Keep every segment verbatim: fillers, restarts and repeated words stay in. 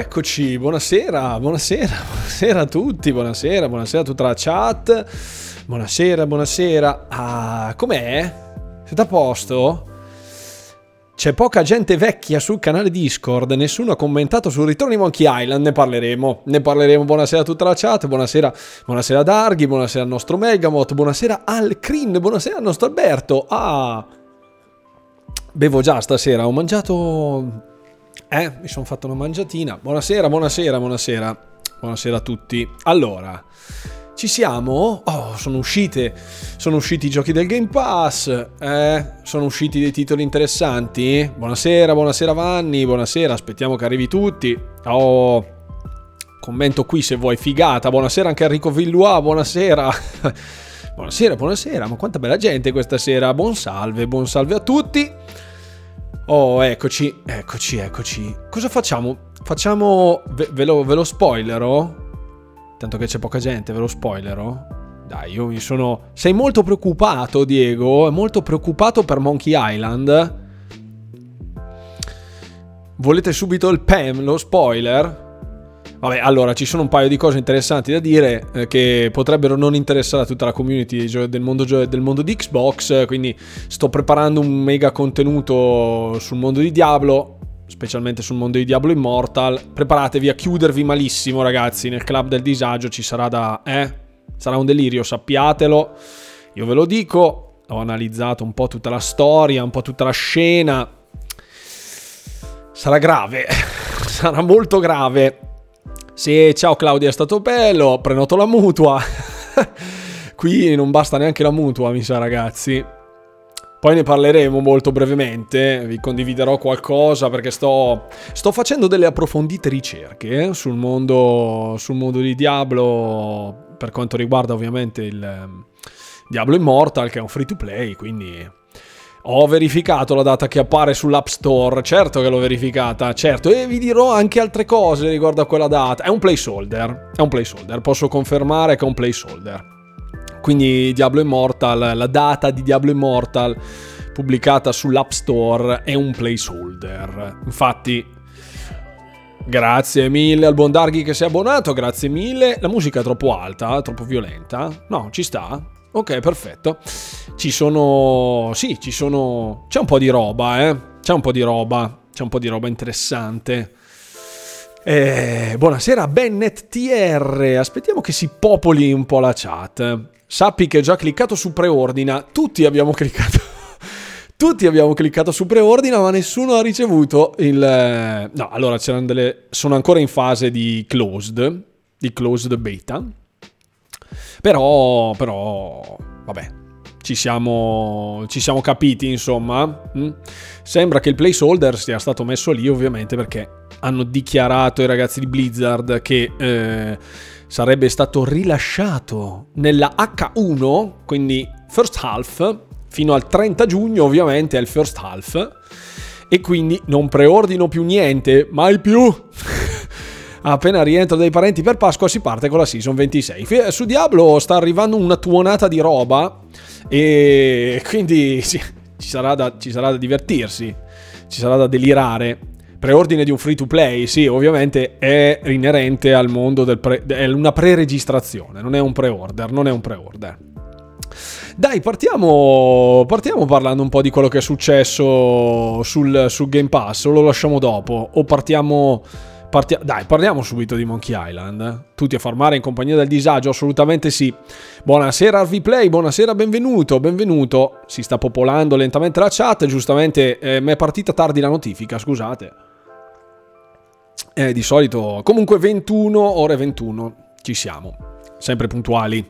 eccoci, buonasera, buonasera, buonasera a tutti, buonasera, buonasera a tutta la chat, buonasera, buonasera. Ah, com'è? Siete a posto? C'è poca gente vecchia sul canale Discord, nessuno ha commentato sul ritorno di Monkey Island, ne parleremo, ne parleremo. Buonasera a tutta la chat, buonasera, buonasera a Darghi, buonasera al nostro Megamot, buonasera al Crin, buonasera al nostro Alberto. Ah, bevo già stasera, ho mangiato... Eh, mi sono fatto una mangiatina. Buonasera, buonasera, buonasera. Buonasera a tutti. Allora, ci siamo? Oh, sono uscite. Sono usciti i giochi del Game Pass. Eh, sono usciti dei titoli interessanti. Buonasera, buonasera Vanni. Buonasera, aspettiamo che arrivi tutti. Oh, commento qui se vuoi, figata. Buonasera anche Enrico Villua. Buonasera. Buonasera, buonasera. Ma quanta bella gente questa sera. Buon salve, buon salve a tutti. Oh, eccoci, eccoci, eccoci. Cosa facciamo? Facciamo... Ve, ve, lo, ve lo spoilerò? Tanto che c'è poca gente, ve lo spoilerò? Dai, io mi sono... Sei molto preoccupato, Diego? È molto preoccupato per Monkey Island? Volete subito il P E M, lo spoiler? Vabbè, allora, ci sono un paio di cose interessanti da dire eh, che potrebbero non interessare a tutta la community del mondo, del mondo di Xbox, quindi sto preparando un mega contenuto sul mondo di Diablo, specialmente sul mondo di Diablo Immortal. Preparatevi a chiudervi malissimo, ragazzi, nel club del disagio ci sarà da... eh? Sarà un delirio, sappiatelo. Io ve lo dico, ho analizzato un po' tutta la storia, un po' tutta la scena. Sarà grave, sarà molto grave. Sì, ciao Claudia, è stato bello, prenoto la mutua. Qui non basta neanche la mutua, mi sa, ragazzi. Poi ne parleremo molto brevemente, vi condividerò qualcosa perché sto, sto facendo delle approfondite ricerche eh, sul mondo, sul mondo di Diablo, per quanto riguarda ovviamente il eh, Diablo Immortal, che è un free to play, quindi... Ho verificato la data che appare sull'App Store, certo che l'ho verificata, certo, e vi dirò anche altre cose riguardo a quella data. È un placeholder, è un placeholder, posso confermare che è un placeholder. Quindi Diablo Immortal, la data di Diablo Immortal pubblicata sull'App Store è un placeholder. Infatti, grazie mille al buon Darghi che si è abbonato, grazie mille. La musica è troppo alta, troppo violenta? No, ci sta? Ok, perfetto. Ci sono... Sì, ci sono... C'è un po' di roba, eh. C'è un po' di roba. C'è un po' di roba interessante. Eh, buonasera, Bennett T R. Aspettiamo che si popoli un po' la chat. Sappi che ho già cliccato su preordina. Tutti abbiamo cliccato... Tutti abbiamo cliccato su preordina, ma nessuno ha ricevuto il... No, allora, c'erano delle... Sono ancora in fase di closed. Di closed beta. Però, però, vabbè, ci siamo, ci siamo capiti, insomma. Mm? Sembra che il placeholder sia stato messo lì, ovviamente, perché hanno dichiarato i ragazzi di Blizzard che eh, sarebbe stato rilasciato nella acca uno, quindi first half, fino al trenta giugno, ovviamente, è il first half, e quindi non preordino più niente, mai più. Appena rientro dai parenti per Pasqua si parte con la season ventisei. Su Diablo sta arrivando una tuonata di roba e quindi sì, ci sarà da, ci sarà da divertirsi, ci sarà da delirare. Preordine di un free to play, sì, ovviamente è inerente al mondo del pre, è una pre-registrazione, non è un pre-order, non è un pre-order. Dai, partiamo, partiamo parlando un po' di quello che è successo sul, sul Game Pass, o lo lasciamo dopo, o partiamo... Partia- Dai, parliamo subito di Monkey Island. Tutti a farmare in compagnia del disagio? Assolutamente sì. Buonasera Harvey Play, buonasera, benvenuto, benvenuto. Si sta popolando lentamente la chat, giustamente eh, mi è partita tardi la notifica, scusate. Eh, di solito, comunque ventuno, ore ventuno, ci siamo, sempre puntuali.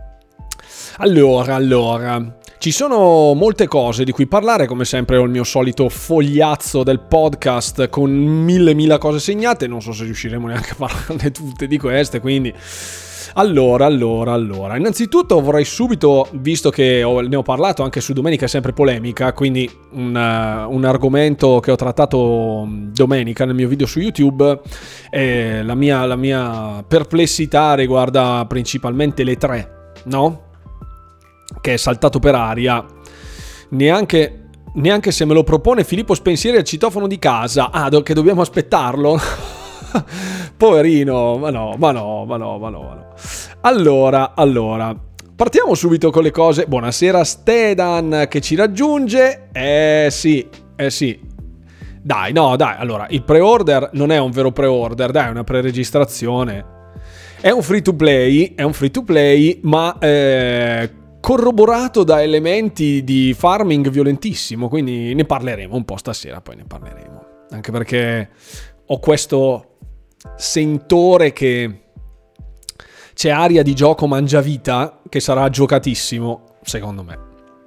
Allora, allora... Ci sono molte cose di cui parlare, come sempre ho il mio solito fogliazzo del podcast con mille mila cose segnate, non so se riusciremo neanche a parlarne tutte di queste, quindi... Allora, allora, allora, innanzitutto vorrei subito, visto che ho, ne ho parlato anche su Domenica è sempre polemica, quindi un, uh, un argomento che ho trattato domenica nel mio video su YouTube, eh, la mia, la mia perplessità riguarda principalmente le tre, no? Che è saltato per aria, neanche, neanche se me lo propone Filippo Spensieri al citofono di casa. Ah, do, che dobbiamo aspettarlo? Poverino, ma no, ma no, ma no, ma no, ma no. Allora, allora, partiamo subito con le cose. Buonasera Stedan che ci raggiunge. Eh sì, eh sì. Dai, no, dai, allora, il pre-order non è un vero pre-order, dai, è una pre-registrazione. È un free to play, è un free to play, ma eh, corroborato da elementi di farming violentissimo, quindi ne parleremo un po' stasera, poi ne parleremo. Anche perché ho questo sentore che c'è aria di gioco mangiavita che sarà giocatissimo, secondo me.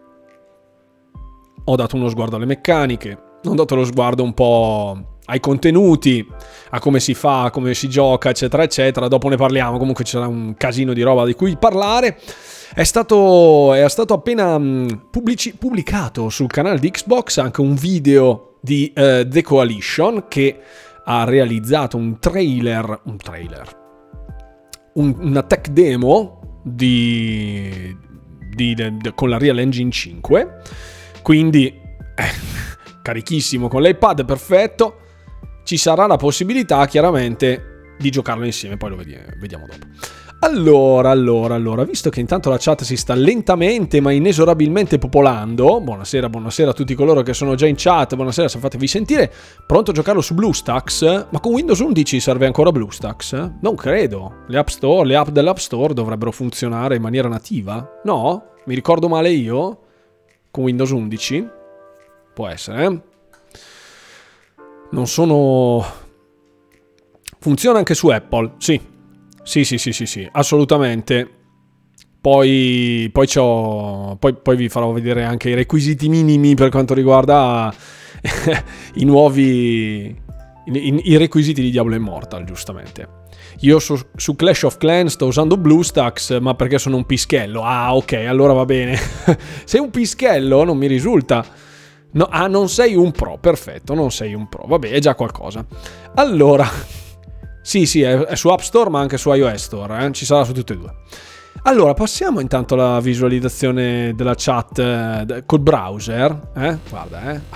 Ho dato uno sguardo alle meccaniche, ho dato lo sguardo un po' ai contenuti, a come si fa, a come si gioca, eccetera, eccetera. Dopo ne parliamo, comunque c'era un casino di roba di cui parlare. È stato, è stato appena pubblici, pubblicato sul canale di Xbox anche un video di uh, The Coalition, che ha realizzato un trailer, un trailer, un, una tech demo di, di, di, di, con la Real Engine cinque, quindi eh, carichissimo con l'iPad, perfetto. Ci sarà la possibilità chiaramente di giocarlo insieme, poi lo vediamo dopo. Allora, allora, allora, visto che intanto la chat si sta lentamente ma inesorabilmente popolando, buonasera, buonasera a tutti coloro che sono già in chat, buonasera se fatevi sentire, pronto a giocarlo su BlueStacks? Ma con Windows undici serve ancora BlueStacks? Non credo, le App Store, le app dell'App Store dovrebbero funzionare in maniera nativa? No? Mi ricordo male io? Con Windows undici? Può essere, eh? Non sono... Funziona anche su Apple, sì. Sì, sì, sì, sì, sì, assolutamente. Poi, poi, c'ho, poi, poi vi farò vedere anche i requisiti minimi per quanto riguarda i nuovi... I, i requisiti di Diablo Immortal, giustamente. Io su, su Clash of Clans sto usando BlueStacks, ma perché sono un pischello. Ah, ok, allora va bene. Sei un pischello? Non mi risulta. No, ah, non sei un pro, perfetto, non sei un pro. Vabbè, è già qualcosa. Allora... Sì, sì, è, è su App Store ma anche su iOS Store, eh? Ci sarà su tutte e due. Allora, passiamo intanto alla visualizzazione della chat eh, col browser. Eh? Guarda, eh.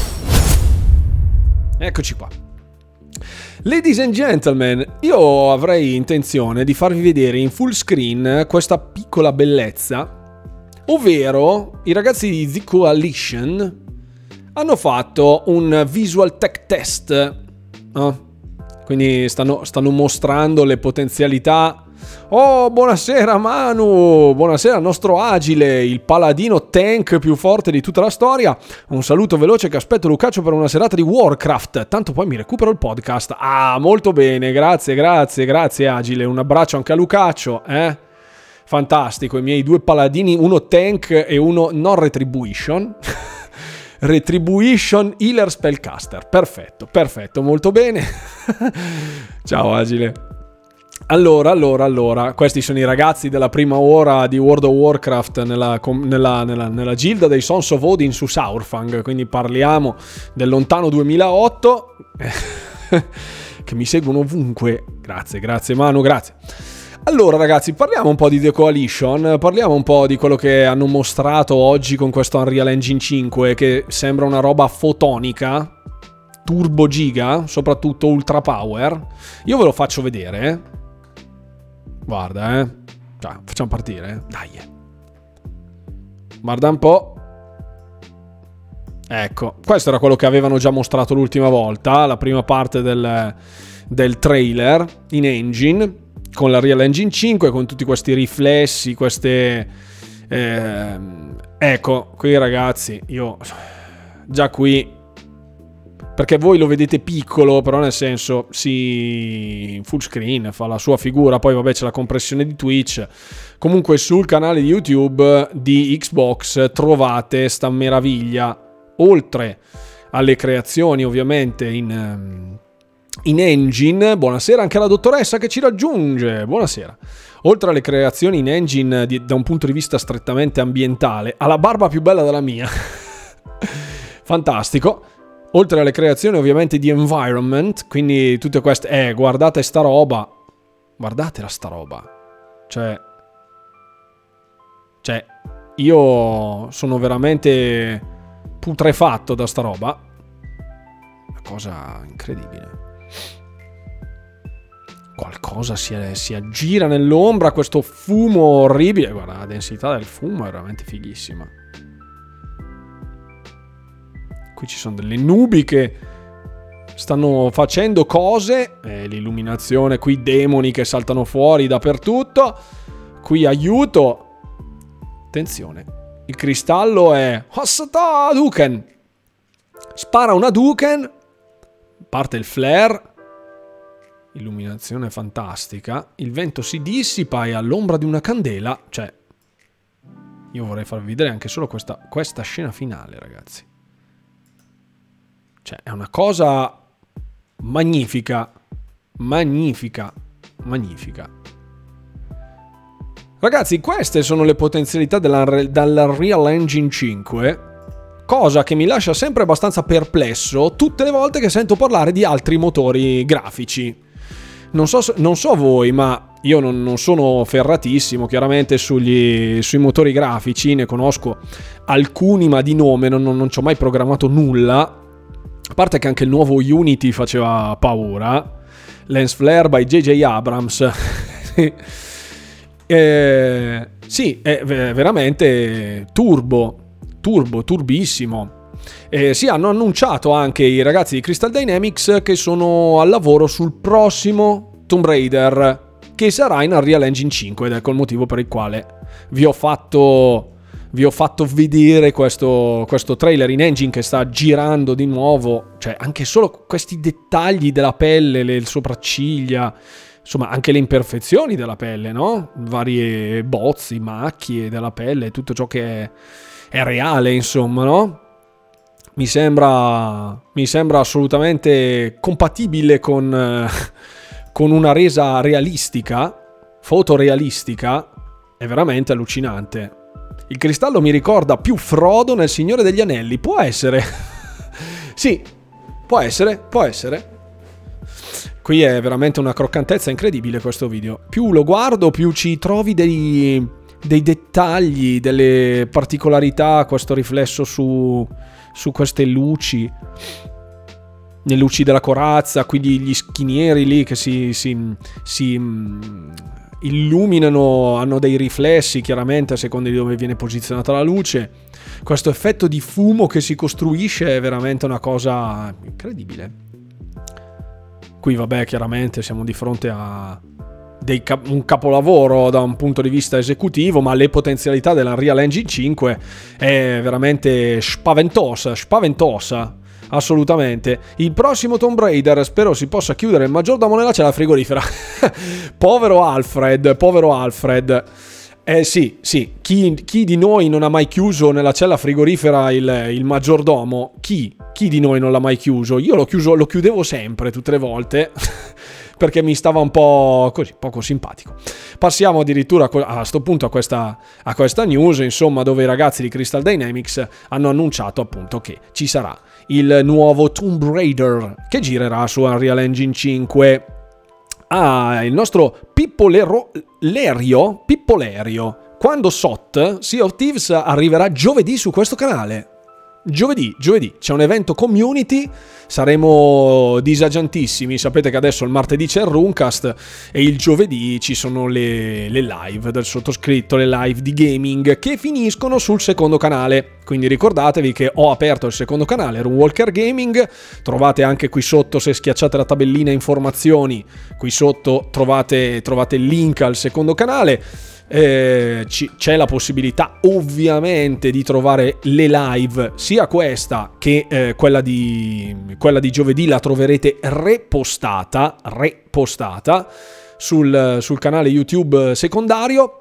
Eccoci qua. Ladies and gentlemen, io avrei intenzione di farvi vedere in full screen questa piccola bellezza, ovvero i ragazzi di The Coalition hanno fatto un visual tech test, no? Quindi stanno, stanno mostrando le potenzialità. Oh, buonasera Manu, buonasera al nostro Agile, il paladino tank più forte di tutta la storia. Un saluto veloce che aspetto Lucaccio per una serata di Warcraft, tanto poi mi recupero il podcast. Ah, molto bene, grazie, grazie, grazie Agile. Un abbraccio anche a Lucaccio, eh? Fantastico, i miei due paladini, uno tank e uno non retribution. Retribution Healer Spellcaster, perfetto, perfetto, molto bene. Ciao Agile. Allora, allora, allora, questi sono i ragazzi della prima ora di World of Warcraft nella, nella, nella, nella gilda dei Sons of Odin su Saurfang, quindi parliamo del lontano duemilaotto, che mi seguono ovunque. Grazie, grazie Manu, grazie. Allora ragazzi, parliamo un po' di The Coalition, parliamo un po' di quello che hanno mostrato oggi con questo Unreal Engine cinque, che sembra una roba fotonica, turbo giga, soprattutto ultra power. Io ve lo faccio vedere, eh. Guarda, eh. Cioè, facciamo partire, eh. Dai. Guarda un po'. Ecco, questo era quello che avevano già mostrato l'ultima volta, la prima parte del, del trailer in engine, con la Real Engine cinque, con tutti questi riflessi, queste... Eh, ecco, qui ragazzi, io già qui, perché voi lo vedete piccolo, però nel senso, sì, full screen, fa la sua figura, poi vabbè c'è la compressione di Twitch. Comunque sul canale di YouTube di Xbox trovate sta meraviglia, oltre alle creazioni ovviamente in... in engine. Buonasera anche alla dottoressa che ci raggiunge, buonasera. Oltre alle creazioni in engine di, da un punto di vista strettamente ambientale, ha la barba più bella della mia. Fantastico. Oltre alle creazioni ovviamente di environment, quindi tutte queste... Eh, guardate sta roba. Guardatela sta roba. Cioè... Cioè, io sono veramente putrefatto da sta roba. Una cosa incredibile. qualcosa si, si aggira nell'ombra, questo fumo orribile. Guarda, la densità del fumo è veramente fighissima. Qui ci sono delle nubi che stanno facendo cose, eh, l'illuminazione, qui demoni che saltano fuori dappertutto, qui aiuto, attenzione, il cristallo è Hossata Hadouken, spara una Hadouken, parte il flare, illuminazione fantastica, il vento si dissipa e all'ombra di una candela, cioè io vorrei farvi vedere anche solo questa, questa scena finale, ragazzi, cioè è una cosa magnifica, magnifica, magnifica. Ragazzi, queste sono le potenzialità della, dell'Unreal Engine cinque, cosa che mi lascia sempre abbastanza perplesso tutte le volte che sento parlare di altri motori grafici. Non so, non so voi, ma io non, non sono ferratissimo chiaramente sugli, sui motori grafici, ne conosco alcuni ma di nome, non, non, non ci ho mai programmato nulla. A parte che anche il nuovo Unity faceva paura, Lens Flare by J J Abrams. eh, sì, è veramente turbo, turbo, turbissimo. Eh, sì, hanno annunciato anche i ragazzi di Crystal Dynamics che sono al lavoro sul prossimo Tomb Raider, che sarà in Unreal Engine cinque, ed ecco il motivo per il quale vi ho fatto... Vi ho fatto vedere questo, questo trailer in engine che sta girando di nuovo, cioè anche solo questi dettagli della pelle, le sopracciglia, insomma anche le imperfezioni della pelle, no? Varie bozzi, macchie della pelle, tutto ciò che è, è reale, insomma, no? Mi sembra, mi sembra assolutamente compatibile con, con una resa realistica, fotorealistica, è veramente allucinante. Il cristallo mi ricorda più Frodo nel Signore degli Anelli. Può essere. Sì, può essere, può essere. Qui è veramente una croccantezza incredibile questo video. Più lo guardo, più ci trovi dei, dei dettagli, delle particolarità, questo riflesso su, su queste luci. Le luci della corazza, quindi gli schinieri lì che si... si, si illuminano, hanno dei riflessi chiaramente a seconda di dove viene posizionata la luce. Questo effetto di fumo che si costruisce è veramente una cosa incredibile. Qui vabbè, chiaramente siamo di fronte a dei cap- un capolavoro da un punto di vista esecutivo, ma le potenzialità dell'Unreal Engine cinque è veramente spaventosa, spaventosa. Assolutamente. Il prossimo Tomb Raider spero si possa chiudere il maggiordomo nella cella frigorifera. Povero Alfred, povero Alfred. Eh sì, sì, chi, chi di noi non ha mai chiuso nella cella frigorifera il, il maggiordomo? Chi? Chi di noi non l'ha mai chiuso? Io l'ho chiuso, lo chiudevo sempre, tutte le volte, perché mi stava un po' così, poco simpatico. Passiamo addirittura a sto punto a questa, a questa news, insomma, dove i ragazzi di Crystal Dynamics hanno annunciato appunto che ci sarà il nuovo Tomb Raider che girerà su Unreal Engine cinque. Ah, il nostro Pippo Lero, Lerio, Pippo Lerio. Quando S O T, Sea of Thieves, arriverà giovedì su questo canale. Giovedì, giovedì, c'è un evento community, saremo disagiantissimi, sapete che adesso il martedì c'è il Runcast e il giovedì ci sono le, le live del sottoscritto, le live di gaming che finiscono sul secondo canale, quindi ricordatevi che ho aperto il secondo canale, Runewalker Gaming, trovate anche qui sotto, se schiacciate la tabellina informazioni, qui sotto trovate, trovate il link al secondo canale. Eh, c- c'è la possibilità ovviamente di trovare le live, sia questa che eh, quella di quella di giovedì la troverete repostata repostata sul, sul canale YouTube secondario.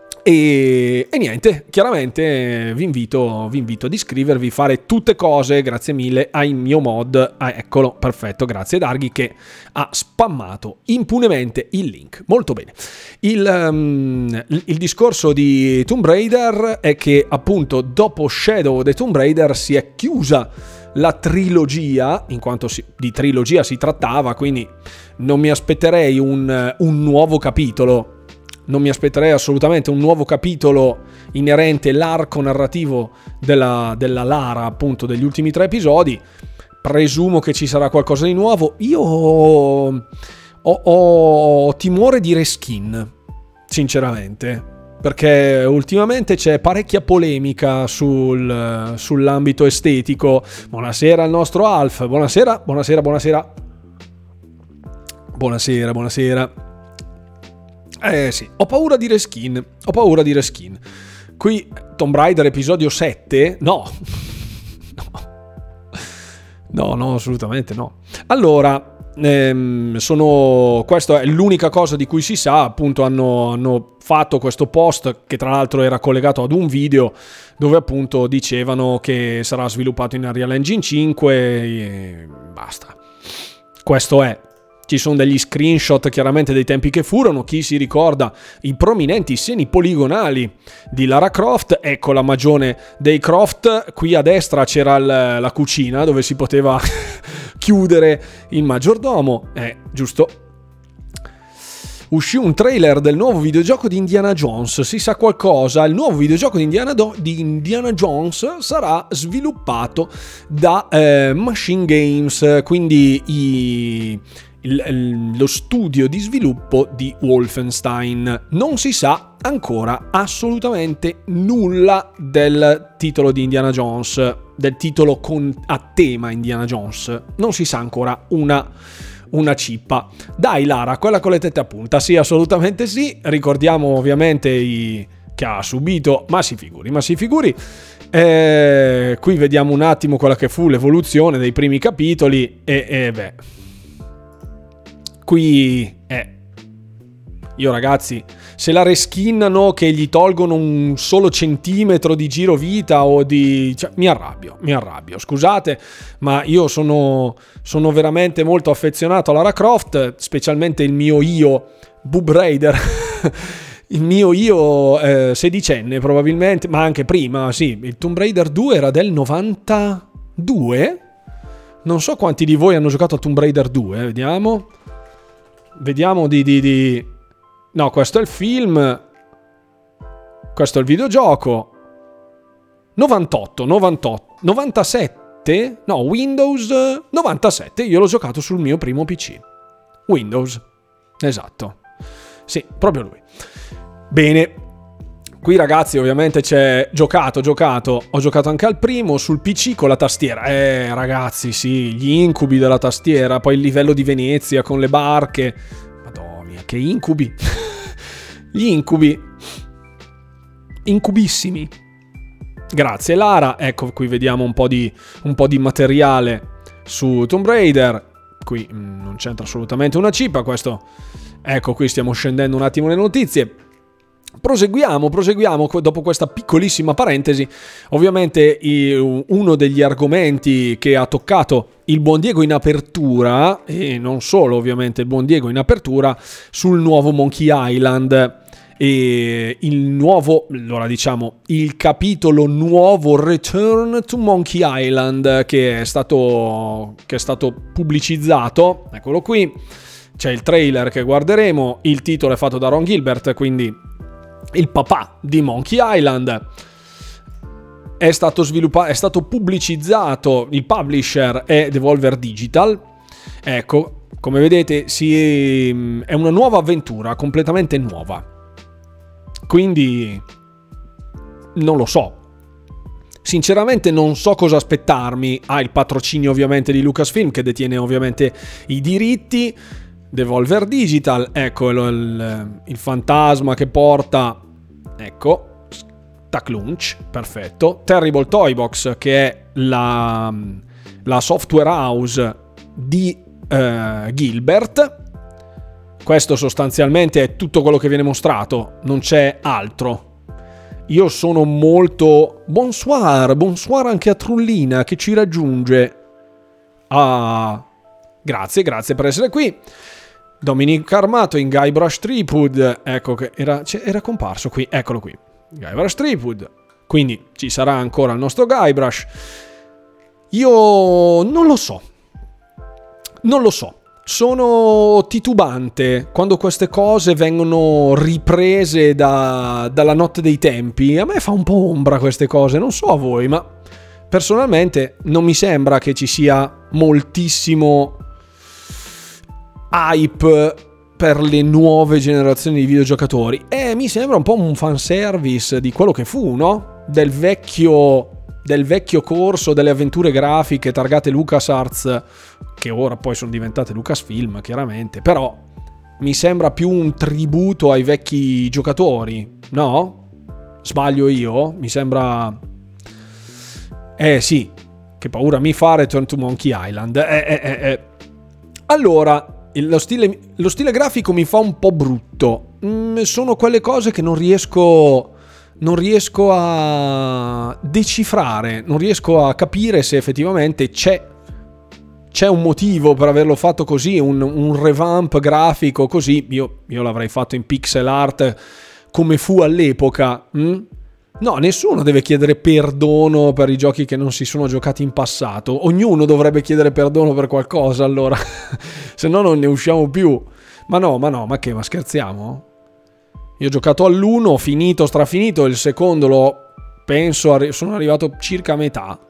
E, e niente, chiaramente vi invito, vi invito ad iscrivervi, fare tutte cose, grazie mille ai mio mod, ah, eccolo, perfetto, grazie Darghi che ha spammato impunemente il link, molto bene. Il, um, il discorso di Tomb Raider è che appunto dopo Shadow of the Tomb Raider si è chiusa la trilogia, in quanto si, di trilogia si trattava, quindi non mi aspetterei un, un nuovo capitolo. Non mi aspetterei assolutamente un nuovo capitolo inerente all'arco narrativo della, della Lara, appunto, degli ultimi tre episodi. Presumo che ci sarà qualcosa di nuovo. Io ho ho, ho timore di reskin, sinceramente, perché ultimamente c'è parecchia polemica sul, sull'ambito estetico. Buonasera al nostro Alf, buonasera, buonasera, buonasera. Buonasera, buonasera. Eh sì, ho paura di reskin, ho paura di reskin. Qui Tomb Raider episodio sette? No. No, no, assolutamente no. Allora, ehm, sono, questa è l'unica cosa di cui si sa, appunto hanno, hanno fatto questo post che tra l'altro era collegato ad un video dove appunto dicevano che sarà sviluppato in Unreal Engine cinque e basta. Questo è. Ci sono degli screenshot chiaramente dei tempi che furono, chi si ricorda i prominenti seni poligonali di Lara Croft, ecco la magione dei Croft, qui a destra c'era l- la cucina dove si poteva chiudere il maggiordomo, eh, giusto? Uscì un trailer del nuovo videogioco di Indiana Jones, si sa qualcosa, il nuovo videogioco di Indiana, Do- di Indiana Jones sarà sviluppato da eh, Machine Games, quindi i... Il, il, lo studio di sviluppo di Wolfenstein. Non si sa ancora assolutamente nulla del titolo di Indiana Jones, del titolo con, a tema Indiana Jones. Non si sa ancora una, una cippa. Dai Lara, quella con le tette a punta, sì, assolutamente sì. Ricordiamo ovviamente i, che ha subito, ma si figuri, ma si figuri. Eh, qui vediamo un attimo quella che fu l'evoluzione dei primi capitoli e, e beh... Qui, eh, io ragazzi, se la reskinnano che gli tolgono un solo centimetro di giro vita o di... Cioè, mi arrabbio, mi arrabbio, scusate, ma io sono, sono veramente molto affezionato a Lara Croft, specialmente il mio io, Boob Raider, il mio io eh, sedicenne probabilmente, ma anche prima, sì, il Tomb Raider due era del novantadue? Non so quanti di voi hanno giocato a Tomb Raider due, vediamo... Vediamo di, di, di... No, questo è il film. Questo è il videogioco. novantotto, novantotto, novantasette? No, Windows novantasette. Io l'ho giocato sul mio primo P C. Windows. Esatto. Sì, proprio lui. Bene. Qui ragazzi ovviamente c'è giocato, giocato, ho giocato anche al primo sul P C con la tastiera, eh ragazzi sì, gli incubi della tastiera, poi il livello di Venezia con le barche, madonna che incubi, gli incubi, incubissimi, grazie Lara, ecco qui vediamo un po' di, un po' di materiale su Tomb Raider, qui mh, non c'entra assolutamente una cippa, questo, ecco qui stiamo scendendo un attimo le notizie. Proseguiamo, proseguiamo dopo questa piccolissima parentesi. Ovviamente uno degli argomenti che ha toccato il buon Diego in apertura, e non solo ovviamente il buon Diego in apertura, sul nuovo Monkey Island e il nuovo, allora diciamo, il capitolo nuovo Return to Monkey Island che è stato, che è stato pubblicizzato, eccolo qui, c'è il trailer che guarderemo, il titolo è fatto da Ron Gilbert, quindi il papà di Monkey Island, è stato sviluppato, è stato pubblicizzato, il publisher è Devolver Digital, ecco, come vedete si, è una nuova avventura, completamente nuova, quindi non lo so, sinceramente non so cosa aspettarmi, ha il patrocinio ovviamente di Lucasfilm che detiene ovviamente i diritti, Devolver Digital, ecco il, il, il fantasma che porta, ecco, Tac Lunch, perfetto, Terrible Toy Box che è la, la software house di eh, Gilbert, questo sostanzialmente è tutto quello che viene mostrato, non c'è altro. Io sono molto... Bonsoir, bonsoir anche a Trullina che ci raggiunge. Ah, grazie, grazie per essere qui. Dominic Armato in Guybrush Threepwood, ecco che era, era comparso qui, eccolo qui, Guybrush Threepwood, quindi ci sarà ancora il nostro Guybrush. Io non lo so, non lo so, sono titubante quando queste cose vengono riprese da, dalla notte dei tempi, a me fa un po' ombra queste cose, non so a voi, ma personalmente non mi sembra che ci sia moltissimo... hype per le nuove generazioni di videogiocatori. E mi sembra un po' un fanservice di quello che fu, no? Del vecchio del vecchio corso delle avventure grafiche targate LucasArts, che ora poi sono diventate Lucasfilm, chiaramente, però mi sembra più un tributo ai vecchi giocatori, no? Sbaglio io? Mi sembra... Eh sì, che paura mi fa Return to Monkey Island. Eh, eh, eh, eh. Allora, lo stile, lo stile grafico mi fa un po' brutto. Mm, sono quelle cose che non riesco... non riesco a decifrare, non riesco a capire se effettivamente c'è c'è un motivo per averlo fatto così, un, un revamp grafico così. Io, io l'avrei fatto in pixel art come fu all'epoca. hm? No, nessuno deve chiedere perdono per i giochi che non si sono giocati in passato. Ognuno dovrebbe chiedere perdono per qualcosa, allora se no non ne usciamo più. Ma no, ma no, ma che, ma scherziamo? Io ho giocato all'uno, ho finito, strafinito, il secondo l'ho, penso, sono arrivato circa a metà.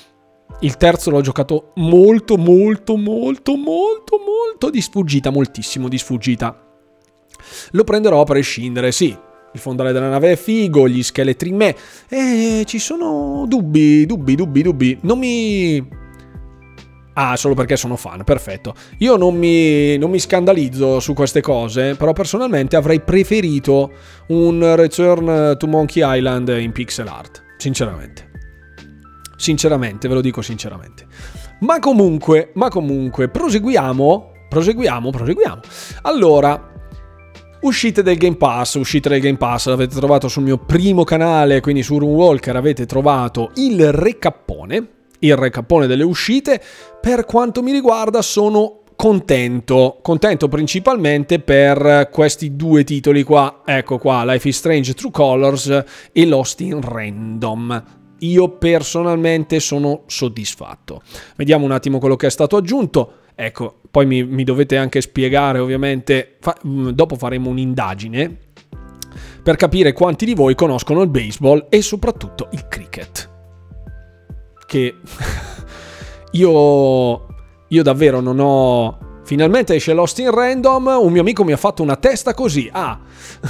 Il terzo l'ho giocato molto, molto, molto, molto, molto di sfuggita, moltissimo di sfuggita. Lo prenderò a prescindere, sì. Il fondale della nave è figo, gli scheletri me. E ci sono dubbi, dubbi, dubbi, dubbi. Non mi... Ah, solo perché sono fan, perfetto. Io non mi, non mi scandalizzo su queste cose, però personalmente avrei preferito un Return to Monkey Island in pixel art, sinceramente. Sinceramente, ve lo dico sinceramente. Ma comunque, ma comunque, proseguiamo, proseguiamo, proseguiamo. Allora, uscite del Game Pass, uscite del Game Pass, l'avete trovato sul mio primo canale, quindi su RuneWalker avete trovato il recappone. Il recappone delle uscite. Per quanto mi riguarda sono contento, contento principalmente per questi due titoli qua, ecco qua, Life is Strange True Colors e Lost in Random. Io personalmente sono soddisfatto. Vediamo un attimo quello che è stato aggiunto. Ecco, poi mi, mi dovete anche spiegare, ovviamente, fa, dopo faremo un'indagine per capire quanti di voi conoscono il baseball e soprattutto il cricket. Che io io davvero non ho... Finalmente esce Lost in Random, un mio amico mi ha fatto una testa così. Ah,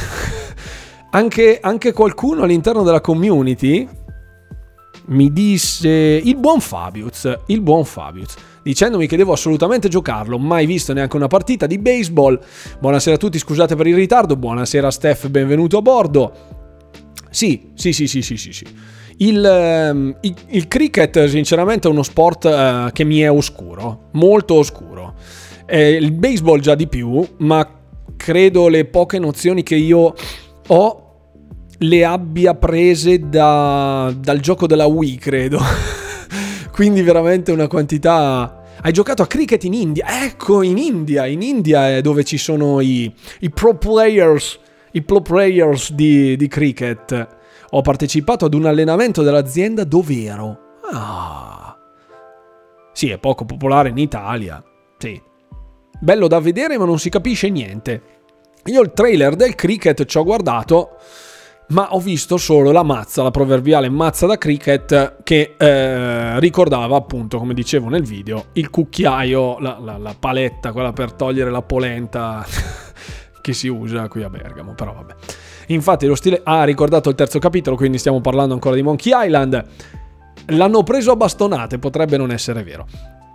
anche, anche qualcuno all'interno della community mi disse, il buon Fabius, il buon Fabius, dicendomi che devo assolutamente giocarlo, mai visto neanche una partita di baseball. Buonasera a tutti, scusate per il ritardo, buonasera Steph, benvenuto a bordo. Sì, sì, sì, sì, sì, sì, sì. Il, il, il cricket sinceramente è uno sport uh, che mi è oscuro, molto oscuro. Eh, il baseball già di più, ma credo le poche nozioni che io ho le abbia prese da, dal gioco della Wii, credo. Quindi veramente una quantità... Hai giocato a cricket in India? Ecco, in India, in India è dove ci sono i, i pro players, i pro players di, di cricket. Ho partecipato ad un allenamento dell'azienda dove ero. Ah. Sì, è poco popolare in Italia. Sì. Bello da vedere, ma non si capisce niente. Io il trailer del cricket ci ho guardato, ma ho visto solo la mazza, la proverbiale mazza da cricket, che eh, ricordava, appunto, come dicevo nel video, il cucchiaio, la, la, la paletta, quella per togliere la polenta che si usa qui a Bergamo, però vabbè. Infatti lo stile... Ah, ricordato il terzo capitolo, quindi stiamo parlando ancora di Monkey Island. L'hanno preso a bastonate, potrebbe non essere vero.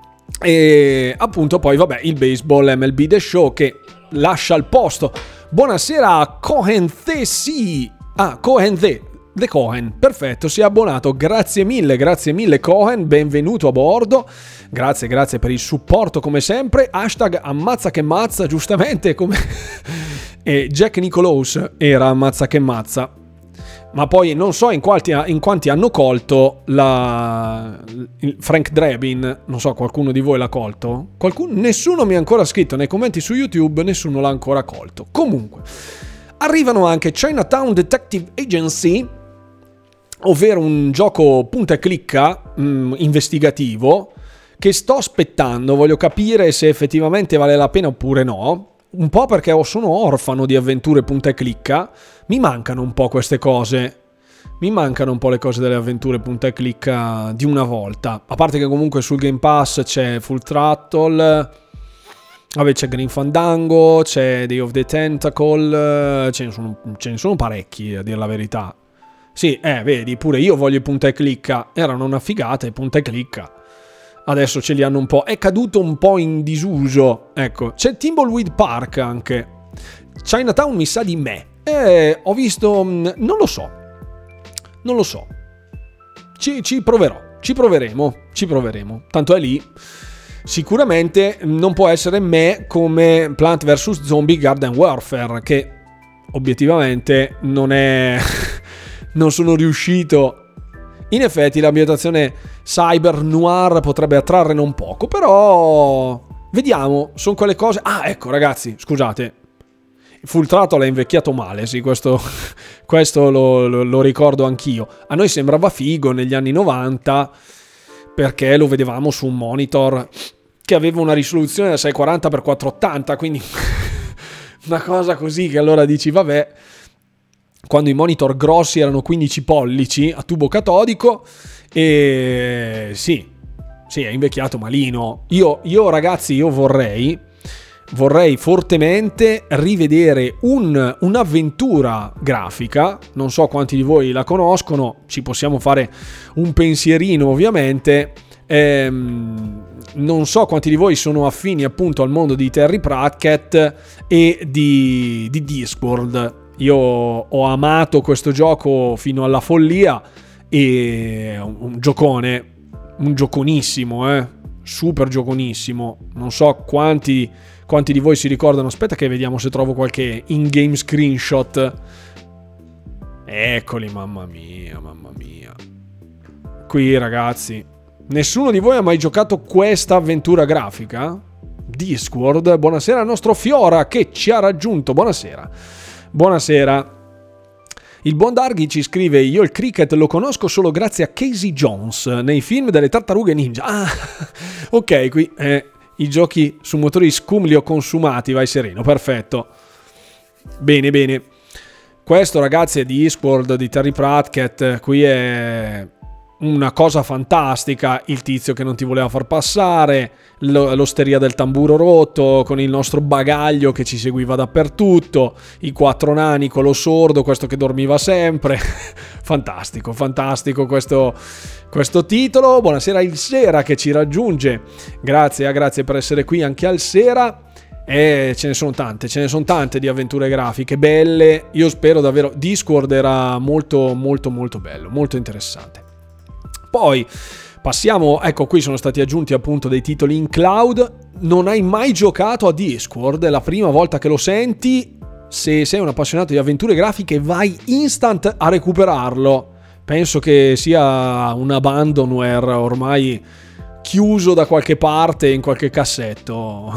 E appunto poi, vabbè, il baseball M L B The Show che lascia il posto. Buonasera a Cohen The C. Ah, Cohen The. The Cohen, perfetto, si è abbonato. Grazie mille, grazie mille Cohen, benvenuto a bordo. Grazie, grazie per il supporto come sempre. Hashtag ammazza che mazza, giustamente come... E Jack Nicklaus era ammazza che mazza. Ma poi non so in quanti, in quanti hanno colto la Frank Drebin. Non so, qualcuno di voi l'ha colto? Qualcuno? Nessuno mi ha ancora scritto nei commenti su YouTube, nessuno l'ha ancora colto. Comunque, arrivano anche Chinatown Detective Agency, ovvero un gioco punta e clicca mh, investigativo che sto aspettando. Voglio capire se effettivamente vale la pena oppure no. Un po' perché sono orfano di avventure punta e clicca. Mi mancano un po' queste cose. Mi mancano un po' le cose delle avventure punta e clicca di una volta. A parte che comunque sul Game Pass c'è Full Throttle. Vabbè, c'è Green Fandango, c'è Day of the Tentacle, ce ne sono, ce ne sono parecchi, a dire la verità. Sì, eh, vedi, pure io voglio i punta e clicca. Erano una figata i punta e clicca. Adesso ce li hanno un po'. È caduto un po' in disuso. Ecco, c'è Thimbleweed Park anche. Chinatown mi sa di me. Eh, ho visto... Non lo so. Non lo so. Ci, ci proverò. Ci proveremo. Ci proveremo. Tanto è lì. Sicuramente non può essere me come Plant versus. Zombie Garden Warfare, che obiettivamente non è... non sono riuscito. In effetti l'ambientazione cyber noir potrebbe attrarre non poco, però vediamo, sono quelle cose... Ah, ecco ragazzi, scusate, Full Throttle è invecchiato male, sì, questo, questo lo, lo, lo ricordo anch'io. A noi sembrava figo negli anni novanta, perché lo vedevamo su un monitor che aveva una risoluzione da seicentoquaranta per quattrocentottanta, quindi una cosa così che allora dici vabbè, quando i monitor grossi erano quindici pollici a tubo catodico, e sì, sì, è invecchiato malino. Io, io ragazzi, io vorrei vorrei fortemente rivedere un, un'avventura grafica. Non so quanti di voi la conoscono, ci possiamo fare un pensierino ovviamente. Ehm, non so quanti di voi sono affini appunto al mondo di Terry Pratchett e di, di Discworld. Io ho amato questo gioco fino alla follia, e un, un giocone, un gioconissimo, eh? Super gioconissimo. Non so quanti, quanti di voi si ricordano. Aspetta che vediamo se trovo qualche in-game screenshot. Eccoli, mamma mia, mamma mia. Qui ragazzi, nessuno di voi ha mai giocato questa avventura grafica? Discworld, buonasera al nostro Fiora che ci ha raggiunto, buonasera. Buonasera. Il buon Darghi ci scrive: io il cricket lo conosco solo grazie a Casey Jones nei film delle tartarughe ninja. Ah, ok, qui eh, i giochi su motori scumli consumati, vai sereno, perfetto. Bene, bene. Questo ragazzi è di Discworld di Terry Pratchett, qui è una cosa fantastica, il tizio che non ti voleva far passare, l'osteria del tamburo rotto con il nostro bagaglio che ci seguiva dappertutto, i quattro nani, quello sordo, questo che dormiva sempre. Fantastico, fantastico questo, questo titolo. Buonasera il Sera che ci raggiunge, grazie, eh, grazie per essere qui anche al Sera. E ce ne sono tante, ce ne sono tante di avventure grafiche belle. Io spero davvero, Discworld era molto molto molto bello, molto interessante. Poi passiamo, ecco, qui sono stati aggiunti appunto dei titoli in cloud. Non hai mai giocato a Discworld? È la prima volta che lo senti. Se sei un appassionato di avventure grafiche, vai instant a recuperarlo. Penso che sia un abandonware ormai chiuso da qualche parte in qualche cassetto.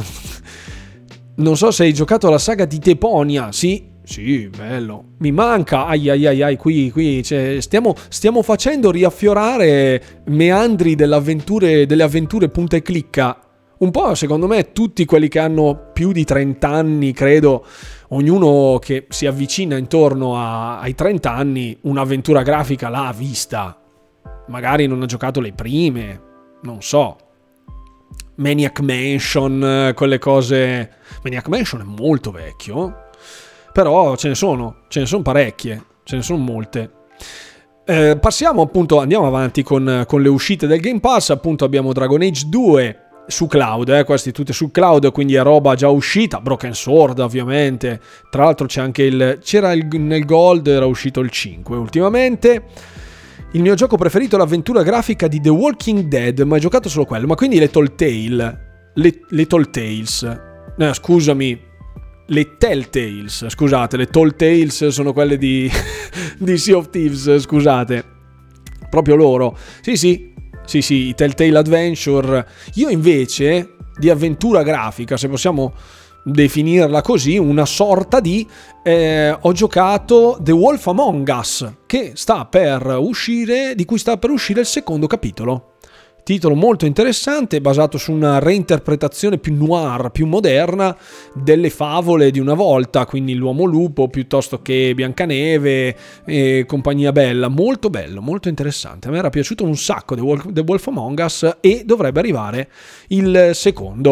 Non so se hai giocato alla saga di Teponia. Sì, sì, bello. Mi manca, ai ai ai ai, qui, qui, cioè, stiamo, stiamo facendo riaffiorare meandri delle avventure, delle avventure punta e clicca. Un po', secondo me, tutti quelli che hanno più di trenta anni, credo, ognuno che si avvicina intorno a, ai trenta anni, un'avventura grafica l'ha vista. Magari non ha giocato le prime, non so. Maniac Mansion, quelle cose. Maniac Mansion è molto vecchio, però ce ne sono, ce ne sono parecchie, ce ne sono molte. Eh, passiamo appunto, andiamo avanti con, con le uscite del Game Pass. Appunto abbiamo Dragon Age due su cloud, eh, questi tutti su cloud, quindi è roba già uscita. Broken Sword ovviamente, tra l'altro c'è anche il, c'era il, nel Gold era uscito il cinque ultimamente. Il mio gioco preferito è l'avventura grafica di The Walking Dead, ma ho giocato solo quello. Ma quindi le Telltale, le, le Telltales, no, scusami, le Telltales, scusate, le Telltales sono quelle di, di Sea of Thieves, scusate, proprio loro. Sì, sì, sì, sì, i Telltale Adventure. Io invece di avventura grafica, se possiamo definirla così, una sorta di eh, ho giocato The Wolf Among Us, che sta per uscire, di cui sta per uscire il secondo capitolo. Titolo molto interessante, basato su una reinterpretazione più noir, più moderna delle favole di una volta, quindi l'uomo lupo piuttosto che Biancaneve e compagnia bella. Molto bello, molto interessante. A me era piaciuto un sacco The Wolf, The Wolf Among Us, e dovrebbe arrivare il secondo.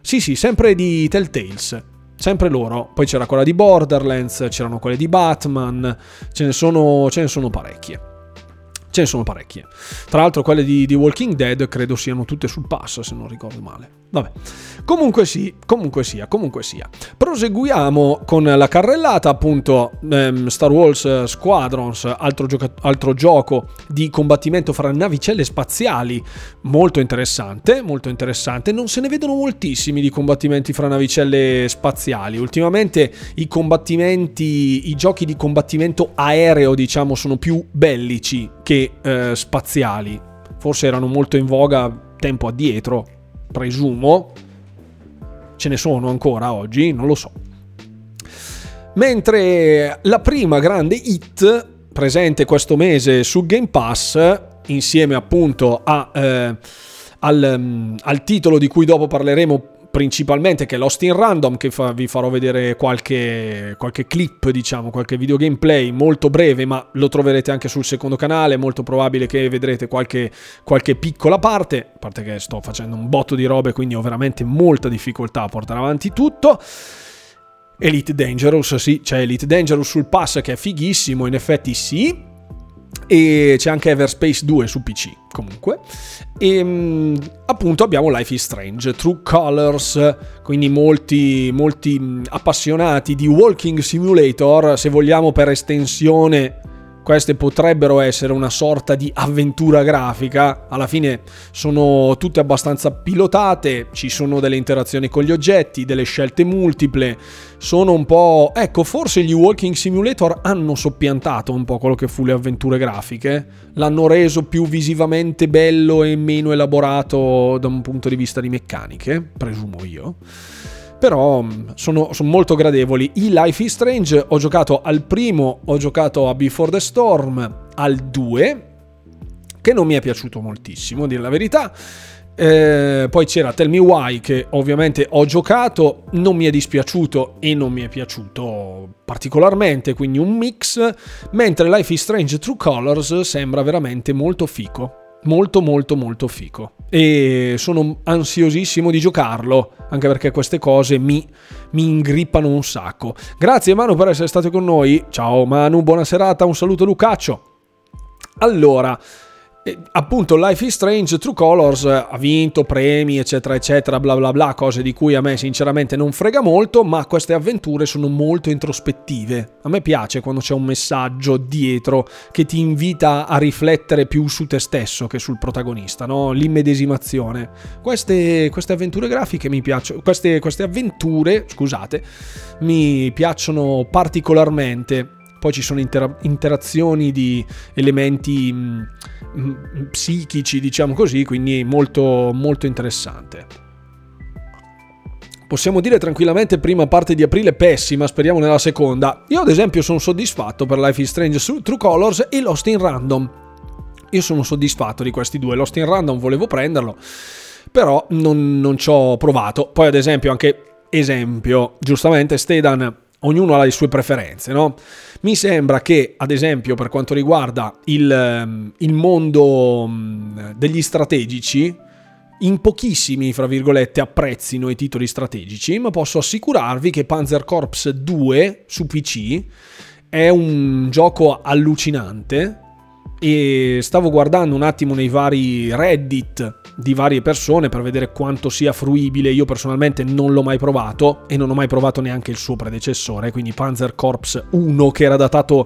Sì, sì, sempre di Telltales. Sempre loro. Poi c'era quella di Borderlands, c'erano quelle di Batman, ce ne sono, ce ne sono parecchie. Ce ne sono parecchie. Tra l'altro quelle di, di Walking Dead credo siano tutte sul pass, se non ricordo male. Vabbè. Comunque sì, comunque sia, comunque sia. Proseguiamo con la carrellata, appunto, ehm, Star Wars Squadrons, altro, gioca- altro gioco di combattimento fra navicelle spaziali, molto interessante, molto interessante. Non se ne vedono moltissimi di combattimenti fra navicelle spaziali. Ultimamente i combattimenti, i giochi di combattimento aereo, diciamo, sono più bellici che eh, spaziali. Forse erano molto in voga tempo addietro, presumo. Ce ne sono ancora oggi, non lo so. Mentre la prima grande hit presente questo mese su Game Pass, insieme appunto a, eh, al, al titolo di cui dopo parleremo principalmente, che è Lost in Random, che fa, vi farò vedere qualche, qualche clip, diciamo, qualche video gameplay molto breve, ma lo troverete anche sul secondo canale, molto probabile che vedrete qualche, qualche piccola parte, a parte che sto facendo un botto di robe, quindi ho veramente molta difficoltà a portare avanti tutto. Elite Dangerous, sì, c'è Elite Dangerous sul pass che è fighissimo, in effetti sì, e c'è anche Everspace due su P C comunque, e appunto abbiamo Life is Strange True Colors, quindi molti molti appassionati di walking simulator, se vogliamo per estensione. Queste potrebbero essere una sorta di avventura grafica, alla fine sono tutte abbastanza pilotate, ci sono delle interazioni con gli oggetti, delle scelte multiple, sono un po'... Ecco, forse gli walking simulator hanno soppiantato un po' quello che fu le avventure grafiche, l'hanno reso più visivamente bello e meno elaborato da un punto di vista di meccaniche, presumo io. Però sono, sono molto gradevoli. I Life is Strange ho giocato al primo, ho giocato a Before the Storm, al due, che non mi è piaciuto moltissimo, a dire la verità. Eh, poi c'era Tell Me Why, che ovviamente ho giocato, non mi è dispiaciuto e non mi è piaciuto particolarmente, quindi un mix, mentre Life is Strange True Colors sembra veramente molto fico. Molto molto molto fico, e sono ansiosissimo di giocarlo, anche perché queste cose mi, mi ingrippano un sacco. Grazie Manu per essere stato con noi. Ciao Manu, buona serata, un saluto Lucaccio. Allora, eh, appunto Life is Strange True Colors ha vinto premi eccetera eccetera bla bla bla, cose di cui a me sinceramente non frega molto, ma queste avventure sono molto introspettive. A me piace quando c'è un messaggio dietro che ti invita a riflettere più su te stesso che sul protagonista, no? L'immedesimazione. Queste, queste avventure grafiche mi piacciono, queste, queste avventure, scusate, mi piacciono particolarmente. Poi ci sono intera- interazioni di elementi mh, mh, psichici, diciamo così, quindi molto molto interessante. Possiamo dire tranquillamente prima parte di aprile pessima, speriamo nella seconda. Io ad esempio sono soddisfatto per Life is Strange True Colors e Lost in Random. Io sono soddisfatto di questi due. Lost in Random volevo prenderlo, però non, non ci ho provato. Poi ad esempio, anche esempio, giustamente Stedan, ognuno ha le sue preferenze, no? Mi sembra che, ad esempio, per quanto riguarda il, il mondo degli strategici, in pochissimi, fra virgolette, apprezzino i titoli strategici, ma posso assicurarvi che Panzer Corps due su P C è un gioco allucinante, e stavo guardando un attimo nei vari Reddit di varie persone per vedere quanto sia fruibile. Io personalmente non l'ho mai provato e non ho mai provato neanche il suo predecessore, quindi Panzer Corps uno, che era datato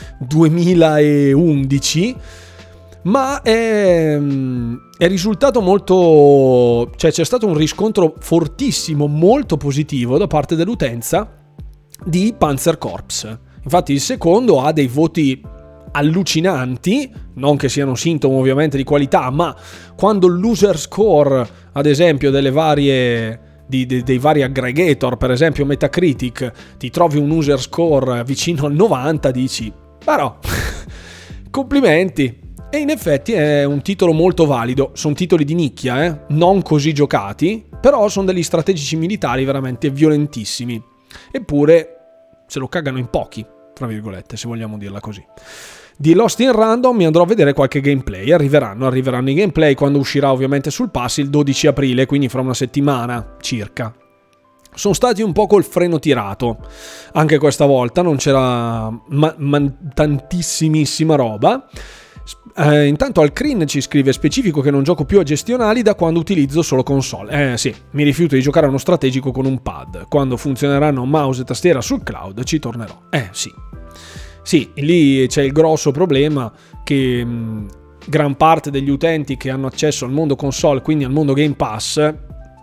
duemilaundici, ma è, è risultato molto, cioè c'è stato un riscontro fortissimo, molto positivo da parte dell'utenza di Panzer Corps. Infatti il secondo ha dei voti allucinanti, non che siano sintomo ovviamente di qualità, ma quando l'user score, ad esempio, delle varie di, de, dei vari aggregator, per esempio Metacritic, ti trovi un user score vicino al novanta, dici però complimenti. E in effetti è un titolo molto valido. Sono titoli di nicchia, eh? Non così giocati, però sono degli strategici militari veramente violentissimi, eppure se lo cagano in pochi, tra virgolette, se vogliamo dirla così. di Lost in Random mi andrò a vedere qualche gameplay. Arriveranno, arriveranno i gameplay quando uscirà ovviamente sul pass il dodici aprile, quindi fra una settimana circa. Sono stati un po' col freno tirato anche questa volta, non c'era ma- ma- tantissimissima roba. Eh, intanto Alcrin ci scrive: specifico che non gioco più a gestionali da quando utilizzo solo console. Eh sì, mi rifiuto di giocare a uno strategico con un pad. Quando funzioneranno mouse e tastiera sul cloud ci tornerò. Eh sì, sì, lì c'è il grosso problema che mh, gran parte degli utenti che hanno accesso al mondo console, quindi al mondo Game Pass,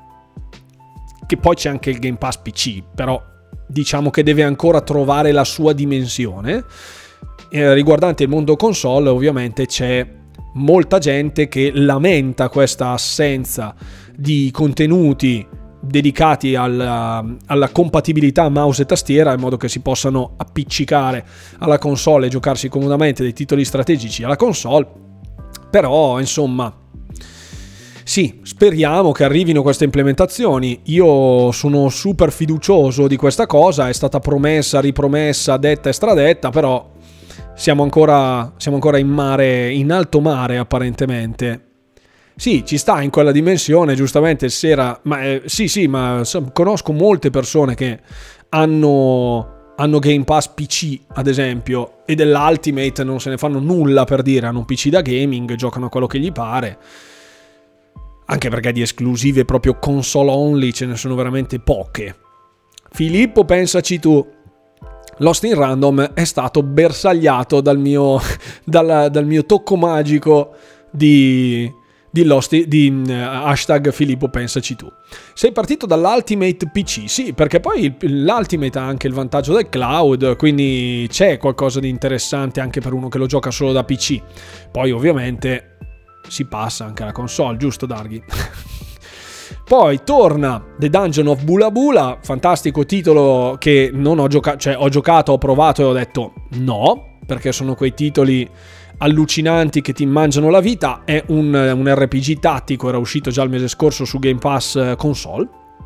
che poi c'è anche il Game Pass P C, però diciamo che deve ancora trovare la sua dimensione. Eh, riguardante il mondo console, ovviamente c'è molta gente che lamenta questa assenza di contenuti dedicati alla, alla compatibilità mouse e tastiera, in modo che si possano appiccicare alla console e giocarsi comodamente dei titoli strategici alla console. Però insomma, sì, speriamo che arrivino queste implementazioni. Io sono super fiducioso di questa cosa, è stata promessa, ripromessa, detta e stradetta, però siamo ancora, siamo ancora in mare, in alto mare apparentemente. Sì, ci sta in quella dimensione, giustamente sera, ma eh, sì sì, ma conosco molte persone che hanno, hanno Game Pass P C ad esempio, e dell'Ultimate non se ne fanno nulla, per dire, hanno un P C da gaming, giocano a quello che gli pare. Anche perché di esclusive proprio console only ce ne sono veramente poche. Filippo, pensaci tu, Lost in Random è stato bersagliato dal mio, dal, dal mio tocco magico di, di Lost, di uh, hashtag Filippo, pensaci tu. Sei partito dall'Ultimate P C, sì, perché poi l'Ultimate ha anche il vantaggio del cloud, quindi c'è qualcosa di interessante anche per uno che lo gioca solo da P C. Poi ovviamente si passa anche alla console, giusto Darghi? Poi torna The Dungeon of Bula Bula, fantastico titolo che non ho giocato, cioè ho giocato, ho provato e ho detto no, perché sono quei titoli allucinanti che ti mangiano la vita. È un, un R P G tattico, era uscito già il mese scorso su Game Pass console.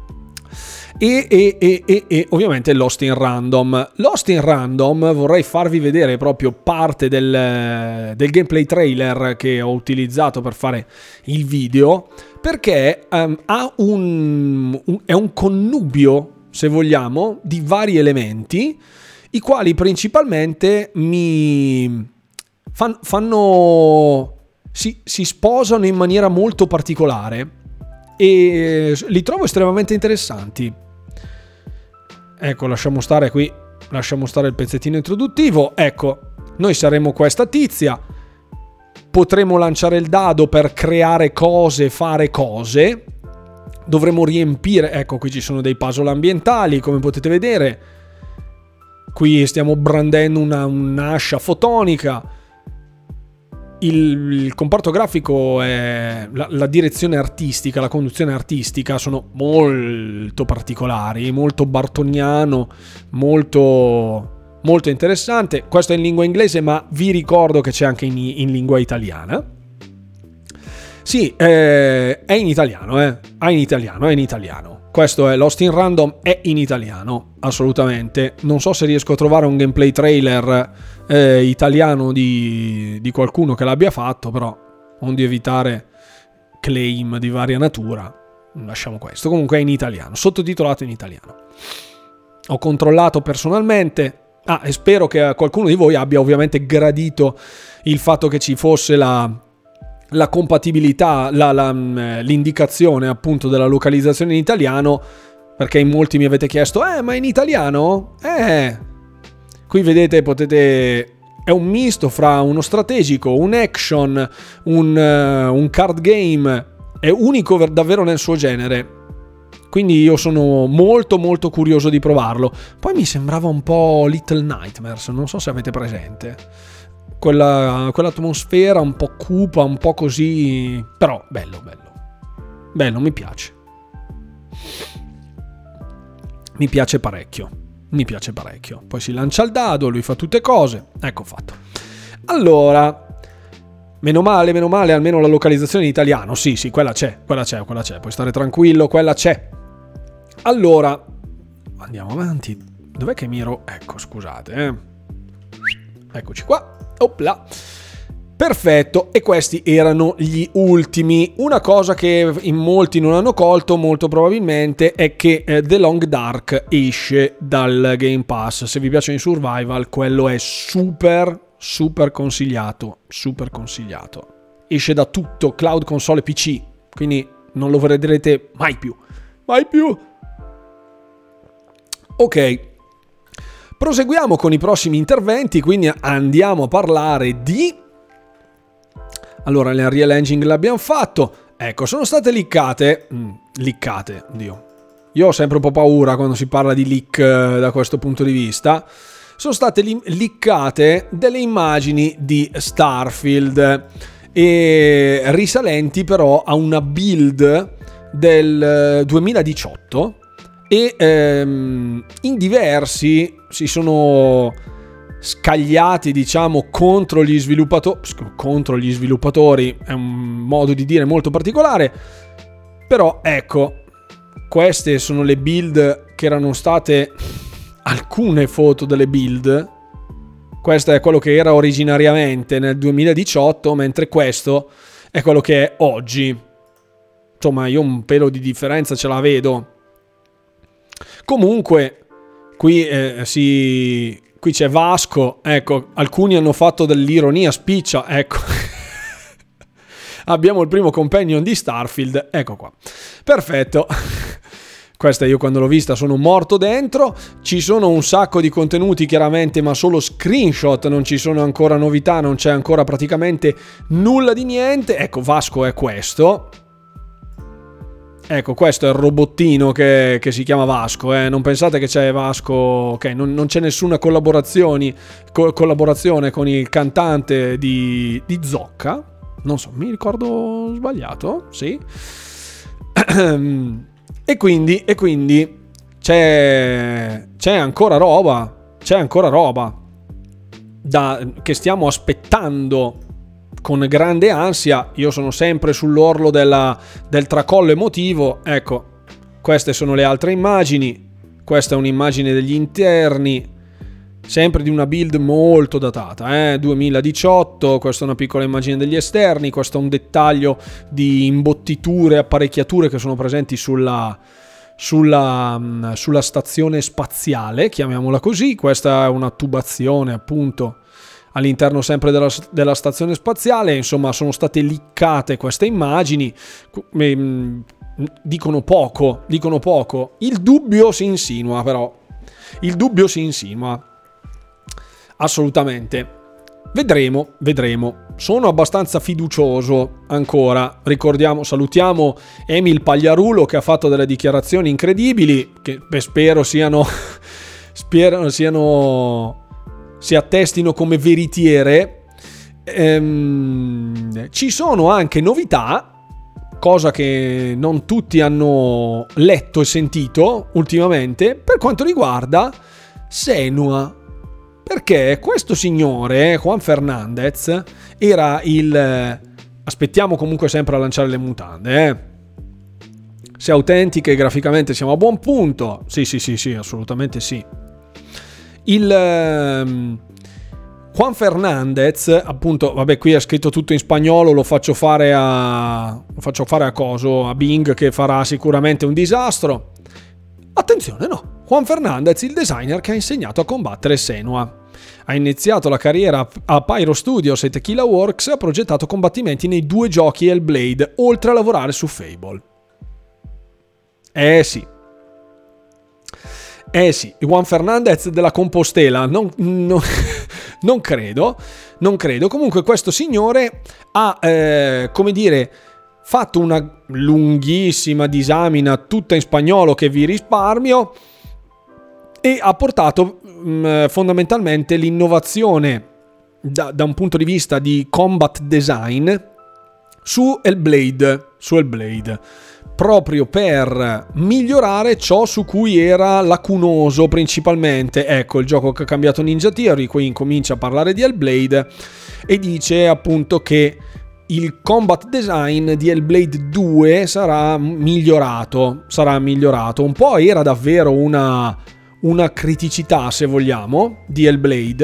E, e, e, e, e ovviamente Lost in Random. Lost in Random vorrei farvi vedere proprio parte del, del gameplay trailer che ho utilizzato per fare il video, perché um, ha un, un è un connubio, se vogliamo, di vari elementi, i quali principalmente mi fan, fanno si, si sposano in maniera molto particolare e li trovo estremamente interessanti. Ecco, lasciamo stare qui, lasciamo stare il pezzettino introduttivo. Ecco, noi saremo questa tizia, potremo lanciare il dado per creare cose, fare cose, dovremo riempire, ecco qui ci sono dei puzzle ambientali, come potete vedere, qui stiamo brandendo una, un'ascia fotonica. Il, il comparto grafico è la, la direzione artistica, la conduzione artistica sono molto particolari, molto bartoniano, molto, molto interessante. Questo è in lingua inglese, ma vi ricordo che c'è anche in, in lingua italiana. Sì, eh, è in italiano, eh. È in italiano, è in italiano. Questo è Lost in Random, è in italiano, assolutamente. Non so se riesco a trovare un gameplay trailer eh, italiano di, di qualcuno che l'abbia fatto, però onde evitare claim di varia natura, lasciamo questo. Comunque è in italiano, sottotitolato in italiano. Ho controllato personalmente. Ah, e spero che qualcuno di voi abbia ovviamente gradito il fatto che ci fosse la... la compatibilità, la, la, l'indicazione appunto della localizzazione in italiano, perché in molti mi avete chiesto eh ma in italiano? Eh qui vedete, potete, è un misto fra uno strategico, un action, un, uh, un card game, è unico ver- davvero nel suo genere, quindi io sono molto molto curioso di provarlo. Poi mi sembrava un po' Little Nightmares, non so se avete presente Quella, quell'atmosfera un po' cupa, un po' così, però bello, bello, bello, mi piace, mi piace parecchio, mi piace parecchio. Poi si lancia il dado, lui fa tutte cose, ecco fatto. Allora, meno male, meno male, almeno la localizzazione in italiano, sì, sì, quella c'è, quella c'è, quella c'è, puoi stare tranquillo, quella c'è. Allora, andiamo avanti, dov'è che miro? Ecco, scusate, eh. Eccoci qua. Opla. Perfetto, e questi erano gli ultimi. Una cosa che in molti non hanno colto molto probabilmente è che eh, The Long Dark esce dal Game Pass. Se vi piacciono i survival, quello è super super consigliato, super consigliato. Esce da tutto, cloud, console, P C, quindi non lo vedrete mai più. Mai più. Ok. Proseguiamo con i prossimi interventi, quindi andiamo a parlare di... Allora, le Unreal Engine l'abbiamo fatto. Ecco, sono state leakate. Mm, leakate, Dio. Io ho sempre un po' paura quando si parla di leak eh, da questo punto di vista. Sono state li- leakate delle immagini di Starfield, e risalenti però a una build del duemiladiciotto, e ehm, in diversi si sono scagliati, diciamo, contro gli sviluppatori. Contro gli sviluppatori è un modo di dire molto particolare, però ecco, queste sono le build che erano state, alcune foto delle build. Questo è quello che era originariamente nel duemiladiciotto, mentre questo è quello che è oggi. Insomma, io un pelo di differenza ce la vedo. Comunque qui eh, si qui c'è Vasco, ecco, alcuni hanno fatto dell'ironia spiccia, ecco. Abbiamo il primo companion di Starfield, ecco qua. Perfetto. Questa io quando l'ho vista sono morto dentro. Ci sono un sacco di contenuti chiaramente, ma solo screenshot, non ci sono ancora novità, non c'è ancora praticamente nulla di niente. Ecco, Vasco è questo. Ecco, questo è il robottino che, che si chiama Vasco, eh. Non pensate che c'è Vasco, ok, non, non c'è nessuna collaborazione, co- collaborazione con il cantante di, di Zocca. Non so, mi ricordo sbagliato, sì. E quindi, e quindi c'è, c'è ancora roba, c'è ancora roba da, che stiamo aspettando con grande ansia. Io sono sempre sull'orlo della, del tracollo emotivo. Ecco, queste sono le altre immagini. Questa è un'immagine degli interni, sempre di una build molto datata, eh? duemiladiciotto. Questa è una piccola immagine degli esterni. Questo è un dettaglio di imbottiture, apparecchiature che sono presenti sulla, sulla, sulla stazione spaziale, chiamiamola così. Questa è una tubazione, appunto, all'interno sempre della, della stazione spaziale. Insomma, sono state leakate queste immagini. Dicono poco, dicono poco. Il dubbio si insinua, però. Il dubbio si insinua. Assolutamente. Vedremo, vedremo. Sono abbastanza fiducioso ancora. Ricordiamo, salutiamo Emil Pagliarulo, che ha fatto delle dichiarazioni incredibili, che beh, spero siano spero siano si attestino come veritiere. Ehm, ci sono anche novità, cosa che non tutti hanno letto e sentito ultimamente, per quanto riguarda Senua. Perché questo signore, Juan Fernandez, era il... Aspettiamo comunque sempre a lanciare le mutande, eh? Se autentiche, graficamente siamo a buon punto. Sì, sì, sì, sì, assolutamente sì. Il... Um... Juan Fernandez, appunto, vabbè, qui è scritto tutto in spagnolo, lo faccio fare a... Lo faccio fare a coso, a Bing, che farà sicuramente un disastro. Attenzione, no. Juan Fernandez, il designer che ha insegnato a combattere Senua. Ha iniziato la carriera a Pyro Studios e Tequila Works, ha progettato combattimenti nei due giochi Hellblade, oltre a lavorare su Fable. Eh sì. Eh sì, Juan Fernandez della Compostela, non, non, non credo, non credo. Comunque questo signore ha, eh, come dire... fatto una lunghissima disamina tutta in spagnolo che vi risparmio, e ha portato mh, fondamentalmente l'innovazione da, da un punto di vista di combat design su Hellblade, su Hellblade proprio per migliorare ciò su cui era lacunoso principalmente. Ecco, il gioco che ha cambiato Ninja Theory, qui incomincia a parlare di Hellblade e dice appunto che il combat design di Hellblade due sarà migliorato, sarà migliorato. Un po' era davvero una, una criticità, se vogliamo, di Hellblade,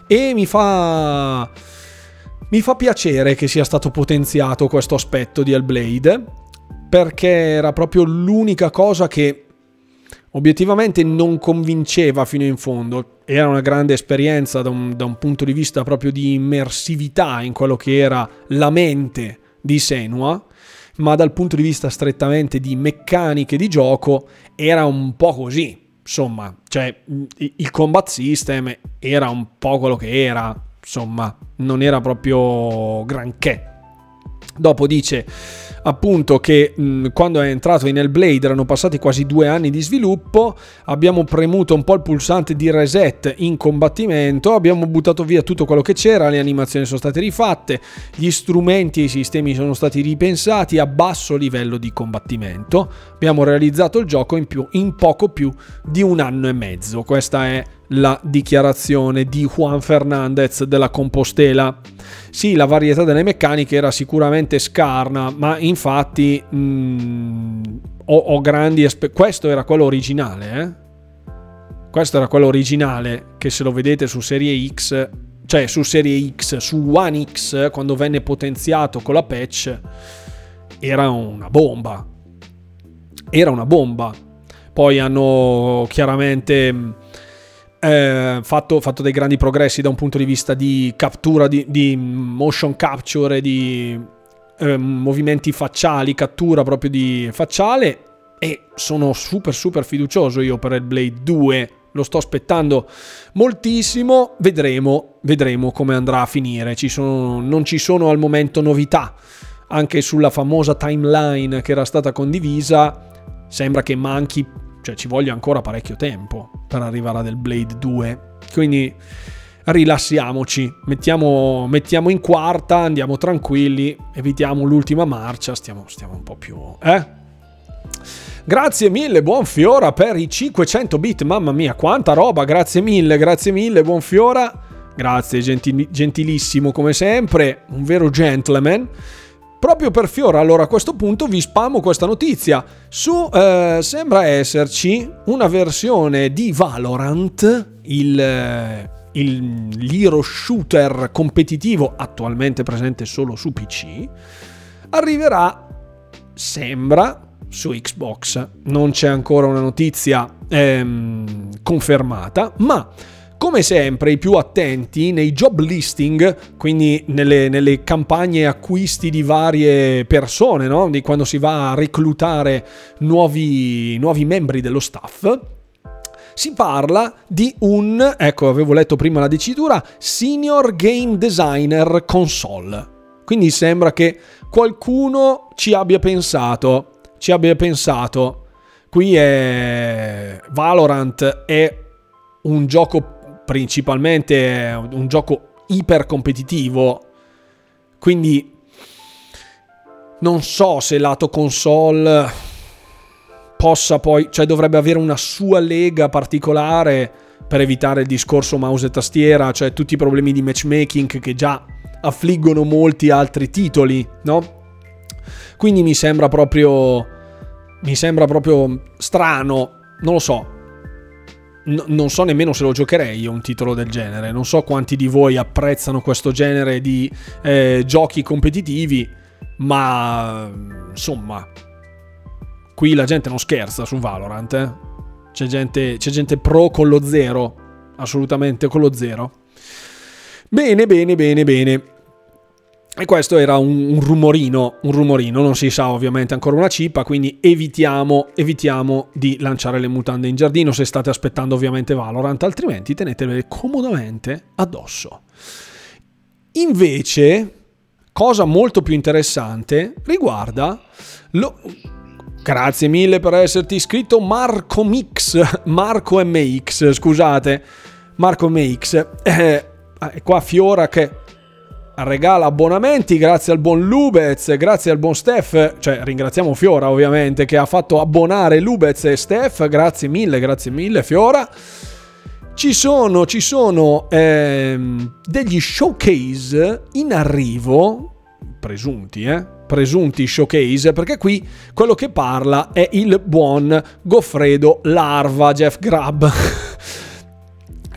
e mi fa mi fa piacere che sia stato potenziato questo aspetto di Hellblade, perché era proprio l'unica cosa che obiettivamente non convinceva fino in fondo. Era una grande esperienza da un, da un punto di vista proprio di immersività in quello che era la mente di Senua, ma dal punto di vista strettamente di meccaniche di gioco era un po' così. Insomma, cioè il combat system era un po' quello che era, insomma, non era proprio granché. Dopo dice appunto che mh, quando è entrato in Hellblade erano passati quasi due anni di sviluppo, abbiamo premuto un po' il pulsante di reset in combattimento, abbiamo buttato via tutto quello che c'era, le animazioni sono state rifatte, gli strumenti e i sistemi sono stati ripensati a basso livello di combattimento, abbiamo realizzato il gioco in, più, in poco più di un anno e mezzo. Questa è la dichiarazione di Juan Fernandez della Compostela. Sì, la varietà delle meccaniche era sicuramente scarna, ma infatti mh, ho, ho grandi aspe- questo era quello originale, eh? Questo era quello originale, che se lo vedete su Serie X, cioè su Serie X, su One X, quando venne potenziato con la patch, era una bomba. Era una bomba. Poi hanno chiaramente Eh, fatto, fatto dei grandi progressi da un punto di vista di cattura, di, di motion capture, di eh, movimenti facciali, cattura proprio di facciale, e sono super super fiducioso io per Hellblade due, lo sto aspettando moltissimo, vedremo, vedremo come andrà a finire. Ci sono, non ci sono al momento novità, anche sulla famosa timeline che era stata condivisa sembra che manchi, cioè ci voglia ancora parecchio tempo per arrivare ad Hellblade due, quindi rilassiamoci, mettiamo, mettiamo in quarta, andiamo tranquilli, evitiamo l'ultima marcia, stiamo, stiamo un po' più eh? Grazie mille buon Fiora per i cinquecento bit, mamma mia quanta roba, grazie mille, grazie mille buon Fiora, grazie, gentil, gentilissimo come sempre, un vero gentleman. Proprio per Fiora, allora a questo punto vi spammo questa notizia. Su eh, sembra esserci una versione di Valorant, il, il l'hero shooter competitivo attualmente presente solo su P C. Arriverà, sembra, su Xbox. Non c'è ancora una notizia ehm, confermata, ma come sempre i più attenti nei job listing, quindi nelle, nelle campagne acquisti di varie persone, no? Di quando si va a reclutare nuovi, nuovi membri dello staff, si parla di un, ecco avevo letto prima la dicitura, Senior Game Designer Console. Quindi sembra che qualcuno ci abbia pensato, ci abbia pensato. Qui è Valorant, è un gioco principalmente un gioco iper competitivo, quindi non so se lato console possa poi, cioè dovrebbe avere una sua lega particolare per evitare il discorso mouse e tastiera, cioè tutti i problemi di matchmaking che già affliggono molti altri titoli, no? Quindi mi sembra proprio mi sembra proprio strano, non lo so. No, non so nemmeno se lo giocherei un titolo del genere, non so quanti di voi apprezzano questo genere di eh, giochi competitivi, ma insomma qui la gente non scherza su Valorant, eh? c'è gente c'è gente pro con lo zero, assolutamente con lo zero. Bene bene bene bene. E questo era un, un rumorino, un rumorino, non si sa ovviamente ancora una cippa, quindi evitiamo, evitiamo di lanciare le mutande in giardino se state aspettando ovviamente Valorant, altrimenti tenetele comodamente addosso. Invece, cosa molto più interessante riguarda lo... Grazie mille per esserti iscritto Marco Mix, Marco M X, scusate, Marco M X, eh, qua Fiora che regala abbonamenti, grazie al buon Lubez, grazie al buon Steph, cioè ringraziamo Fiora ovviamente che ha fatto abbonare Lubez e Steph, grazie mille, grazie mille Fiora. Ci sono, ci sono ehm, degli showcase in arrivo, presunti, eh? presunti showcase, perché qui quello che parla è il buon Goffredo Larva, Jeff Grubb,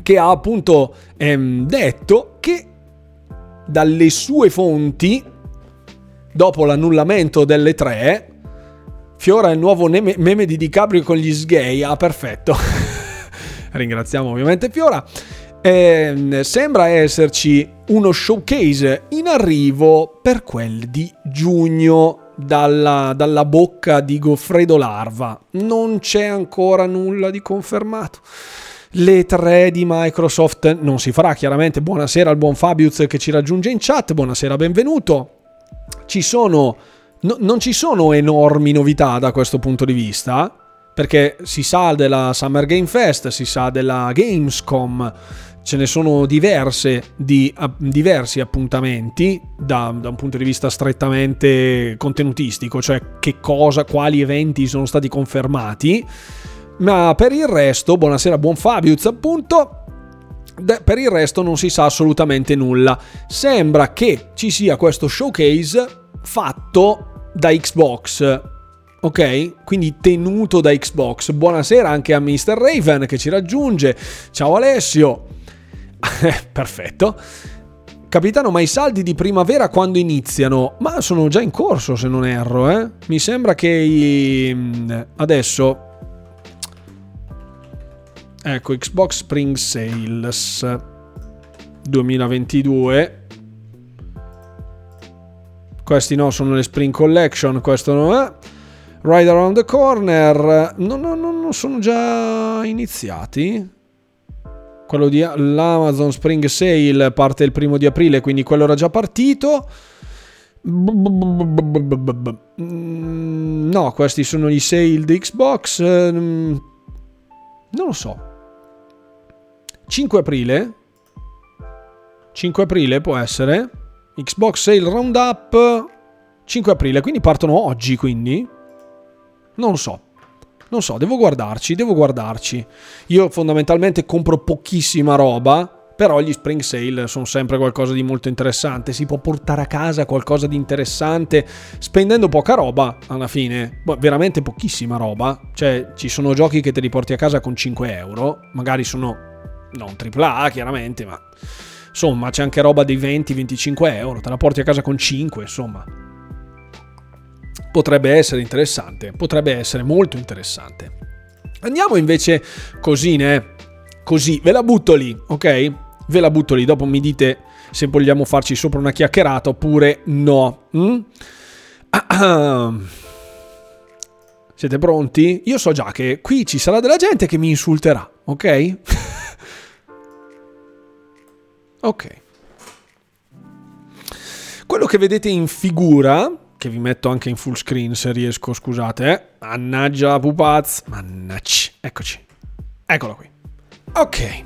che ha appunto ehm, detto che dalle sue fonti, dopo l'annullamento delle tre, fiora il nuovo meme, meme di DiCaprio con gli sgay. Ah, perfetto. Ringraziamo ovviamente Fiora. Eh, sembra esserci uno showcase in arrivo per quel di giugno dalla, dalla bocca di Goffredo Larva. Non c'è ancora nulla di confermato. Le tre di Microsoft non si farà, chiaramente. Buonasera al buon Fabius che ci raggiunge in chat. Buonasera, benvenuto. Ci sono no, non ci sono enormi novità da questo punto di vista, perché si sa della Summer Game Fest, si sa della Gamescom, ce ne sono diverse di uh, diversi appuntamenti da, da un punto di vista strettamente contenutistico, cioè che cosa, quali eventi sono stati confermati. Ma per il resto, buonasera buon Fabius appunto, per il resto non si sa assolutamente nulla. Sembra che ci sia questo showcase fatto da Xbox, ok? Quindi tenuto da Xbox. Buonasera anche a mister Raven che ci raggiunge. Ciao Alessio. Perfetto. Capitano, ma i saldi di primavera quando iniziano? Ma sono già in corso, se non erro, eh? Mi sembra che i... adesso... Ecco, Xbox Spring Sales duemilaventidue. Questi no, sono le Spring Collection, questo no è. Right Around the Corner. No, no, no, no, sono già iniziati. Quello di l'Amazon Spring Sale parte il primo di aprile, quindi quello era già partito. No, questi sono i sale di Xbox. Non lo so. cinque aprile? cinque aprile può essere? Xbox Sale Roundup cinque aprile, quindi partono oggi, quindi? Non lo so. Non so, devo guardarci, devo guardarci. Io fondamentalmente compro pochissima roba, però gli Spring Sale sono sempre qualcosa di molto interessante. Si può portare a casa qualcosa di interessante spendendo poca roba, alla fine. Veramente pochissima roba. Cioè, ci sono giochi che te li porti a casa con cinque euro. Magari sono, non tripla A, chiaramente, ma... insomma, c'è anche roba dei venti venticinque euro. Te la porti a casa con cinque, insomma. Potrebbe essere interessante, potrebbe essere molto interessante. Andiamo invece così, ne? Così, ve la butto lì, ok? Ve la butto lì, dopo mi dite se vogliamo farci sopra una chiacchierata oppure no. Mm? Siete pronti? Io so già che qui ci sarà della gente che mi insulterà, ok? Ok. Quello che vedete in figura, che vi metto anche in full screen se riesco, scusate, eh. Mannaggia la pupaz. Mannaggia. Eccoci. Eccolo qui. Ok.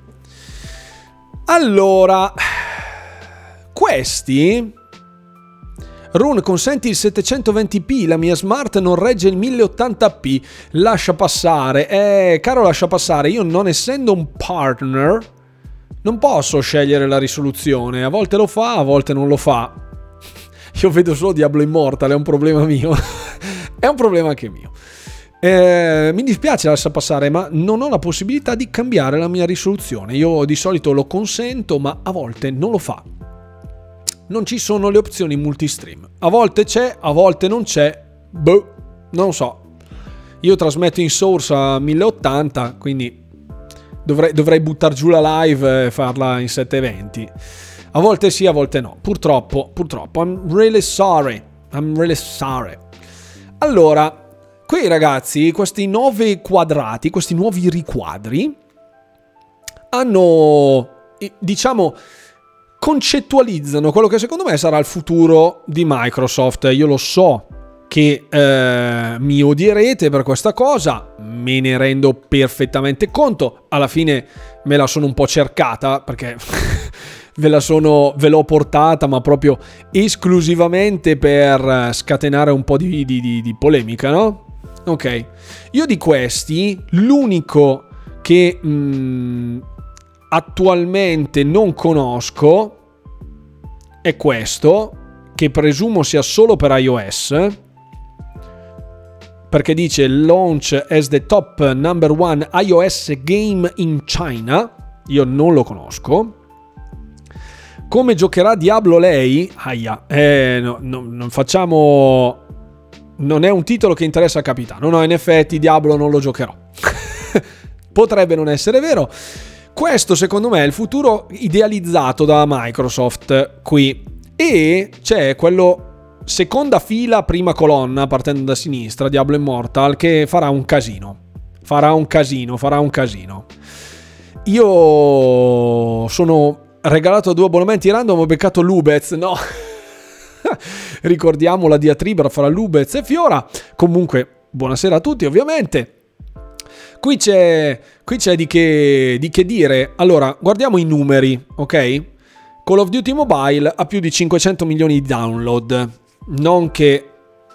Allora, questi... Rune, consenti il settecentoventi p, la mia smart non regge il mille ottanta p. Lascia passare. Eh, caro lascia passare, io non essendo un partner, non posso scegliere la risoluzione. A volte lo fa, a volte non lo fa. Io vedo solo Diablo Immortal, è un problema mio. È un problema anche mio. Eh, mi dispiace lascia passare, ma non ho la possibilità di cambiare la mia risoluzione. Io di solito lo consento, ma a volte non lo fa. Non ci sono le opzioni multistream. A volte c'è, a volte non c'è. Boh, non lo so. Io trasmetto in source a mille ottanta, quindi dovrei, dovrei buttar giù la live e farla in settecentoventi. A volte sì, a volte no. Purtroppo, purtroppo. I'm really sorry. I'm really sorry. Allora, qui ragazzi, questi nove quadrati, questi nuovi riquadri, hanno, diciamo, concettualizzano quello che secondo me sarà il futuro di Microsoft. Io lo so che eh, mi odierete per questa cosa, me ne rendo perfettamente conto. Alla fine me la sono un po' cercata, perché... Ve la sono, ve l'ho portata, ma proprio esclusivamente per scatenare un po' di, di, di, di polemica, no? Ok. Io di questi, l'unico che mh, attualmente non conosco è questo, che presumo sia solo per iOS, perché dice launch as the top number one iOS game in China. io non lo conosco. Come giocherà Diablo lei? Aia, eh, no, no, non facciamo... Non è un titolo che interessa a Capitano. No, in effetti Diablo non lo giocherò. Potrebbe non essere vero. Questo secondo me è il futuro idealizzato da Microsoft qui. E c'è quello seconda fila, prima colonna, partendo da sinistra, Diablo Immortal, che farà un casino. Farà un casino, farà un casino. Io sono regalato due abbonamenti random, ho beccato Lubez, no... Ricordiamo la diatriba fra Lubez e Fiora. Comunque, buonasera a tutti, ovviamente. Qui c'è, qui c'è di che, di che dire. Allora, guardiamo i numeri, ok? Call of Duty Mobile ha più di cinquecento milioni di download. Non che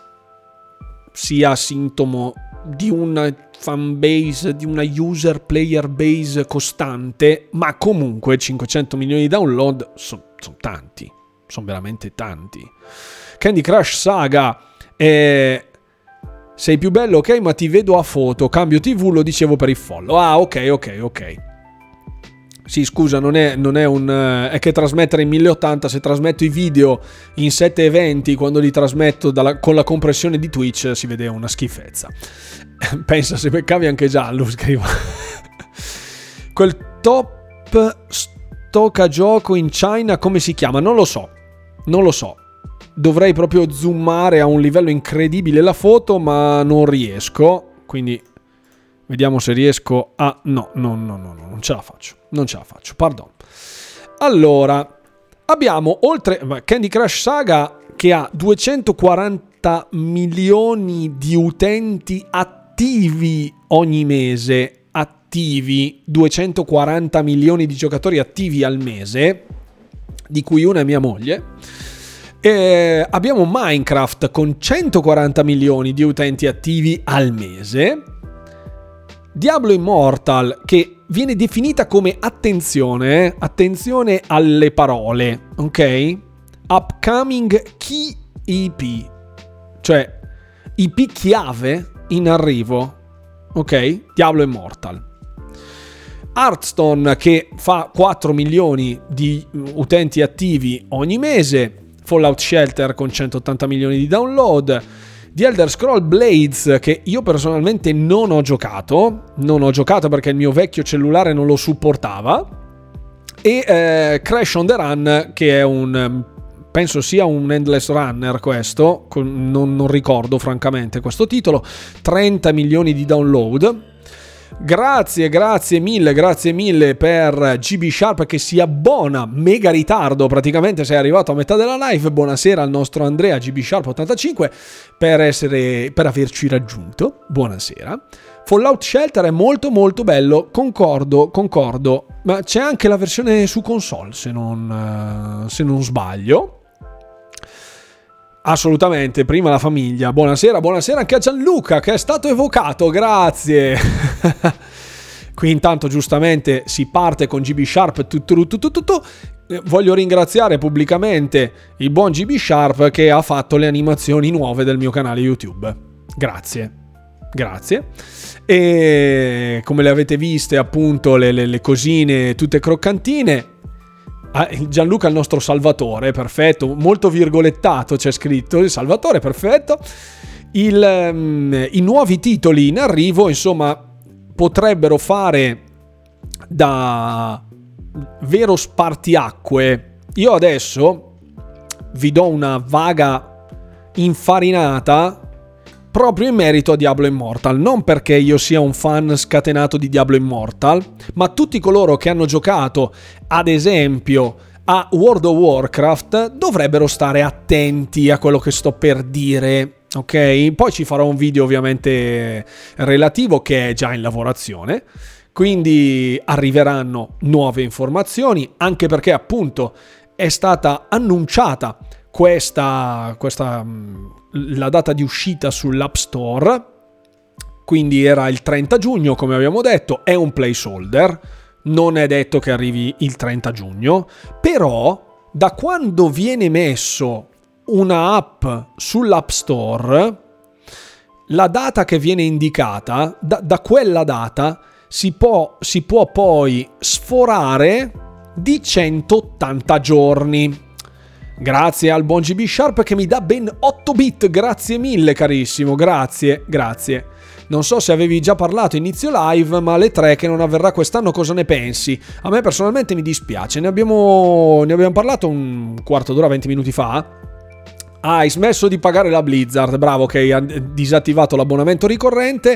sia sintomo di una fanbase, di una user player base costante, ma comunque cinquecento milioni di download sono son tanti. Sono veramente tanti. Candy Crush Saga, eh, sei più bello, ok, ma ti vedo a foto, cambio tivù, lo dicevo per il follow. Ah, ok, ok, ok. Sì, scusa, non è, non è un... è che trasmettere in mille ottanta, se trasmetto i video in sette venti, quando li trasmetto dalla, con la compressione di Twitch, si vede una schifezza. Pensa se beccavi anche Giallo, scrivo. Quel top tocca gioco in China, come si chiama? Non lo so. Non lo so, dovrei proprio zoomare a un livello incredibile la foto, ma non riesco, quindi vediamo se riesco a... No, no, no, no, no, non ce la faccio, non ce la faccio, pardon. Allora, abbiamo oltre... Candy Crush Saga che ha duecentoquaranta milioni di utenti attivi ogni mese, attivi, duecentoquaranta milioni di giocatori attivi al mese, di cui una è mia moglie. E abbiamo Minecraft con centoquaranta milioni di utenti attivi al mese. Diablo Immortal, che viene definita come attenzione, eh? attenzione alle parole, ok? Upcoming Key I P, cioè I P chiave in arrivo, ok? Diablo Immortal. Hearthstone che fa quattro milioni di utenti attivi ogni mese, Fallout Shelter con centottanta milioni di download, The Elder Scrolls Blades che io personalmente non ho giocato, non ho giocato perché il mio vecchio cellulare non lo supportava, e eh, Crash on the Run che è un, penso sia un endless runner questo, non, non ricordo francamente questo titolo, trenta milioni di download. Grazie, grazie mille, grazie mille per G B Sharp che si abbona, mega ritardo, praticamente sei arrivato a metà della live. Buonasera al nostro Andrea G B Sharp ottantacinque per essere, per averci raggiunto. Buonasera. Fallout Shelter è molto molto bello, concordo, concordo, ma c'è anche la versione su console se non, se non sbaglio. Assolutamente, prima la famiglia. Buonasera, buonasera anche a Gianluca che è stato evocato, grazie. Qui intanto giustamente si parte con G B Sharp. Tu, tu, tu, tu, tu, tu. Voglio ringraziare pubblicamente il buon G B Sharp che ha fatto le animazioni nuove del mio canale YouTube. Grazie, grazie. E come le avete viste appunto le, le, le cosine tutte croccantine. Gianluca è il nostro Salvatore, perfetto, molto virgolettato c'è scritto, il Salvatore, perfetto. Il, um, i nuovi titoli in arrivo, insomma, potrebbero fare da vero spartiacque. Io adesso vi do una vaga infarinata proprio in merito a Diablo Immortal, non perché io sia un fan scatenato di Diablo Immortal, ma tutti coloro che hanno giocato, ad esempio, a World of Warcraft dovrebbero stare attenti a quello che sto per dire, ok? Poi ci farò un video ovviamente relativo che è già in lavorazione, quindi arriveranno nuove informazioni, anche perché appunto è stata annunciata questa, questa la data di uscita sull'App Store, quindi era il trenta giugno come abbiamo detto, è un placeholder, non è detto che arrivi il trenta giugno, però da quando viene messo una app sull'App Store, la data che viene indicata, da, da quella data si può, si può poi sforare di centottanta giorni. Grazie al buon G B Sharp che mi dà ben otto bit, grazie mille carissimo, grazie, grazie. Non so se avevi già parlato inizio live, ma alle tre che non avverrà quest'anno cosa ne pensi? A me personalmente mi dispiace, ne abbiamo, ne abbiamo parlato un quarto d'ora, venti minuti fa. Ah, hai smesso di pagare la Blizzard, bravo che hai disattivato l'abbonamento ricorrente.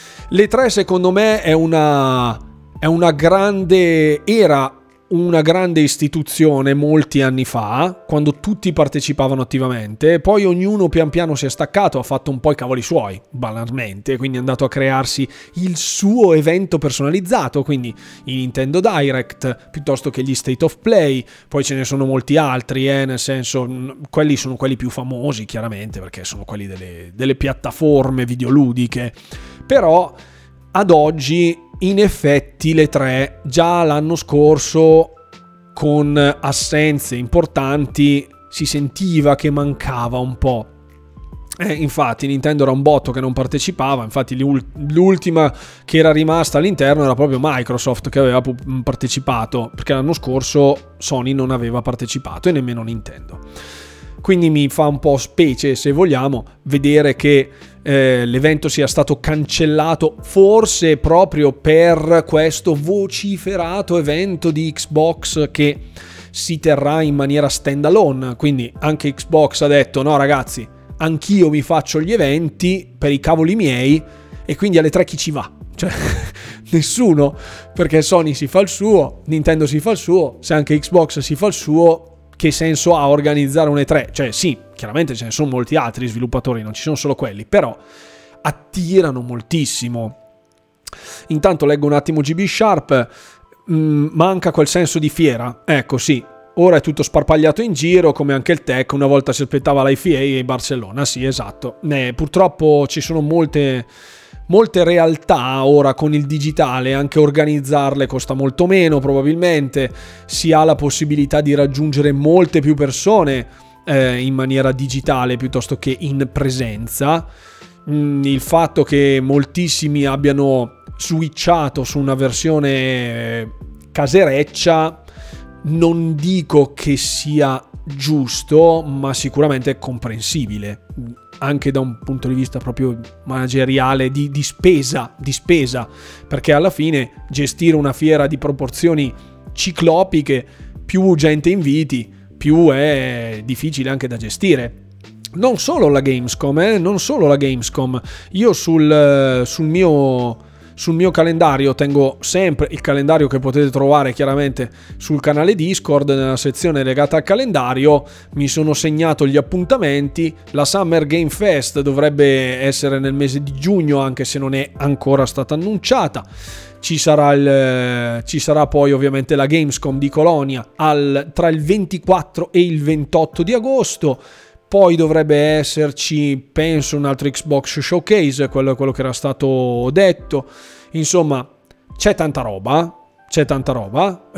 Le tre secondo me è una, è una grande era una grande istituzione molti anni fa, quando tutti partecipavano attivamente, poi ognuno pian piano si è staccato, ha fatto un po' i cavoli suoi, banalmente, quindi è andato a crearsi il suo evento personalizzato, quindi i Nintendo Direct, piuttosto che gli State of Play, poi ce ne sono molti altri, eh, nel senso, quelli sono quelli più famosi, chiaramente, perché sono quelli delle, delle piattaforme videoludiche, però ad oggi in effetti le tre già l'anno scorso con assenze importanti si sentiva che mancava un po'. Eh, infatti Nintendo era un botto che non partecipava, infatti l'ultima che era rimasta all'interno era proprio Microsoft che aveva partecipato, perché l'anno scorso Sony non aveva partecipato e nemmeno Nintendo. Quindi mi fa un po' specie, se vogliamo, vedere che eh, l'evento sia stato cancellato forse proprio per questo vociferato evento di Xbox che si terrà in maniera standalone. Quindi anche Xbox ha detto no ragazzi, anch'io mi faccio gli eventi per i cavoli miei, e quindi alle tre chi ci va? Cioè nessuno, perché Sony si fa il suo, Nintendo si fa il suo, se anche Xbox si fa il suo, che senso ha organizzare un E tre? Cioè sì, chiaramente ce ne sono molti altri sviluppatori, non ci sono solo quelli, però attirano moltissimo. Intanto leggo un attimo G B Sharp, mh, manca quel senso di fiera, ecco sì, ora è tutto sparpagliato in giro, come anche il tech, una volta si aspettava l'I F A e Barcellona, sì esatto, eh, purtroppo ci sono molte... Molte realtà ora con il digitale, anche organizzarle costa molto meno probabilmente, si ha la possibilità di raggiungere molte più persone eh, in maniera digitale piuttosto che in presenza. Mm, il fatto che moltissimi abbiano switchato su una versione casereccia non dico che sia giusto, ma sicuramente è comprensibile, anche da un punto di vista proprio manageriale di, di spesa, di spesa, perché alla fine gestire una fiera di proporzioni ciclopiche, più gente inviti, più è difficile anche da gestire. Non solo la Gamescom, eh? non solo la Gamescom. Io sul, sul mio... Sul mio calendario tengo sempre il calendario che potete trovare chiaramente sul canale Discord, nella sezione legata al calendario mi sono segnato gli appuntamenti. La Summer Game Fest dovrebbe essere nel mese di giugno, anche se non è ancora stata annunciata. Ci sarà, il, ci sarà poi ovviamente la Gamescom di Colonia al, tra il ventiquattro e il ventotto di agosto. Poi dovrebbe esserci, penso, un altro Xbox Showcase, quello, quello che era stato detto. Insomma, c'è tanta roba, c'è tanta roba.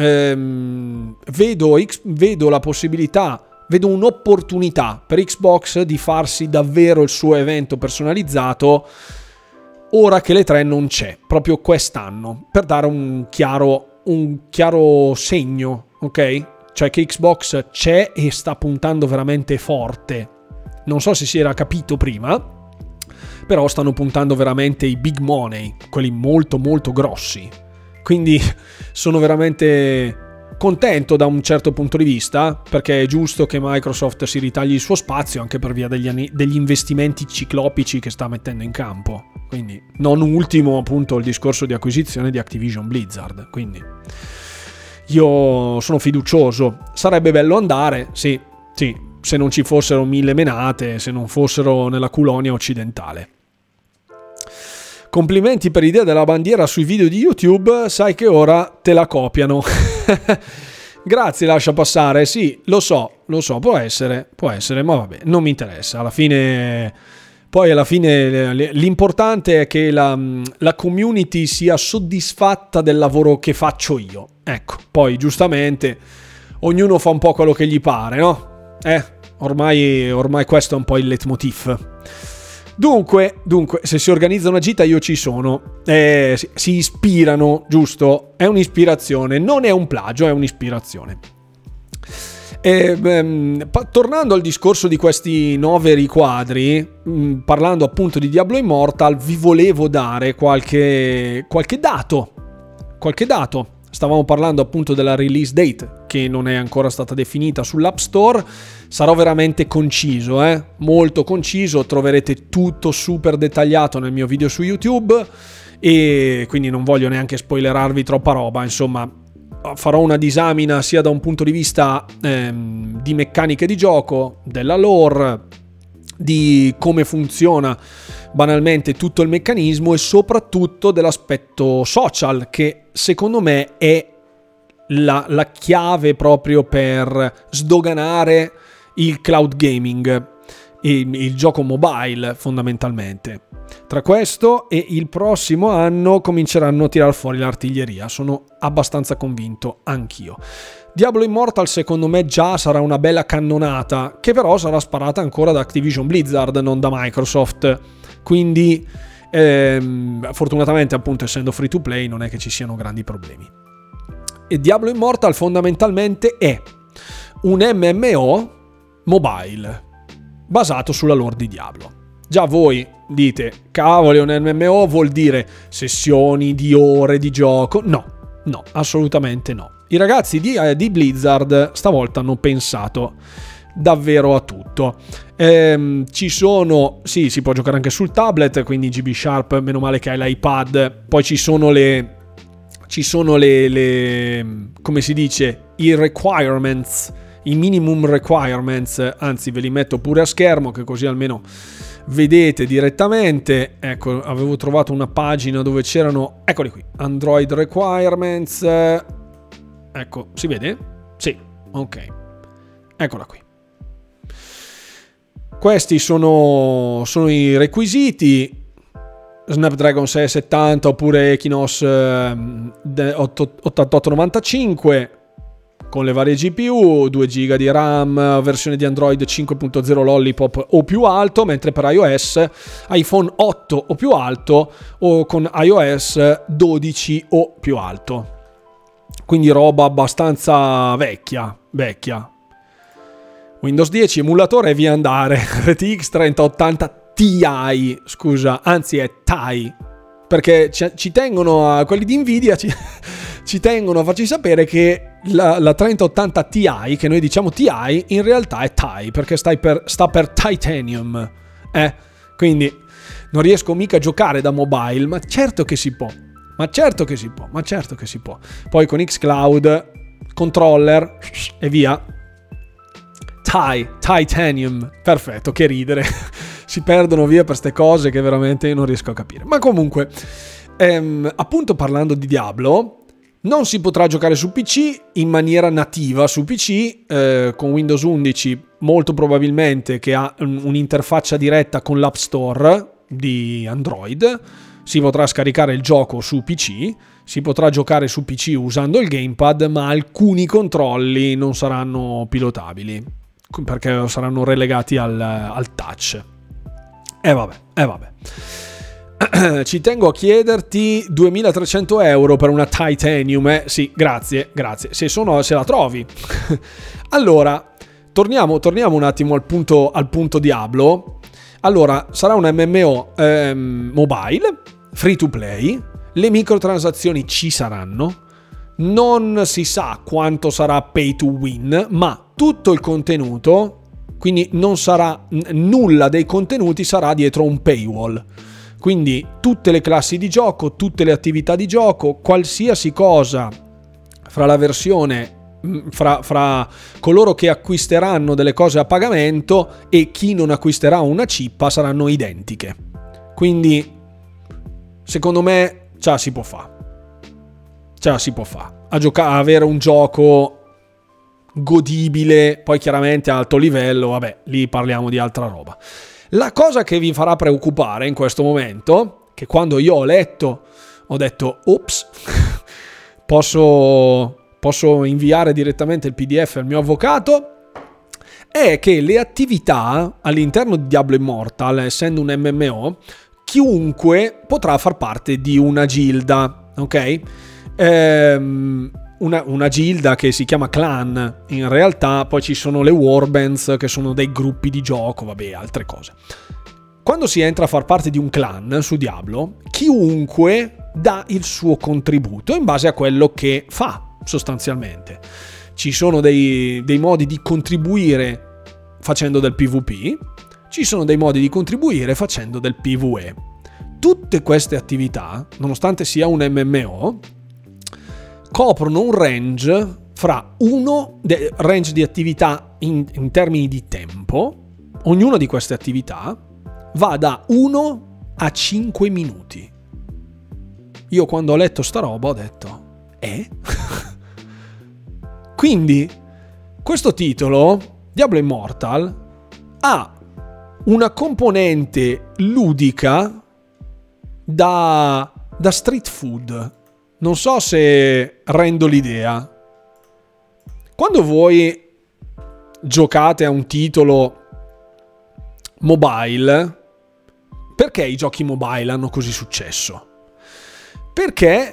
Ehm, vedo, vedo la possibilità, vedo un'opportunità per Xbox di farsi davvero il suo evento personalizzato ora che l'E tre non c'è, proprio quest'anno, per dare un chiaro, un chiaro segno, ok? Cioè che Xbox c'è e sta puntando veramente forte. Non so se si era capito prima, però stanno puntando veramente i big money, quelli molto molto grossi. Quindi sono veramente contento da un certo punto di vista, perché è giusto che Microsoft si ritagli il suo spazio anche per via degli, anni, degli investimenti ciclopici che sta mettendo in campo. Quindi non ultimo appunto il discorso di acquisizione di Activision Blizzard. Quindi io sono fiducioso, sarebbe bello andare, sì, sì, se non ci fossero mille menate, se non fossero nella colonia occidentale. Complimenti per l'idea della bandiera sui video di YouTube, sai che ora te la copiano. Grazie, lascia passare, sì, lo so, lo so, può essere, può essere, ma vabbè, non mi interessa, alla fine... Poi alla fine l'importante è che la, la community sia soddisfatta del lavoro che faccio io. Ecco, poi giustamente ognuno fa un po' quello che gli pare, no? Eh, ormai, ormai questo è un po' il leitmotiv. Dunque, dunque, se si organizza una gita io ci sono. Eh, si, si ispirano, giusto? È un'ispirazione, non è un plagio, è un'ispirazione. E, ehm, pa- tornando al discorso di questi nove riquadri, mh, parlando appunto di Diablo Immortal, vi volevo dare qualche, qualche dato. Qualche dato. Stavamo parlando appunto della release date, che non è ancora stata definita sull'App Store. Sarò veramente conciso, eh? Molto conciso. Troverete tutto super dettagliato nel mio video su YouTube, e quindi non voglio neanche spoilerarvi troppa roba. Insomma, farò una disamina sia da un punto di vista ehm, di meccaniche di gioco, della lore, di come funziona banalmente tutto il meccanismo, e soprattutto dell'aspetto social, che secondo me è la, la chiave proprio per sdoganare il cloud gaming, il, il gioco mobile fondamentalmente. Tra questo e il prossimo anno cominceranno a tirar fuori l'artiglieria, sono abbastanza convinto anch'io. Diablo Immortal secondo me già sarà una bella cannonata, che però sarà sparata ancora da Activision Blizzard, non da Microsoft, quindi ehm, fortunatamente appunto essendo free to play non è che ci siano grandi problemi. E Diablo Immortal fondamentalmente è un M M O mobile basato sulla lore di Diablo. Già voi dite, cavoli, un M M O vuol dire sessioni di ore di gioco? No, no, assolutamente no. I ragazzi di, eh, di Blizzard stavolta hanno pensato davvero a tutto. Ehm, ci sono, sì, si può giocare anche sul tablet, quindi G B Sharp, meno male che hai l'iPad. Poi ci sono le, ci sono le, le come si dice, i requirements, i minimum requirements, anzi ve li metto pure a schermo, che così almeno vedete direttamente. Ecco, avevo trovato una pagina dove c'erano, eccoli qui, Android requirements. Ecco, si vede? Sì, ok. Eccola qui. Questi sono, sono i requisiti. Snapdragon sei settanta oppure Exynos eh, ottantotto novantacinque con le varie G P U, due giga di RAM, versione di Android cinque punto zero Lollipop o più alto, mentre per iOS iPhone otto o più alto, o con iOS dodici o più alto. Quindi roba abbastanza vecchia, vecchia. Windows dieci, emulatore e via andare. R T X trenta ottanta Ti, scusa, anzi è Ti, perché ci, ci tengono a quelli di Nvidia, ci, ci tengono a farci sapere che la, la trenta ottanta Ti, che noi diciamo Ti, in realtà è Ti, perché sta per, sta per Titanium. Eh? Quindi non riesco mica a giocare da mobile, ma certo che si può. Ma certo che si può, ma certo che si può. Poi con xCloud, controller e via. Ti, Titanium, perfetto, che ridere. Si perdono via per ste cose che veramente io non riesco a capire. Ma comunque, ehm, appunto parlando di Diablo, non si potrà giocare su P C in maniera nativa su P C, eh, con Windows undici molto probabilmente, che ha un'interfaccia diretta con l'App Store di Android. Si potrà scaricare il gioco su P C, si potrà giocare su P C usando il gamepad, ma alcuni controlli non saranno pilotabili, perché saranno relegati al, al touch. E eh vabbè, e eh vabbè. Ci tengo a chiederti duemilatrecento euro per una Titanium, eh? Sì, grazie, grazie. Se, sono, se la trovi. Allora, torniamo, torniamo un attimo al punto, al punto Diablo. Allora, sarà un M M O ehm, mobile, free to play, le microtransazioni ci saranno, non si sa quanto sarà pay to win, ma tutto il contenuto, quindi non sarà nulla dei contenuti sarà dietro un paywall. Quindi tutte le classi di gioco, tutte le attività di gioco, qualsiasi cosa fra la versione Fra, fra coloro che acquisteranno delle cose a pagamento e chi non acquisterà una cippa saranno identiche. Quindi secondo me ce la si può fare, ce la si può fare a giocare, a avere un gioco godibile. Poi chiaramente a alto livello, vabbè, lì parliamo di altra roba. La cosa che vi farà preoccupare in questo momento, che quando io ho letto ho detto ops, posso Posso inviare direttamente il P D F al mio avvocato, è che le attività all'interno di Diablo Immortal, essendo un M M O, chiunque potrà far parte di una gilda, ok? Ehm, una, una gilda che si chiama clan, in realtà poi ci sono le warbands che sono dei gruppi di gioco, vabbè, altre cose. Quando si entra a far parte di un clan su Diablo, chiunque dà il suo contributo in base a quello che fa, sostanzialmente. Ci sono dei, dei modi di contribuire facendo del PvP, ci sono dei modi di contribuire facendo del PvE. Tutte queste attività, nonostante sia un M M O, coprono un range fra uno, de, range di attività in, in termini di tempo. Ognuna di queste attività va da uno a cinque minuti. Io quando ho letto sta roba ho detto, eh? Quindi, questo titolo, Diablo Immortal, ha una componente ludica da, da street food. Non so se rendo l'idea. Quando voi giocate a un titolo mobile, perché i giochi mobile hanno così successo? Perché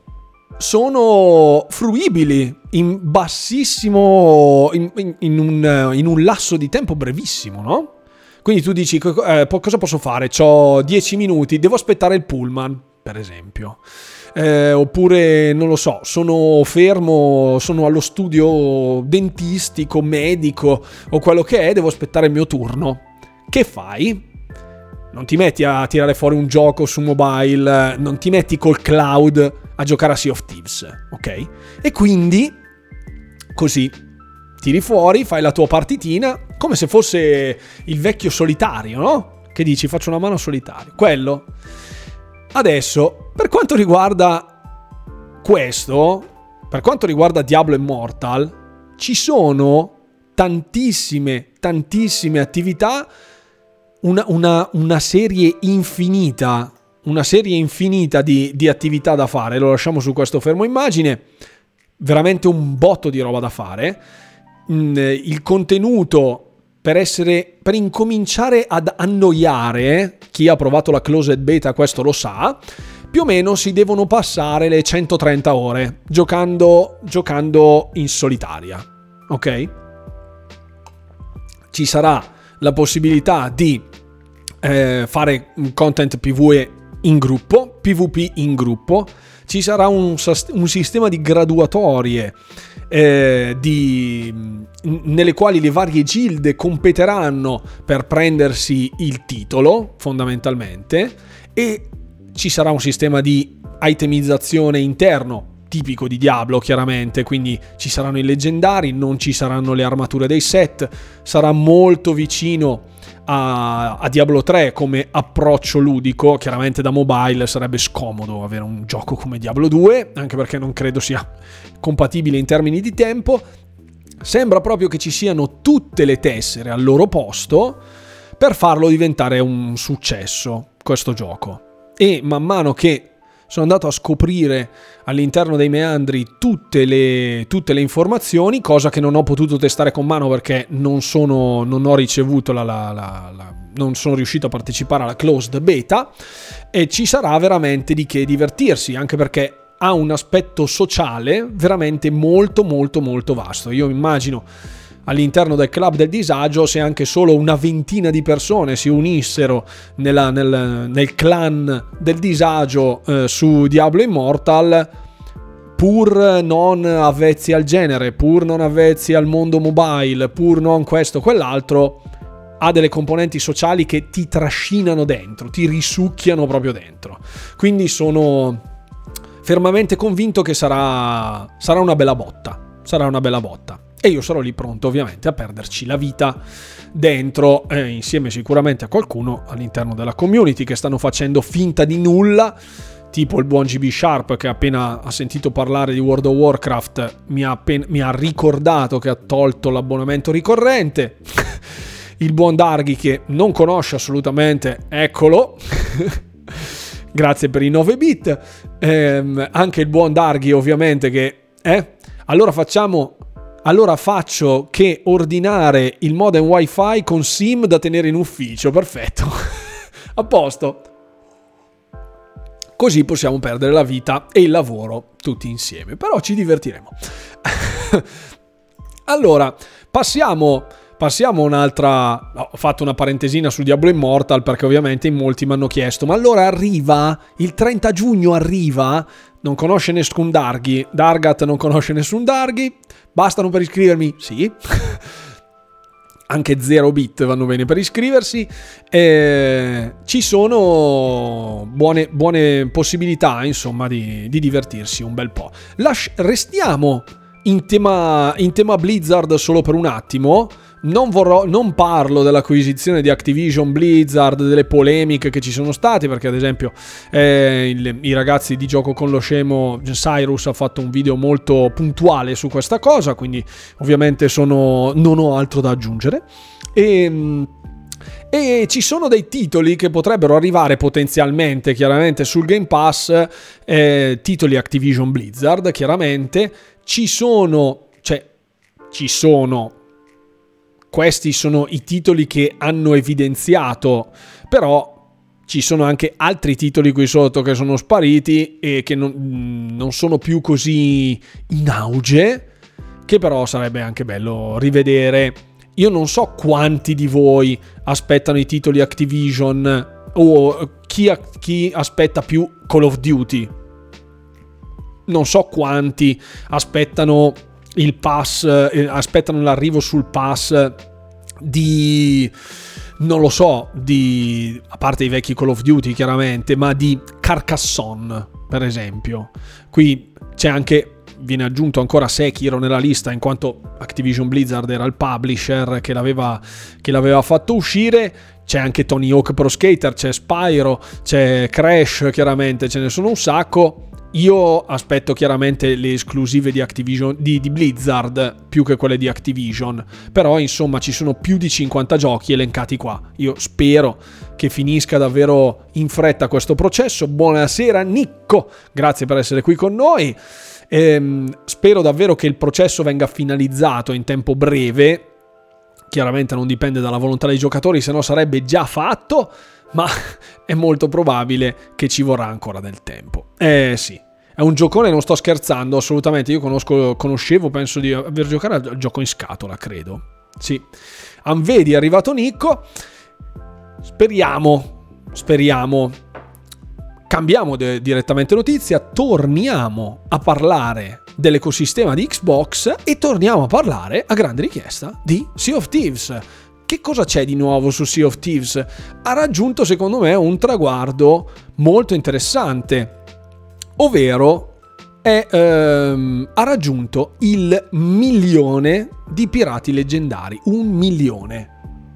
sono fruibili in bassissimo, in, in, in, un, in un lasso di tempo brevissimo, no? Quindi tu dici, eh, cosa posso fare? C'ho dieci minuti, devo aspettare il pullman, per esempio. Eh, oppure, non lo so, sono fermo, sono allo studio dentistico, medico, o quello che è, devo aspettare il mio turno. Che fai? Non ti metti a tirare fuori un gioco su mobile, non ti metti col cloud a giocare a Sea of Thieves, ok? E quindi, così, tiri fuori, fai la tua partitina, come se fosse il vecchio solitario, no? Che dici, faccio una mano solitario. Quello. Adesso, per quanto riguarda questo, per quanto riguarda Diablo Immortal, ci sono tantissime, tantissime attività, una, una, una serie infinita, una serie infinita di, di attività da fare. Lo lasciamo su questo fermo immagine, veramente un botto di roba da fare. Il contenuto, per essere, per incominciare ad annoiare, chi ha provato la closed beta questo lo sa, più o meno si devono passare le centotrenta ore giocando, giocando in solitaria, ok? Ci sarà la possibilità di eh, fare un content PvE in gruppo, PvP in gruppo, ci sarà un, un sistema di graduatorie eh, di, nelle quali le varie gilde competeranno per prendersi il titolo, fondamentalmente, e ci sarà un sistema di itemizzazione interno tipico di Diablo, chiaramente, quindi ci saranno i leggendari, non ci saranno le armature dei set, sarà molto vicino a, a Diablo tre come approccio ludico. Chiaramente da mobile sarebbe scomodo avere un gioco come Diablo due, anche perché non credo sia compatibile in termini di tempo. Sembra proprio che ci siano tutte le tessere al loro posto per farlo diventare un successo, questo gioco. E man mano che sono andato a scoprire all'interno dei meandri tutte le, tutte le informazioni, cosa che non ho potuto testare con mano perché non sono, non ho ricevuto la, la, la, la non sono riuscito a partecipare alla closed beta, e ci sarà veramente di che divertirsi, anche perché ha un aspetto sociale veramente molto molto molto vasto. Io immagino all'interno del club del disagio, se anche solo una ventina di persone si unissero nella, nel, nel clan del disagio eh, su Diablo Immortal, pur non avvezzi al genere, pur non avvezzi al mondo mobile, pur non questo quell'altro, ha delle componenti sociali che ti trascinano dentro, ti risucchiano proprio dentro. Quindi sono fermamente convinto che sarà, sarà una bella botta, sarà una bella botta. E io sarò lì pronto ovviamente a perderci la vita dentro, eh, insieme sicuramente a qualcuno all'interno della community che stanno facendo finta di nulla, tipo il buon G B Sharp, che appena ha sentito parlare di World of Warcraft mi ha, appena, mi ha ricordato che ha tolto l'abbonamento ricorrente. Il buon Darghi, che non conosce assolutamente, eccolo. Grazie per i nove bit. Eh, anche il buon Darghi ovviamente che... Eh? Allora facciamo... allora faccio che ordinare il modem wifi con SIM da tenere in ufficio. Perfetto. A posto. Così possiamo perdere la vita e il lavoro tutti insieme, però ci divertiremo. Allora, passiamo, passiamo a un'altra... No, ho fatto una parentesina su Diablo Immortal perché ovviamente in molti mi hanno chiesto, ma allora arriva, il trenta giugno arriva, non conosce nessun Darghi, Dargat non conosce nessun Darghi, bastano per iscrivermi? Sì. Anche zero bit vanno bene per iscriversi. Eh, ci sono buone, buone possibilità, insomma, di, di divertirsi un bel po'. Lasci- restiamo in tema, in tema Blizzard solo per un attimo. Non, vorrò, non parlo dell'acquisizione di Activision Blizzard, delle polemiche che ci sono state, perché ad esempio eh, il, i ragazzi di Gioco con lo Scemo, Cyrus, ha fatto un video molto puntuale su questa cosa, quindi ovviamente sono, non ho altro da aggiungere. E, e ci sono dei titoli che potrebbero arrivare potenzialmente, chiaramente, sul Game Pass, eh, titoli Activision Blizzard, chiaramente. Ci sono, cioè, ci sono... Questi sono i titoli che hanno evidenziato, però ci sono anche altri titoli qui sotto che sono spariti e che non, non sono più così in auge, che però sarebbe anche bello rivedere. Io non so quanti di voi aspettano i titoli Activision o chi, chi aspetta più Call of Duty. Non so quanti aspettano il pass, eh, aspettano l'arrivo sul pass di, non lo so, di, a parte i vecchi Call of Duty chiaramente, ma di Carcassonne per esempio. Qui c'è anche, viene aggiunto ancora Sekiro nella lista, in quanto Activision Blizzard era il publisher che l'aveva, che l'aveva fatto uscire. C'è anche Tony Hawk Pro Skater, c'è Spyro, c'è Crash, chiaramente ce ne sono un sacco. Io aspetto chiaramente le esclusive di Activision, di, di Blizzard, più che quelle di Activision, però insomma ci sono più di cinquanta giochi elencati qua. Io spero che finisca davvero in fretta questo processo. Buonasera Nicco, grazie per essere qui con noi. Ehm, spero davvero che il processo venga finalizzato in tempo breve. Chiaramente non dipende dalla volontà dei giocatori, se no sarebbe già fatto, ma è molto probabile che ci vorrà ancora del tempo. Eh sì, è un giocone, non sto scherzando assolutamente. Io conosco, conoscevo, penso di aver giocato al gioco in scatola, credo. Sì, Anvedi è arrivato Nicco. Speriamo, speriamo. Cambiamo de- direttamente notizia, torniamo a parlare dell'ecosistema di Xbox e torniamo a parlare, a grande richiesta, di Sea of Thieves. Che cosa c'è di nuovo su Sea of Thieves? Ha raggiunto, secondo me, un traguardo molto interessante, ovvero è, ehm, ha raggiunto il milione di pirati leggendari. Un milione.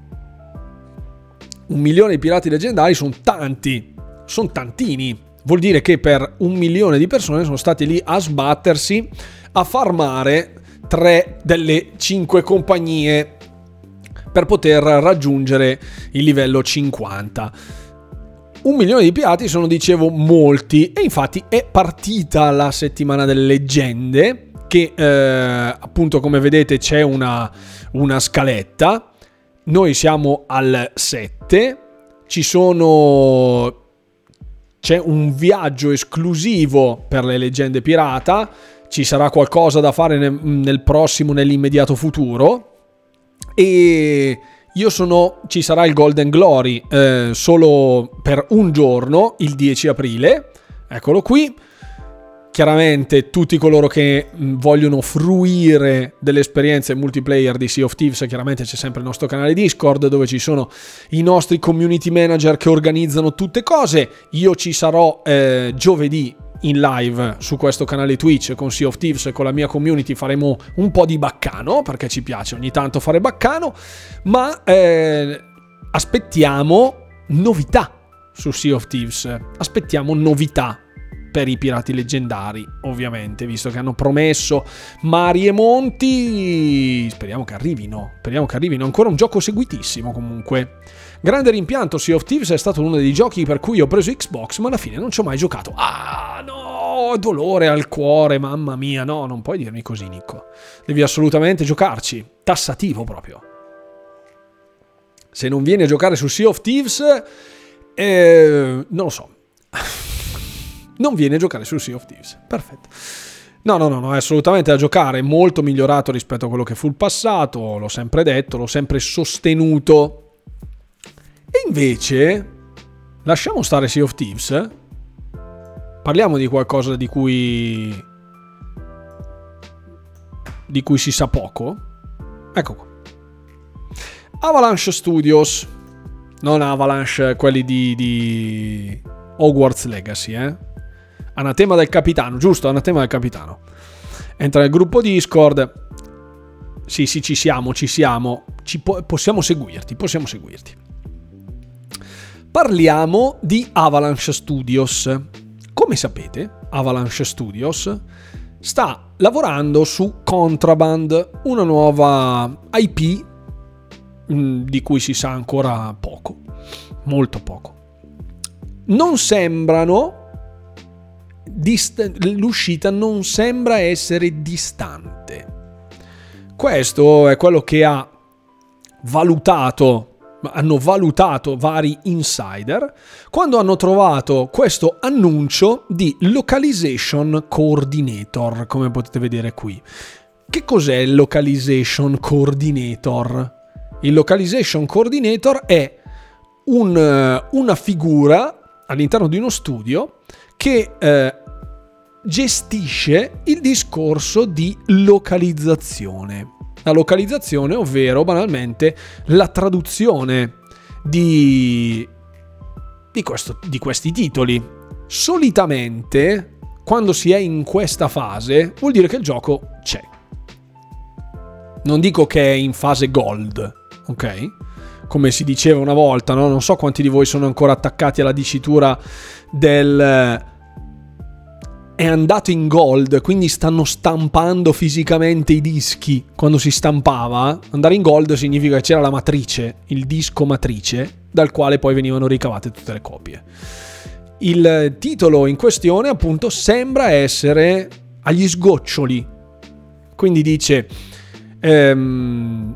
Un milione di pirati leggendari sono tanti, sono tantini. Vuol dire che per un milione di persone sono stati lì a sbattersi, a farmare tre delle cinque compagnie per poter raggiungere il livello cinquanta. Un milione di pirati sono, dicevo, molti, e infatti è partita la settimana delle leggende, che eh, appunto, come vedete, c'è una, una scaletta. Noi siamo al sette, ci sono... c'è un viaggio esclusivo per le leggende pirata, ci sarà qualcosa da fare nel, nel prossimo, nell'immediato futuro, e io sono, ci sarà il Golden Glory eh, solo per un giorno, il dieci aprile, eccolo qui. Chiaramente tutti coloro che vogliono fruire delle esperienze multiplayer di Sea of Thieves, chiaramente c'è sempre il nostro canale Discord dove ci sono i nostri community manager che organizzano tutte cose. Io ci sarò eh, giovedì in live su questo canale Twitch con Sea of Thieves e con la mia community. Faremo un po' di baccano, perché ci piace ogni tanto fare baccano, ma eh, aspettiamo novità su Sea of Thieves, aspettiamo novità per i pirati leggendari, ovviamente, visto che hanno promesso mari e monti. Speriamo che arrivino, speriamo che arrivino. Ancora un gioco seguitissimo comunque. Grande rimpianto, Sea of Thieves è stato uno dei giochi per cui ho preso Xbox, ma alla fine non ci ho mai giocato. Ah no, oh, dolore al cuore, mamma mia. No, non puoi dirmi così, Nico. Devi assolutamente giocarci. Tassativo proprio. Se non vieni a giocare su Sea of Thieves, eh, non lo so. Non vieni a giocare su Sea of Thieves. Perfetto. No, no, no, no, è assolutamente da giocare. Molto migliorato rispetto a quello che fu il passato. L'ho sempre detto, l'ho sempre sostenuto. E invece, lasciamo stare Sea of Thieves. Parliamo di qualcosa di cui di cui si sa poco. Ecco qua. Avalanche Studios, non Avalanche quelli di, di Hogwarts Legacy, eh? Anatema del capitano, giusto? Anatema del capitano. Entra nel gruppo Discord. Sì, sì, ci siamo, ci siamo. Ci po- possiamo seguirti, possiamo seguirti. Parliamo di Avalanche Studios. Come sapete, Avalanche Studios sta lavorando su Contraband, una nuova I P di cui si sa ancora poco, molto poco. Non sembrano, dist- l'uscita non sembra essere distante. Questo è quello che ha valutato, hanno valutato vari insider quando hanno trovato questo annuncio di Localization Coordinator, come potete vedere qui. Che cos'è il Localization Coordinator? Il Localization Coordinator è un, una figura all'interno di uno studio che eh, gestisce il discorso di localizzazione. La localizzazione, ovvero banalmente la traduzione di, di, questo, di questi titoli. Solitamente, quando si è in questa fase, vuol dire che il gioco c'è. Non dico che è in fase gold, ok? Come si diceva una volta, no? Non so quanti di voi sono ancora attaccati alla dicitura del è andato in gold, quindi stanno stampando fisicamente i dischi. Quando si stampava, andare in gold significa che c'era la matrice, il disco matrice, dal quale poi venivano ricavate tutte le copie. Il titolo in questione, appunto, sembra essere agli sgoccioli. Quindi dice ehm,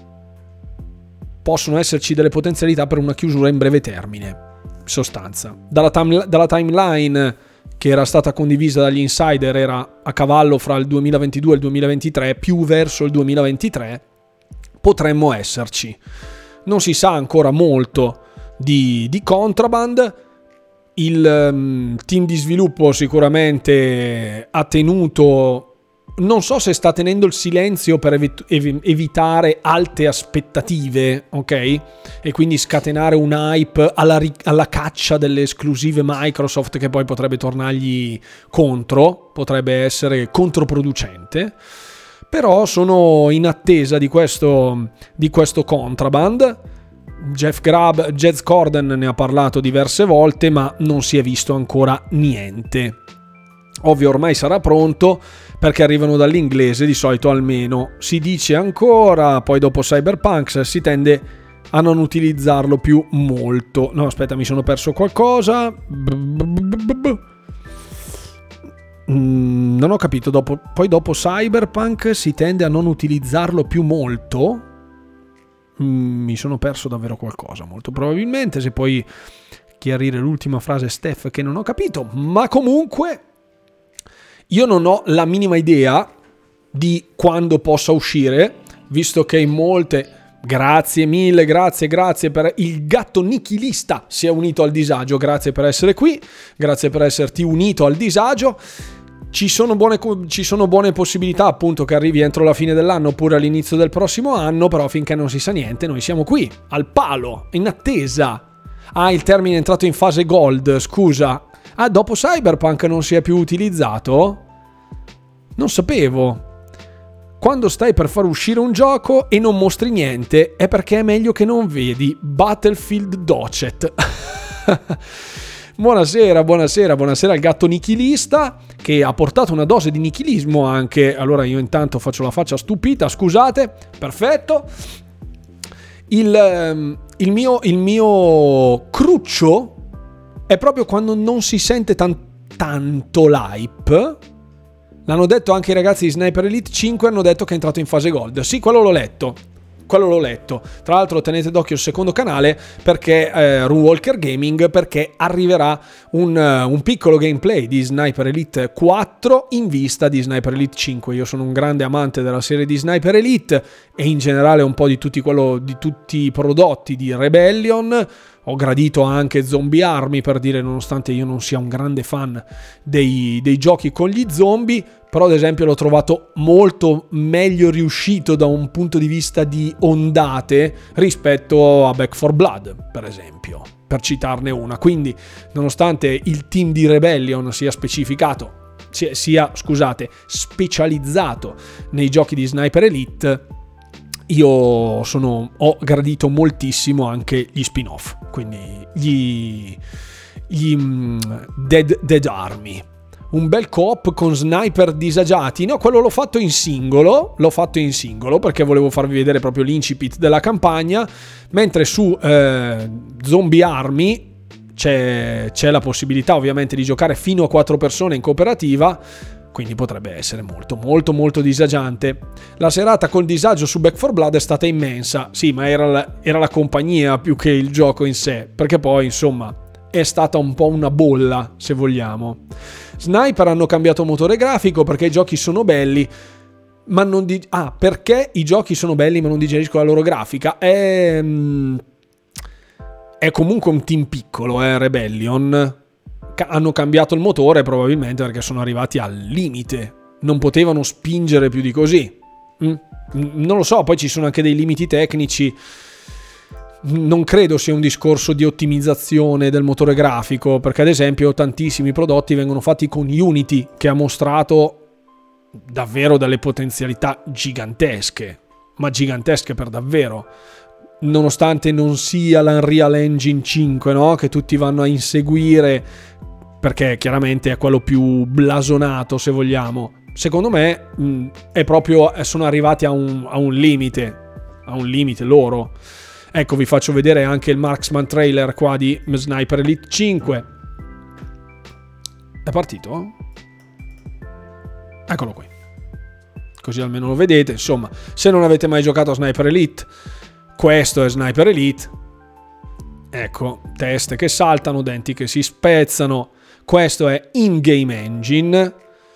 possono esserci delle potenzialità per una chiusura in breve termine, in sostanza. Dalla, time, dalla timeline che era stata condivisa dagli insider era a cavallo fra il duemilaventidue e il duemilaventitré, più verso il duemilaventitré potremmo esserci. Non si sa ancora molto di, di Contraband. Il um, team di sviluppo sicuramente ha tenuto, non so se sta tenendo il silenzio per evi- ev- evitare alte aspettative, ok? E quindi scatenare un hype alla, ri- alla caccia delle esclusive Microsoft che poi potrebbe tornargli contro, potrebbe essere controproducente. Però sono in attesa di questo, di questo Contraband. Jeff Grubb, Jez Corden ne ha parlato diverse volte, ma non si è visto ancora niente. Ovvio, ormai sarà pronto perché arrivano dall'inglese, di solito almeno si dice ancora, poi dopo Cyberpunk si tende a non utilizzarlo più molto. No, aspetta, mi sono perso qualcosa. Mm, non ho capito. Dopo, poi dopo Cyberpunk si tende a non utilizzarlo più molto. Mm, mi sono perso davvero qualcosa, molto probabilmente. Se puoi chiarire l'ultima frase, Steph, che non ho capito. Ma comunque io non ho la minima idea di quando possa uscire, visto che in molte... Grazie mille, grazie, grazie per il gatto nichilista si è unito al disagio, grazie per essere qui, grazie per esserti unito al disagio. Ci sono buone, ci sono buone possibilità appunto che arrivi entro la fine dell'anno oppure all'inizio del prossimo anno, però finché non si sa niente noi siamo qui, al palo, in attesa. Ah, il termine è entrato in fase gold, scusa. Ah, dopo Cyberpunk non si è più utilizzato? Non sapevo. Quando stai per far uscire un gioco e non mostri niente è perché è meglio che non vedi. Battlefield Docet. Buonasera, buonasera, buonasera al gatto nichilista che ha portato una dose di nichilismo anche. Allora io intanto faccio la faccia stupita, scusate. Perfetto. Il, il mio, il mio cruccio è proprio quando non si sente tan- tanto l'hype. L'hanno detto anche i ragazzi di Sniper Elite cinque, hanno detto che è entrato in fase gold. Sì, quello l'ho letto. Quello l'ho letto. Tra l'altro tenete d'occhio il secondo canale, perché eh, Runewalker Gaming, perché arriverà un, uh, un piccolo gameplay di Sniper Elite quattro in vista di Sniper Elite cinque. Io sono un grande amante della serie di Sniper Elite e in generale un po' di tutti, quello, di tutti i prodotti di Rebellion. Ho gradito anche Zombie Army, per dire, nonostante io non sia un grande fan dei, dei giochi con gli zombie, però ad esempio l'ho trovato molto meglio riuscito da un punto di vista di ondate rispetto a Back four Blood, per esempio, per citarne una. Quindi, nonostante il team di Rebellion sia specificato, sia, sia scusate, specializzato nei giochi di Sniper Elite, io sono, ho gradito moltissimo anche gli spin-off, quindi gli, gli um, Dead, Dead Army. Un bel co-op con sniper disagiati. No, quello l'ho fatto in singolo, l'ho fatto in singolo perché volevo farvi vedere proprio l'incipit della campagna, mentre su eh, Zombie Army c'è, c'è la possibilità ovviamente di giocare fino a quattro persone in cooperativa, quindi potrebbe essere molto molto molto disagiante. La serata col disagio su Back four Blood è stata immensa, sì, ma era la, era la compagnia più che il gioco in sé, perché poi insomma è stata un po' una bolla, se vogliamo. Sniper hanno cambiato motore grafico perché i giochi sono belli, ma non di... ah, perché i giochi sono belli ma non digeriscono la loro grafica. È, è comunque un team piccolo, eh, Rebellion. Hanno cambiato il motore probabilmente perché sono arrivati al limite, non potevano spingere più di così. Mm? Non lo so, poi ci sono anche dei limiti tecnici. Non credo sia un discorso di ottimizzazione del motore grafico, perché ad esempio tantissimi prodotti vengono fatti con Unity, che ha mostrato davvero delle potenzialità gigantesche, ma gigantesche per davvero, nonostante non sia l'Unreal Engine cinque, no? Che tutti vanno a inseguire perché chiaramente è quello più blasonato, se vogliamo. Secondo me mh, è proprio sono arrivati a un, a un limite a un limite loro. Ecco, vi faccio vedere anche il marksman trailer qua di Sniper Elite cinque. È partito? Eccolo qui, così almeno lo vedete. Insomma, se non avete mai giocato a Sniper Elite, questo è Sniper Elite. Ecco, teste che saltano, denti che si spezzano. Questo è in-game engine.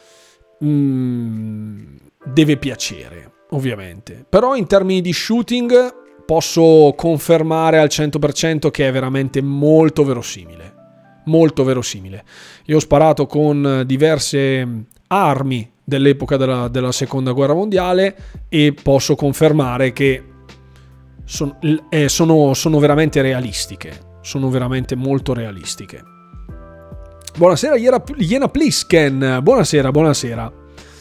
Mm, deve piacere, ovviamente. Però in termini di shooting posso confermare al cento per cento che è veramente molto verosimile. Molto verosimile. Io ho sparato con diverse armi dell'epoca della, della seconda guerra mondiale e posso confermare che son, eh, sono, sono veramente realistiche. Sono veramente molto realistiche. Buonasera Iena Plisken. Buonasera, buonasera.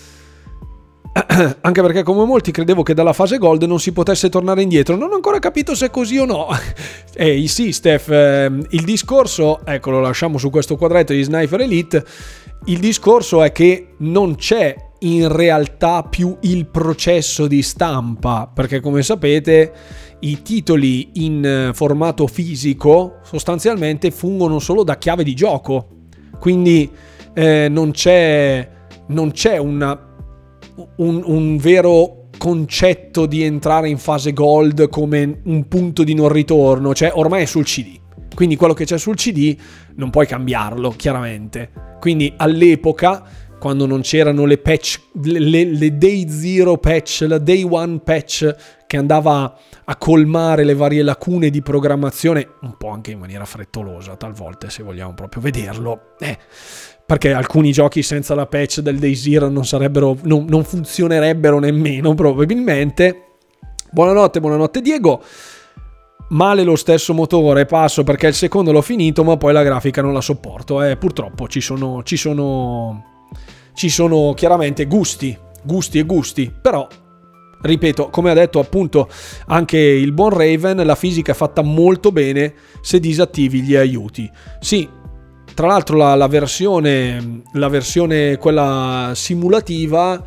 Anche perché come molti credevo che dalla fase gold non si potesse tornare indietro. Non ho ancora capito se è così o no. Ehi sì Steph, eh, il discorso, ecco, lo lasciamo su questo quadretto di Sniper Elite. Il discorso è che non c'è in realtà più il processo di stampa, perché come sapete i titoli in formato fisico sostanzialmente fungono solo da chiave di gioco, quindi eh, non c'è non c'è una Un, un vero concetto di entrare in fase gold come un punto di non ritorno, cioè ormai è sul C D, quindi quello che c'è sul C D non puoi cambiarlo chiaramente. Quindi all'epoca, quando non c'erano le patch, le, le day zero patch, la day one patch che andava a colmare le varie lacune di programmazione, un po' anche in maniera frettolosa talvolta, se vogliamo proprio vederlo, eh perché alcuni giochi senza la patch del Day Zero non sarebbero, non, non funzionerebbero nemmeno probabilmente. Buonanotte, buonanotte Diego. Male lo stesso motore, passo perché il secondo l'ho finito, ma poi la grafica non la sopporto. Eh, purtroppo ci sono, ci sono, ci sono chiaramente gusti, gusti e gusti, però ripeto, come ha detto appunto anche il buon Raven, la fisica è fatta molto bene se disattivi gli aiuti. Sì. Tra l'altro la, la versione la versione quella simulativa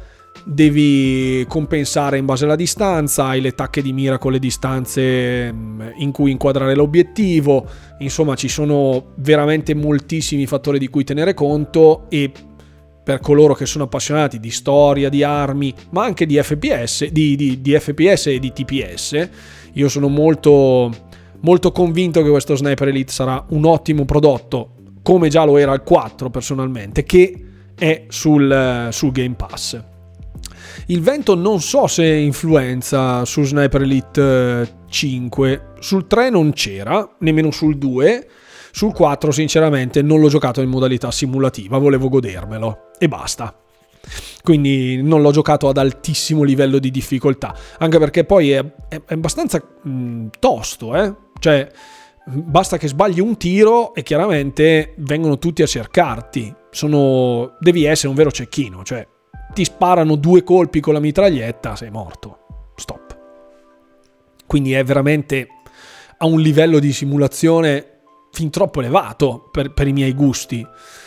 devi compensare in base alla distanza, hai le tacche di mira con le distanze in cui inquadrare l'obiettivo, insomma ci sono veramente moltissimi fattori di cui tenere conto, e per coloro che sono appassionati di storia, di armi, ma anche di F P S, di, di, di F P S e di T P S, io sono molto, molto convinto che questo Sniper Elite sarà un ottimo prodotto, come già lo era il quattro personalmente, che è sul, sul Game Pass. Il vento non so se influenza su Sniper Elite cinque, sul tre non c'era, nemmeno sul due, sul quattro sinceramente non l'ho giocato in modalità simulativa, volevo godermelo e basta. Quindi non l'ho giocato ad altissimo livello di difficoltà, anche perché poi è, è, è abbastanza mh, tosto, eh? Cioè basta che sbagli un tiro e chiaramente vengono tutti a cercarti. Sono, devi essere un vero cecchino, cioè ti sparano due colpi con la mitraglietta, sei morto, stop. Quindi è veramente a un livello di simulazione fin troppo elevato per, per i miei gusti.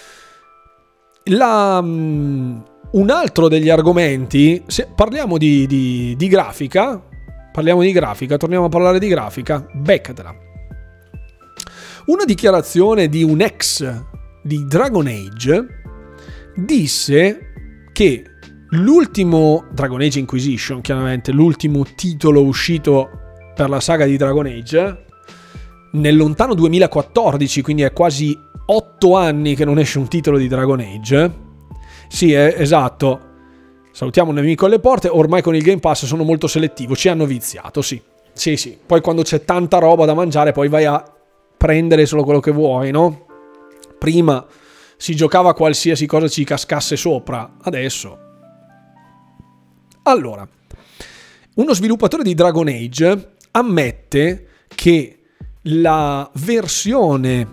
La, um, un altro degli argomenti, se parliamo di, di, di grafica, parliamo di grafica, torniamo a parlare di grafica, beccatela. Una dichiarazione di un ex di Dragon Age disse che l'ultimo Dragon Age Inquisition, chiaramente l'ultimo titolo uscito per la saga di Dragon Age, nel lontano duemilaquattordici, quindi è quasi otto anni che non esce un titolo di Dragon Age. Sì, è, esatto. Salutiamo un nemico alle porte. Ormai con il Game Pass sono molto selettivo, ci hanno viziato, sì. Sì, sì. Poi quando c'è tanta roba da mangiare, poi vai a prendere solo quello che vuoi, no? Prima si giocava qualsiasi cosa ci cascasse sopra, adesso. Allora, uno sviluppatore di Dragon Age ammette che la versione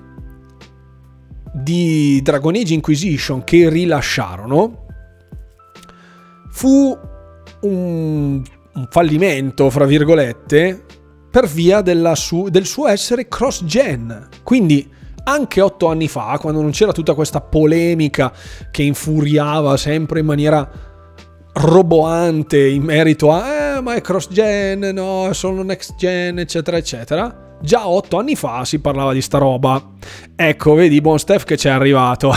di Dragon Age Inquisition che rilasciarono fu un, un fallimento, fra virgolette, per via della su, del suo essere cross-gen. Quindi anche otto anni fa, quando non c'era tutta questa polemica che infuriava sempre in maniera roboante in merito a eh, ma è cross-gen, no, è solo next-gen, eccetera, eccetera, già otto anni fa si parlava di sta roba. Ecco, vedi, buon Steph che c'è arrivato.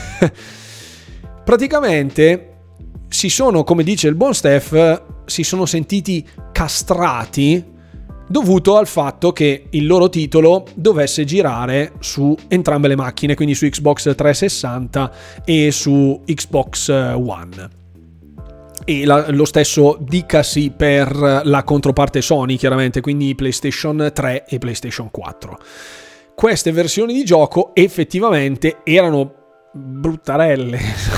Praticamente si sono, come dice il buon Steph, si sono sentiti castrati dovuto al fatto che il loro titolo dovesse girare su entrambe le macchine, quindi su Xbox trecentosessanta e su Xbox One. E la, lo stesso dicasi per la controparte Sony, chiaramente, quindi PlayStation tre e PlayStation quattro. Queste versioni di gioco effettivamente erano bruttarelle.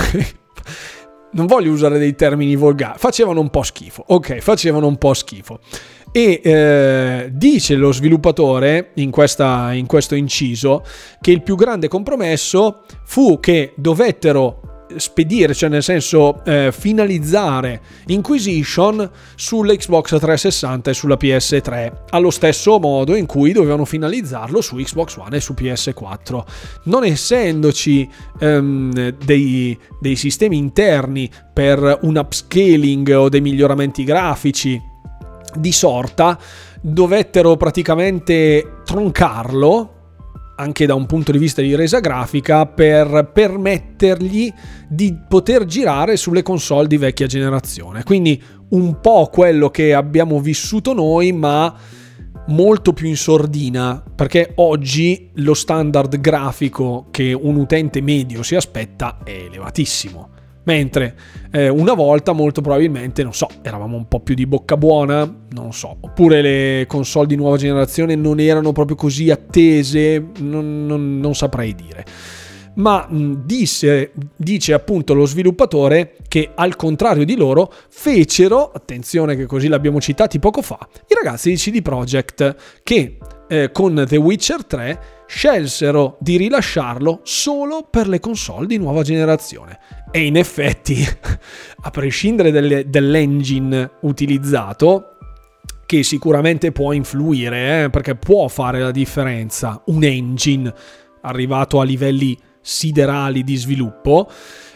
Non voglio usare dei termini volgari, facevano un po' schifo. Ok, facevano un po' schifo. E eh, dice lo sviluppatore in, questa, in questo inciso che il più grande compromesso fu che dovettero spedire, cioè nel senso eh, finalizzare Inquisition sull'Xbox trecentosessanta e sulla P S tre allo stesso modo in cui dovevano finalizzarlo su Xbox One e su P S quattro, non essendoci ehm, dei, dei sistemi interni per un upscaling o dei miglioramenti grafici di sorta. Dovettero praticamente troncarlo anche da un punto di vista di resa grafica per permettergli di poter girare sulle console di vecchia generazione. Quindi un po' quello che abbiamo vissuto noi, ma molto più in sordina, perché oggi lo standard grafico che un utente medio si aspetta è elevatissimo. Mentre eh, una volta molto probabilmente, non so, eravamo un po' più di bocca buona, non so, oppure le console di nuova generazione non erano proprio così attese, non, non, non saprei dire. Ma mh, disse, dice appunto lo sviluppatore che al contrario di loro fecero, attenzione che così l'abbiamo citati poco fa, i ragazzi di C D Projekt che eh, con The Witcher tre scelsero di rilasciarlo solo per le console di nuova generazione. E in effetti, a prescindere delle, dell'engine utilizzato, che sicuramente può influire, eh, perché può fare la differenza, un engine arrivato a livelli siderali di sviluppo,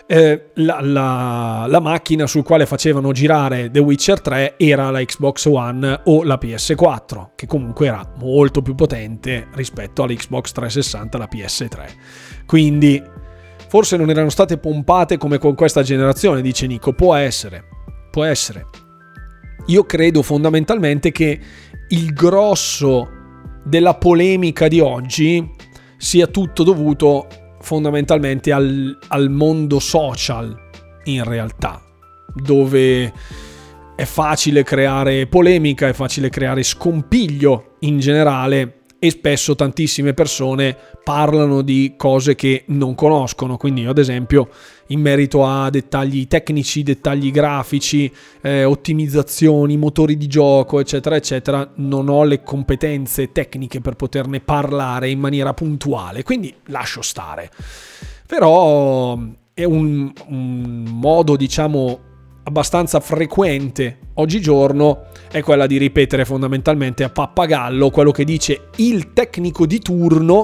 eh, la, la, la macchina sul quale facevano girare The Witcher tre era la Xbox One o la P S quattro, che comunque era molto più potente rispetto all'Xbox trecentosessanta e la P S tre. Quindi forse non erano state pompate come con questa generazione, dice Nico. Può essere, può essere. Io credo fondamentalmente che il grosso della polemica di oggi sia tutto dovuto fondamentalmente al, al mondo social, in realtà, dove è facile creare polemica, è facile creare scompiglio in generale, e spesso tantissime persone parlano di cose che non conoscono. Quindi io, ad esempio, in merito a dettagli tecnici, dettagli grafici, eh, ottimizzazioni, motori di gioco, eccetera eccetera, non ho le competenze tecniche per poterne parlare in maniera puntuale, quindi lascio stare. Però è un, un modo, diciamo, abbastanza frequente oggigiorno, è quella di ripetere fondamentalmente a pappagallo quello che dice il tecnico di turno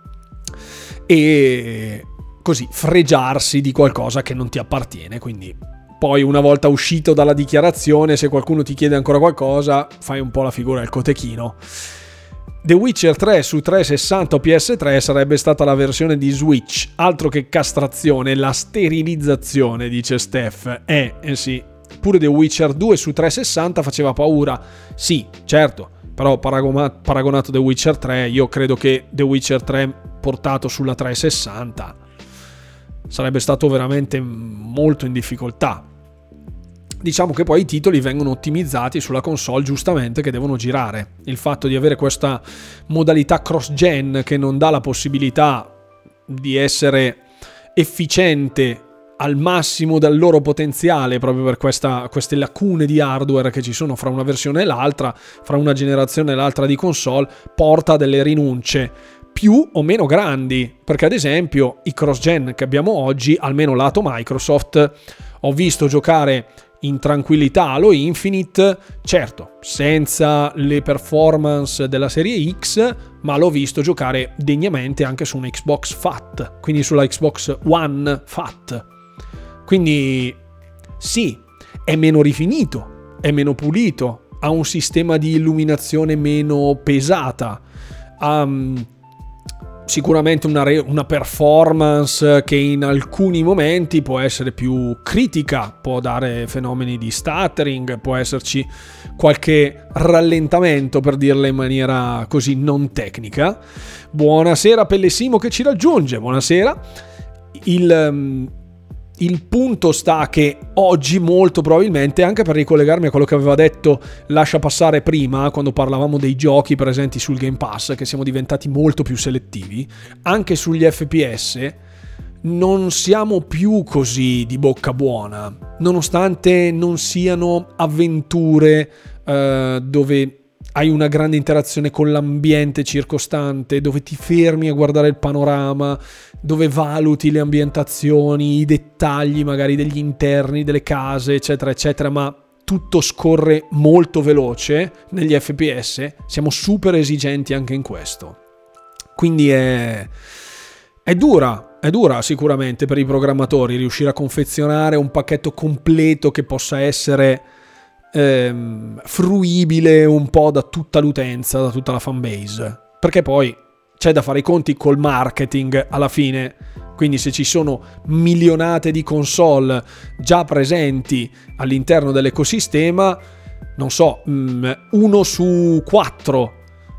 e così fregiarsi di qualcosa che non ti appartiene. Quindi poi, una volta uscito dalla dichiarazione, se qualcuno ti chiede ancora qualcosa, fai un po' la figura del cotechino. The Witcher tre su trecentosessanta o P S tre sarebbe stata la versione di Switch, altro che castrazione, la sterilizzazione, dice Steph. Eh, eh sì, pure The Witcher due su trecentosessanta faceva paura, sì, certo, però paragonato The Witcher tre, io credo che The Witcher tre portato sulla trecentosessanta sarebbe stato veramente molto in difficoltà. Diciamo che poi i titoli vengono ottimizzati sulla console, giustamente, che devono girare. Il fatto di avere questa modalità cross-gen che non dà la possibilità di essere efficiente al massimo del loro potenziale, proprio per questa, queste lacune di hardware che ci sono fra una versione e l'altra, fra una generazione e l'altra di console, porta a delle rinunce più o meno grandi. Perché, ad esempio, i cross-gen che abbiamo oggi, almeno lato Microsoft, ho visto giocare in tranquillità Halo Infinite, certo senza le performance della serie X, ma l'ho visto giocare degnamente anche su una Xbox Fat, quindi sulla Xbox One Fat. Quindi sì, è meno rifinito, è meno pulito, ha un sistema di illuminazione meno pesata, ha um, sicuramente una, re- una performance che in alcuni momenti può essere più critica, può dare fenomeni di stuttering, può esserci qualche rallentamento, per dirla in maniera così non tecnica. Buonasera Pellessimo che ci raggiunge, buonasera. Il... Um, Il punto sta che oggi, molto probabilmente, anche per ricollegarmi a quello che aveva detto lascia passare prima, quando parlavamo dei giochi presenti sul Game Pass, che siamo diventati molto più selettivi, anche sugli F P S non siamo più così di bocca buona, nonostante non siano avventure eh, dove hai una grande interazione con l'ambiente circostante, dove ti fermi a guardare il panorama, dove valuti le ambientazioni, i dettagli magari degli interni delle case, eccetera, eccetera, ma tutto scorre molto veloce negli F P S. Siamo super esigenti anche in questo. Quindi è, è dura, è dura sicuramente per i programmatori riuscire a confezionare un pacchetto completo che possa essere Ehm, fruibile un po' da tutta l'utenza, da tutta la fanbase, perché poi c'è da fare i conti col marketing alla fine. Quindi se ci sono milionate di console già presenti all'interno dell'ecosistema, non so, uno su quattro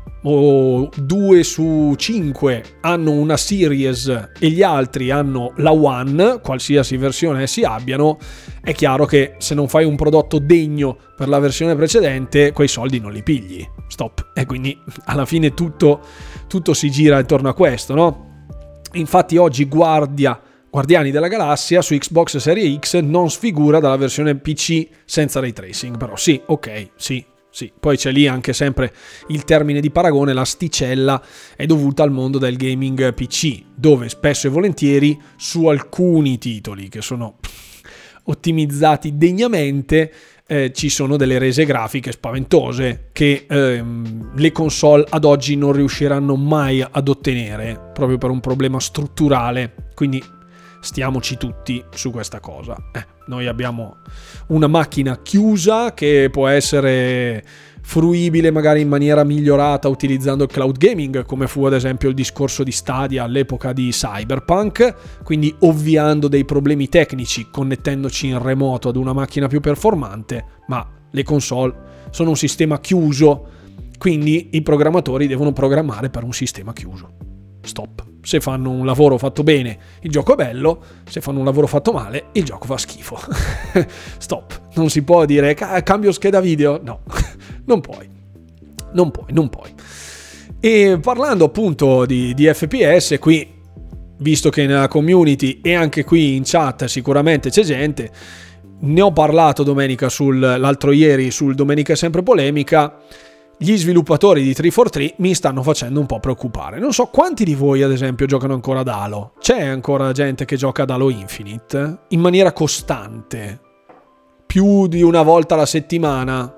o due su cinque hanno una Series e gli altri hanno la One, qualsiasi versione essi abbiano, è chiaro che se non fai un prodotto degno per la versione precedente, quei soldi non li pigli. Stop. E quindi alla fine tutto, tutto si gira intorno a questo, no? Infatti oggi Guardia, Guardiani della Galassia su Xbox Series X non sfigura dalla versione P C senza ray tracing, però sì, ok, sì. Sì, poi c'è lì anche sempre il termine di paragone, l'asticella è dovuta al mondo del gaming P C, dove spesso e volentieri su alcuni titoli che sono ottimizzati degnamente eh, ci sono delle rese grafiche spaventose che ehm, le console ad oggi non riusciranno mai ad ottenere, proprio per un problema strutturale. Quindi stiamoci tutti su questa cosa. Eh, noi abbiamo una macchina chiusa che può essere fruibile magari in maniera migliorata utilizzando il cloud gaming, come fu ad esempio il discorso di Stadia all'epoca di Cyberpunk, quindi ovviando dei problemi tecnici, connettendoci in remoto ad una macchina più performante, ma le console sono un sistema chiuso, quindi i programmatori devono programmare per un sistema chiuso. Stop. Se fanno un lavoro fatto bene, il gioco è bello; se fanno un lavoro fatto male, il gioco fa schifo. Stop. Non si può dire cambio scheda video. No, non puoi. Non puoi, non puoi. E parlando appunto di, di F P S, qui, visto che nella community e anche qui in chat sicuramente c'è gente, ne ho parlato domenica sul, l'altro ieri sul Domenica Sempre Polemica. Gli sviluppatori di tre quattro tre mi stanno facendo un po' preoccupare. Non so quanti di voi, ad esempio, giocano ancora ad Halo. C'è ancora gente che gioca ad Halo Infinite in maniera costante, più di una volta alla settimana?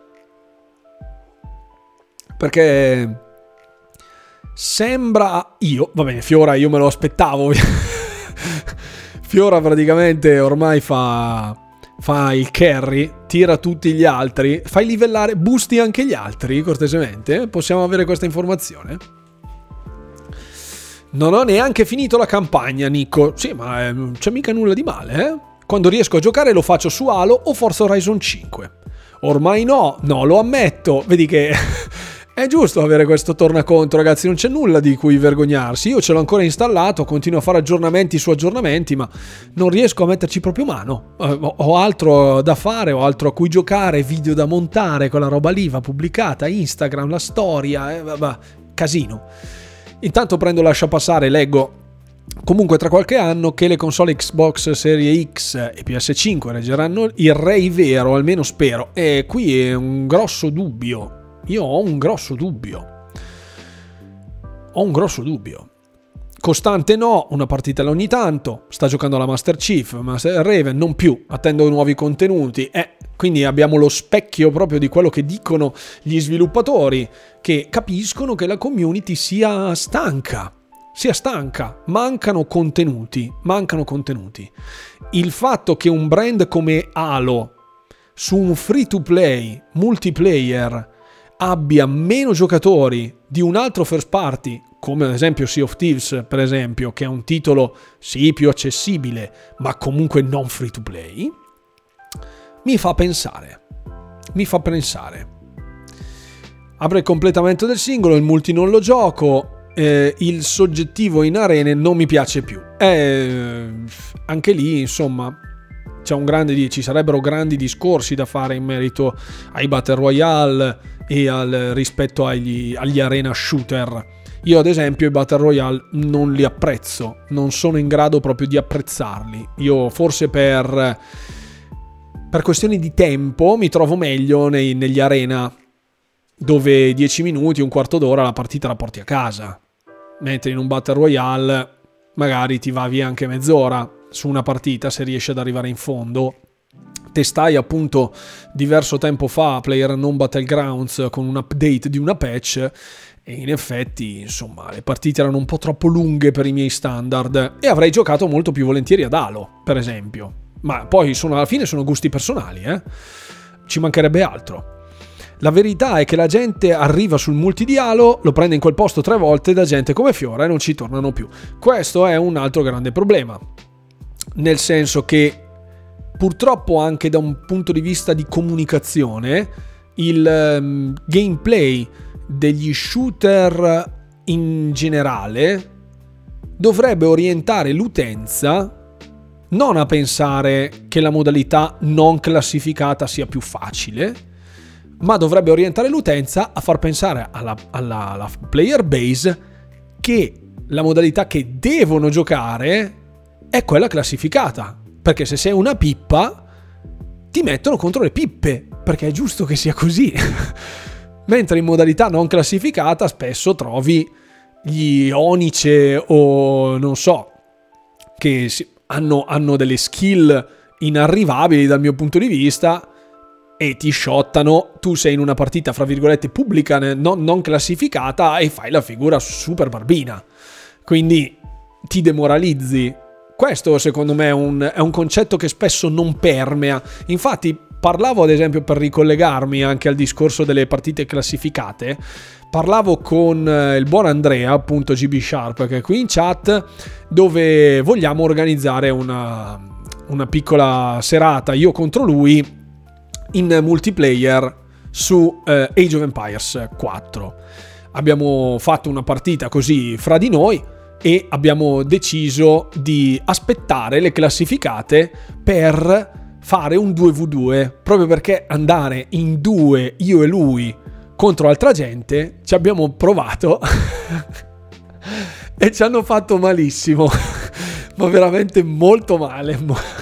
Perché sembra, io, va bene, Fiora io me lo aspettavo. Fiora praticamente ormai fa fa il carry, tira tutti gli altri, fai livellare, boosti anche gli altri, cortesemente? Possiamo avere questa informazione? Non ho neanche finito la campagna, Nico. Sì, ma eh, non c'è mica nulla di male, eh? Quando riesco a giocare lo faccio su Halo o Forza Horizon cinque. Ormai no, no, lo ammetto. Vedi che è giusto avere questo tornaconto, ragazzi, non c'è nulla di cui vergognarsi. Io ce l'ho ancora installato, continuo a fare aggiornamenti su aggiornamenti, ma non riesco a metterci proprio mano. Ho altro da fare, ho altro a cui giocare, video da montare, quella roba lì va pubblicata, Instagram, la storia, eh, vabbè, casino. Intanto prendo lasciapassare, leggo comunque tra qualche anno che le console Xbox Serie X e P S cinque reggeranno il Ray vero, almeno spero. E qui è un grosso dubbio. Io ho un grosso dubbio. Ho un grosso dubbio. Costante no, una partita ogni tanto. Sta giocando alla Master Chief, Master Raven non più. Attendo nuovi contenuti. Eh, quindi abbiamo lo specchio proprio di quello che dicono gli sviluppatori, che capiscono che la community sia stanca. Sia stanca. Mancano contenuti. Mancano contenuti. Il fatto che un brand come Halo su un free to play multiplayer abbia meno giocatori di un altro first party, come ad esempio Sea of Thieves, per esempio, che è un titolo sì più accessibile, ma comunque non free to play, mi fa pensare. Mi fa pensare. Apre il completamento del singolo, il multi non lo gioco, eh, il soggettivo in arene non mi piace più. Eh, anche lì, insomma, c'è un grande, ci sarebbero grandi discorsi da fare in merito ai Battle Royale e al, rispetto agli, agli arena shooter. Io ad esempio i Battle Royale non li apprezzo, non sono in grado proprio di apprezzarli. Io forse per, per questioni di tempo mi trovo meglio nei, negli arena, dove dieci minuti, un quarto d'ora la partita la porti a casa, mentre in un Battle Royale magari ti va via anche mezz'ora su una partita se riesci ad arrivare in fondo. Testai appunto diverso tempo fa PlayerUnknown Battlegrounds con un update di una patch e in effetti insomma le partite erano un po' troppo lunghe per i miei standard e avrei giocato molto più volentieri ad Halo, per esempio. Ma poi sono, alla fine sono gusti personali, eh? Ci mancherebbe altro. La verità è che la gente arriva sul multi di Halo, lo prende in quel posto tre volte da gente come Fiora e non ci tornano più. Questo è un altro grande problema, nel senso che purtroppo anche da un punto di vista di comunicazione il um, gameplay degli shooter in generale dovrebbe orientare l'utenza non a pensare che la modalità non classificata sia più facile, ma dovrebbe orientare l'utenza a far pensare alla, alla, alla player base che la modalità che devono giocare è quella classificata. Perché se sei una pippa, ti mettono contro le pippe, perché è giusto che sia così. Mentre in modalità non classificata spesso trovi gli Onice o non so, che hanno, hanno delle skill inarrivabili dal mio punto di vista e ti shottano. Tu sei in una partita, fra virgolette, pubblica, non, non classificata e fai la figura super barbina. Quindi ti demoralizzi questo secondo me è un, è un concetto che spesso non permea. Infatti parlavo, ad esempio, per ricollegarmi anche al discorso delle partite classificate, parlavo con il buon Andrea, appunto G B Sharp, che è qui in chat, dove vogliamo organizzare una, una piccola serata io contro lui in multiplayer su eh, Age of Empires quattro. Abbiamo fatto una partita così fra di noi e abbiamo deciso di aspettare le classificate per fare un due vu due, proprio perché andare in due io e lui contro altra gente ci abbiamo provato e ci hanno fatto malissimo, ma veramente molto male.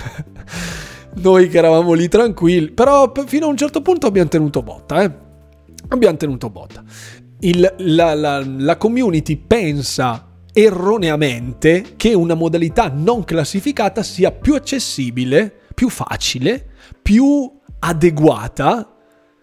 Noi che eravamo lì tranquilli, però fino a un certo punto abbiamo tenuto botta, eh? abbiamo tenuto botta. Il, la, la, la community pensa erroneamente che una modalità non classificata sia più accessibile, più facile, più adeguata,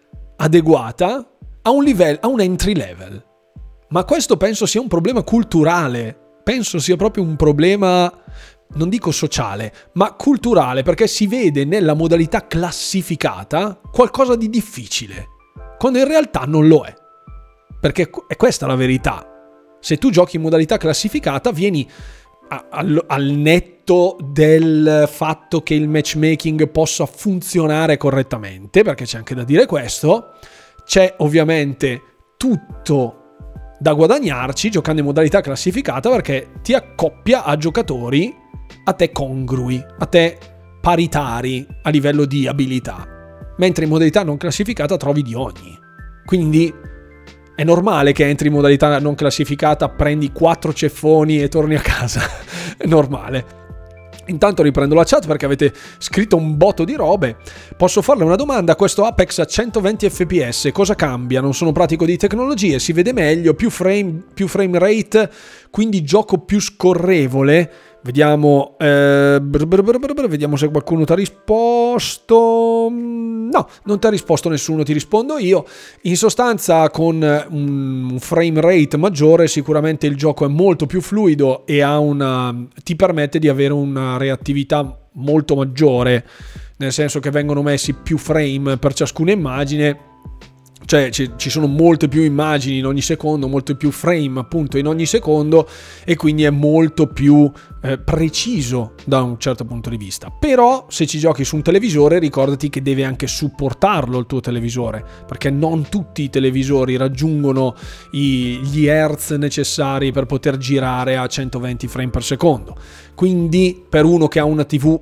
adeguata a un livello, a un entry level. Ma questo penso sia un problema culturale, penso sia proprio un problema, non dico sociale, ma culturale, perché si vede nella modalità classificata qualcosa di difficile, quando in realtà non lo è. Perché è questa la verità. Se tu giochi in modalità classificata, vieni al, al netto del fatto che il matchmaking possa funzionare correttamente, perché c'è anche da dire questo, c'è ovviamente tutto da guadagnarci giocando in modalità classificata, perché ti accoppia a giocatori a te congrui, a te paritari a livello di abilità, mentre in modalità non classificata trovi di ogni. Quindi è normale che entri in modalità non classificata, prendi quattro ceffoni e torni a casa. È normale. Intanto riprendo la chat perché avete scritto un botto di robe. Posso farle una domanda? Questo Apex a centoventi effe pi esse cosa cambia? Non sono pratico di tecnologie, si vede meglio, più frame, più frame rate, quindi gioco più scorrevole. Vediamo, eh, brr brr brr brr, vediamo se qualcuno ti ha risposto. No, non ti ha risposto nessuno, ti rispondo io. In sostanza, con un frame rate maggiore sicuramente il gioco è molto più fluido e ha una, ti permette di avere una reattività molto maggiore, nel senso che vengono messi più frame per ciascuna immagine. Cioè ci, ci sono molte più immagini in ogni secondo, molto più frame appunto in ogni secondo, e quindi è molto più eh, preciso da un certo punto di vista. Però se ci giochi su un televisore, ricordati che deve anche supportarlo il tuo televisore, perché non tutti i televisori raggiungono i, gli hertz necessari per poter girare a centoventi frame per secondo. Quindi per uno che ha una tivù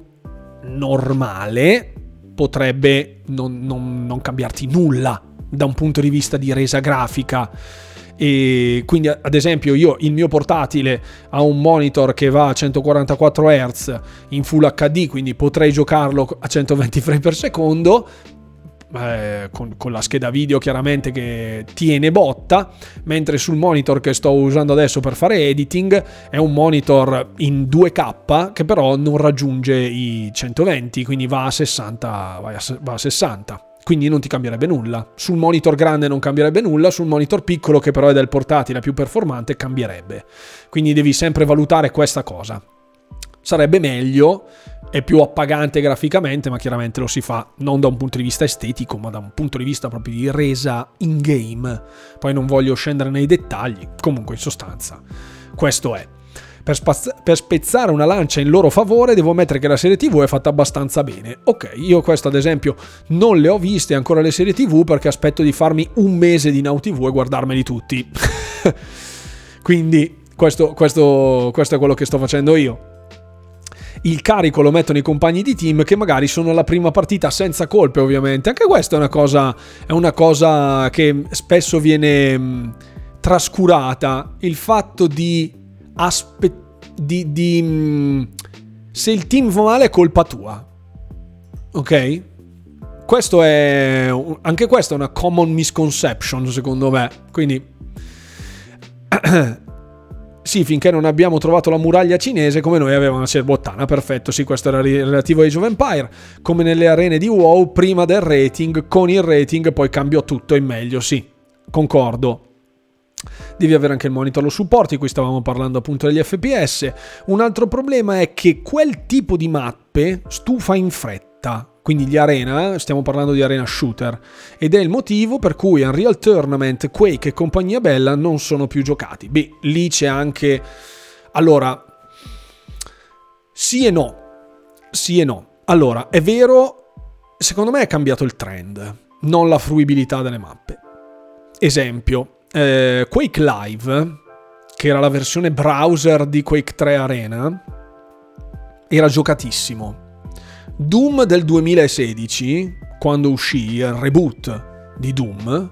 normale potrebbe non, non, non cambiarti nulla da un punto di vista di resa grafica. E quindi ad esempio io il mio portatile ha un monitor che va a centoquarantaquattro hertz in Full acca di, quindi potrei giocarlo a centoventi frame per secondo, eh, con, con la scheda video chiaramente che tiene botta, mentre sul monitor che sto usando adesso per fare editing è un monitor in due K che però non raggiunge i centoventi, quindi va a sessanta, va a, va a sessanta. Quindi non ti cambierebbe nulla. Sul monitor grande non cambierebbe nulla, sul monitor piccolo, che però è del portatile più performante, cambierebbe. Quindi devi sempre valutare questa cosa. Sarebbe meglio, è più appagante graficamente, ma chiaramente lo si fa non da un punto di vista estetico, ma da un punto di vista proprio di resa in game. Poi non voglio scendere nei dettagli, comunque in sostanza questo è. Per, spaz- per spezzare una lancia in loro favore devo ammettere che la serie tivù è fatta abbastanza bene. Ok, io questo ad esempio non le ho viste ancora le serie tivù, perché aspetto di farmi un mese di Now tivù e guardarmeli tutti. Quindi questo, questo, questo è quello che sto facendo io. Il carico lo mettono i compagni di team che magari sono alla prima partita senza colpe, ovviamente. Anche questa è una cosa, è una cosa che spesso viene mh, trascurata, il fatto di Aspe- di, di se il team va male è colpa tua, ok? Questo è anche questa è una common misconception secondo me. Quindi sì, finché non abbiamo trovato la muraglia cinese come noi avevamo una cerbottana, perfetto. Sì, questo era relativo a Age of Empire, come nelle arene di WoW, prima del rating, con il rating poi cambiò tutto in meglio. Sì, concordo. Devi avere anche il monitor lo supporti, qui stavamo parlando appunto degli F P S. Un altro problema è che quel tipo di mappe stufa in fretta, quindi gli arena, stiamo parlando di arena shooter, ed è il motivo per cui Unreal Tournament, Quake e compagnia bella non sono più giocati. Beh, lì c'è anche... Allora, sì e no, sì e no. Allora, è vero, secondo me è cambiato il trend, non la fruibilità delle mappe. Esempio, eh, Quake Live, che era la versione browser di Quake tre Arena, era giocatissimo. Doom del duemilasedici, quando uscì il reboot di Doom,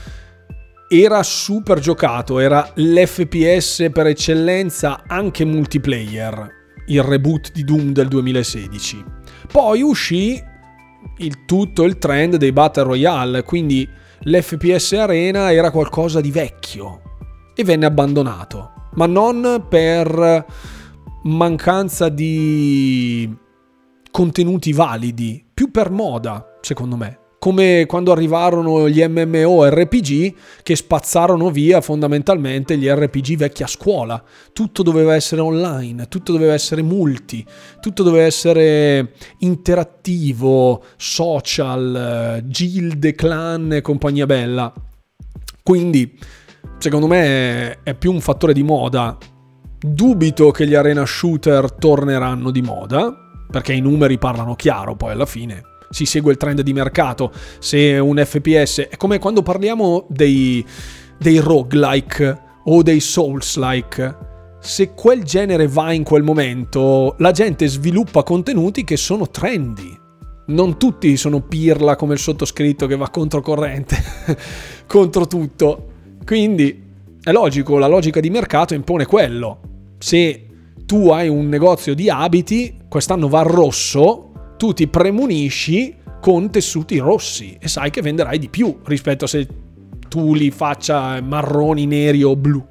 era super giocato, era l'F P S per eccellenza anche multiplayer, il reboot di Doom del duemilasedici. Poi uscì il tutto il trend dei Battle Royale, quindi l'F P S Arena era qualcosa di vecchio e venne abbandonato, ma non per mancanza di contenuti validi, più per moda, secondo me. Come quando arrivarono gli M M O R P G che spazzarono via fondamentalmente gli R P G vecchi a scuola. Tutto doveva essere online, tutto doveva essere multi, tutto doveva essere interattivo, social, gilde, clan e compagnia bella. Quindi, secondo me, è più un fattore di moda. Dubito che gli arena shooter torneranno di moda, perché i numeri parlano chiaro, poi alla fine si segue il trend di mercato. Se un F P S è come quando parliamo dei, dei roguelike o dei souls-like, se quel genere va in quel momento, la gente sviluppa contenuti che sono trendy. Non tutti sono pirla come il sottoscritto che va controcorrente contro tutto. Quindi è logico, la logica di mercato impone quello. Se tu hai un negozio di abiti, quest'anno va al rosso, tu ti premunisci con tessuti rossi e sai che venderai di più rispetto a se tu li faccia marroni, neri o blu.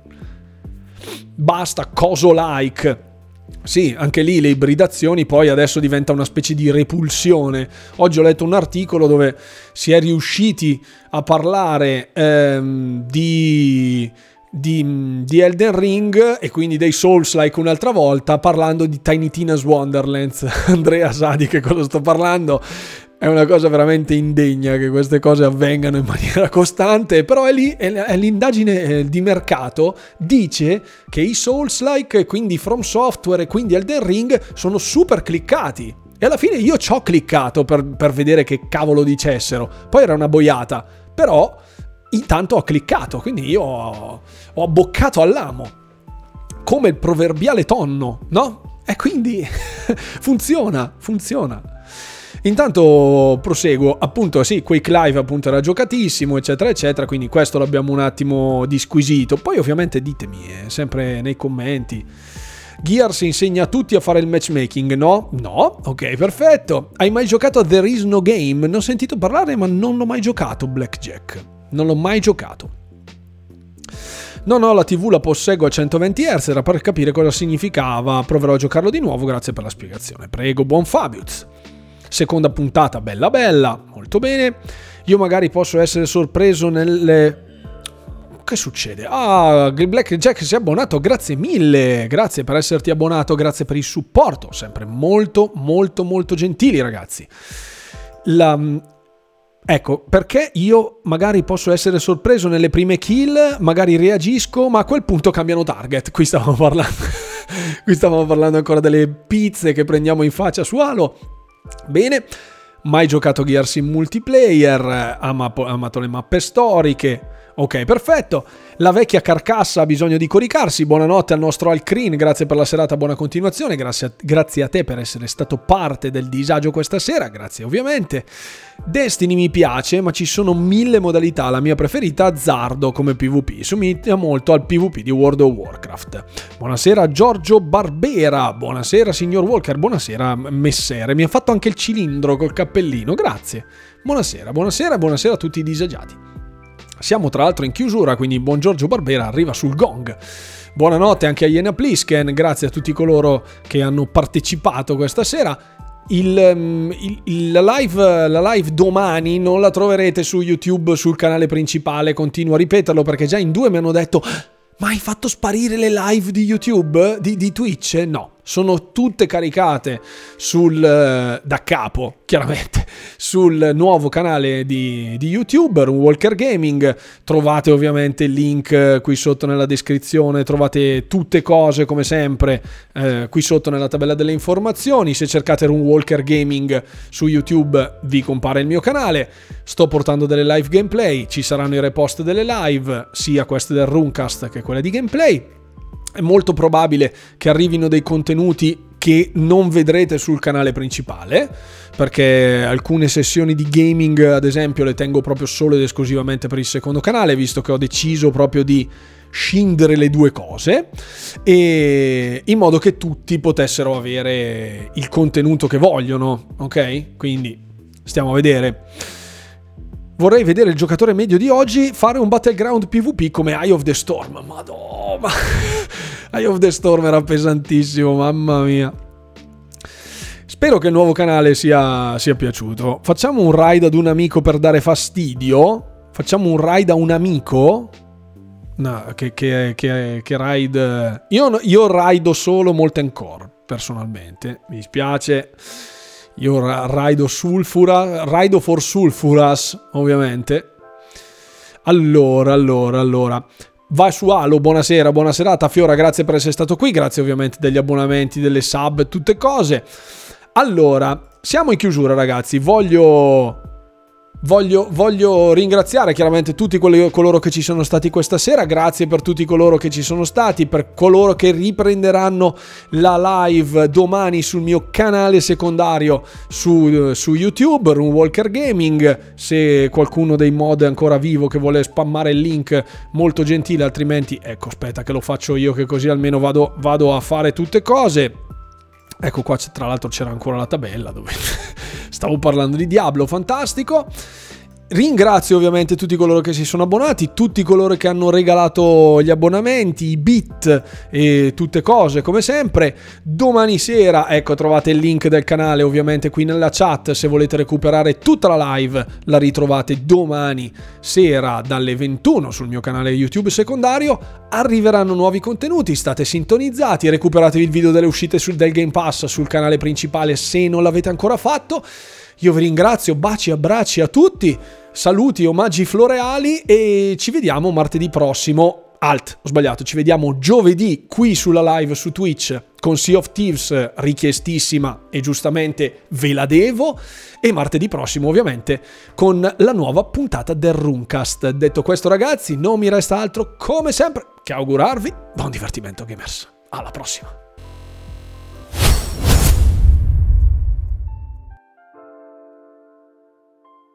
Basta coso like. Sì, anche lì le ibridazioni poi adesso diventa una specie di repulsione. Oggi ho letto un articolo dove si è riusciti a parlare ehm, di... Di, di Elden Ring e quindi dei Souls-like un'altra volta, parlando di Tiny Tina's Wonderlands. Andrea sa di che cosa sto parlando. È una cosa veramente indegna che queste cose avvengano in maniera costante, però è lì, è, è l'indagine di mercato dice che i Souls-like, quindi From Software e quindi Elden Ring, sono super cliccati. E alla fine io ci ho cliccato per, per vedere che cavolo dicessero. Poi era una boiata, però intanto ho cliccato, quindi io ho, ho abboccato all'amo, come il proverbiale tonno, no? E quindi funziona, funziona. Intanto proseguo, appunto sì, Quake Live appunto era giocatissimo, eccetera, eccetera, quindi questo l'abbiamo un attimo disquisito. Poi ovviamente ditemi, eh, sempre nei commenti, Gears insegna a tutti a fare il matchmaking, no? No? Ok, perfetto. Hai mai giocato a There Is No Game? Ne ho sentito parlare, ma non l'ho mai giocato, Blackjack. Non l'ho mai giocato. No, no, la tivù la posseggo a centoventi hertz, era per capire cosa significava. Proverò a giocarlo di nuovo, grazie per la spiegazione. Prego, buon Fabius. Seconda puntata, bella bella, molto bene. Io magari posso essere sorpreso nelle... Che succede? Ah, Blackjack si è abbonato, grazie mille. Grazie per esserti abbonato, grazie per il supporto. Sempre molto, molto, molto gentili, ragazzi. La... Ecco, perché io magari posso essere sorpreso nelle prime kill, magari reagisco, ma a quel punto cambiano target. Qui stavamo parlando, qui stavamo parlando ancora delle pizze che prendiamo in faccia su Halo. Bene, mai giocato Gears in multiplayer, ama, amato le mappe storiche. Ok, perfetto. La vecchia carcassa ha bisogno di coricarsi. Buonanotte al nostro Alcrin, grazie per la serata, buona continuazione. Grazie a, grazie a te per essere stato parte del disagio questa sera, grazie ovviamente. Destiny mi piace, ma ci sono mille modalità. La mia preferita, azzardo come PvP, somiglia molto al PvP di World of Warcraft. Buonasera Giorgio Barbera, buonasera signor Walker, buonasera Messere. Mi ha fatto anche il cilindro col cappellino, grazie. Buonasera, buonasera, buonasera a tutti i disagiati. Siamo tra l'altro in chiusura, quindi buon Giorgio Barbera arriva sul gong. Buonanotte anche a Iena Plisken, grazie a tutti coloro che hanno partecipato questa sera. il, il, il, la, live, la live domani non la troverete su YouTube, sul canale principale, continuo a ripeterlo perché già in due mi hanno detto: ma hai fatto sparire le live di YouTube, di, di Twitch? No, sono tutte caricate sul, da capo, chiaramente, sul nuovo canale di, di YouTube, Runewalker Gaming. Trovate ovviamente il link qui sotto nella descrizione, trovate tutte cose come sempre eh, qui sotto nella tabella delle informazioni. Se cercate Runewalker Gaming su YouTube vi compare il mio canale. Sto portando delle live gameplay, ci saranno i repost delle live, sia queste del Runecast che quelle di gameplay. È molto probabile che arrivino dei contenuti che non vedrete sul canale principale, perché alcune sessioni di gaming, ad esempio, le tengo proprio solo ed esclusivamente per il secondo canale, visto che ho deciso proprio di scindere le due cose, e in modo che tutti potessero avere il contenuto che vogliono, ok? Quindi stiamo a vedere. Vorrei vedere il giocatore medio di oggi fare un Battleground PvP come Eye of the Storm. Madonna, Eye of the Storm era pesantissimo, mamma mia. Spero che il nuovo canale sia, sia piaciuto. Facciamo un raid ad un amico per dare fastidio. Facciamo un raid a un amico. No, che, che, che, che raid... Io, io raido solo Molten Core, personalmente. Mi dispiace. Io raido Sulfura, raido for Sulfuras, ovviamente. Allora, allora, allora. Vai su Halo, buonasera, buona serata. Fiora, grazie per essere stato qui, grazie ovviamente degli abbonamenti, delle sub, tutte cose. Allora, siamo in chiusura, ragazzi. Voglio... Voglio, voglio ringraziare chiaramente tutti quelli, coloro che ci sono stati questa sera. Grazie per tutti coloro che ci sono stati, per coloro che riprenderanno la live domani sul mio canale secondario su, su YouTube, Runewalker Gaming. Se qualcuno dei mod è ancora vivo che vuole spammare il link, molto gentile, altrimenti ecco, aspetta che lo faccio io, che così almeno vado, vado a fare tutte cose. Ecco qua, tra l'altro c'era ancora la tabella dove stavo parlando di Diablo, fantastico. Ringrazio ovviamente tutti coloro che si sono abbonati, tutti coloro che hanno regalato gli abbonamenti, i bit e tutte cose come sempre. Domani sera, ecco, trovate il link del canale ovviamente qui nella chat. Se volete recuperare tutta la live la ritrovate domani sera dalle ventuno sul mio canale YouTube secondario. Arriveranno nuovi contenuti, state sintonizzati, recuperatevi il video delle uscite sul, del Game Pass sul canale principale se non l'avete ancora fatto. Io vi ringrazio, baci e abbracci a tutti, saluti, omaggi floreali e ci vediamo martedì prossimo. Alt, ho sbagliato, ci vediamo giovedì qui sulla live su Twitch con Sea of Thieves, richiestissima e giustamente ve la devo, e martedì prossimo ovviamente con la nuova puntata del Runecast. Detto questo, ragazzi, non mi resta altro come sempre che augurarvi buon divertimento gamers. Alla prossima.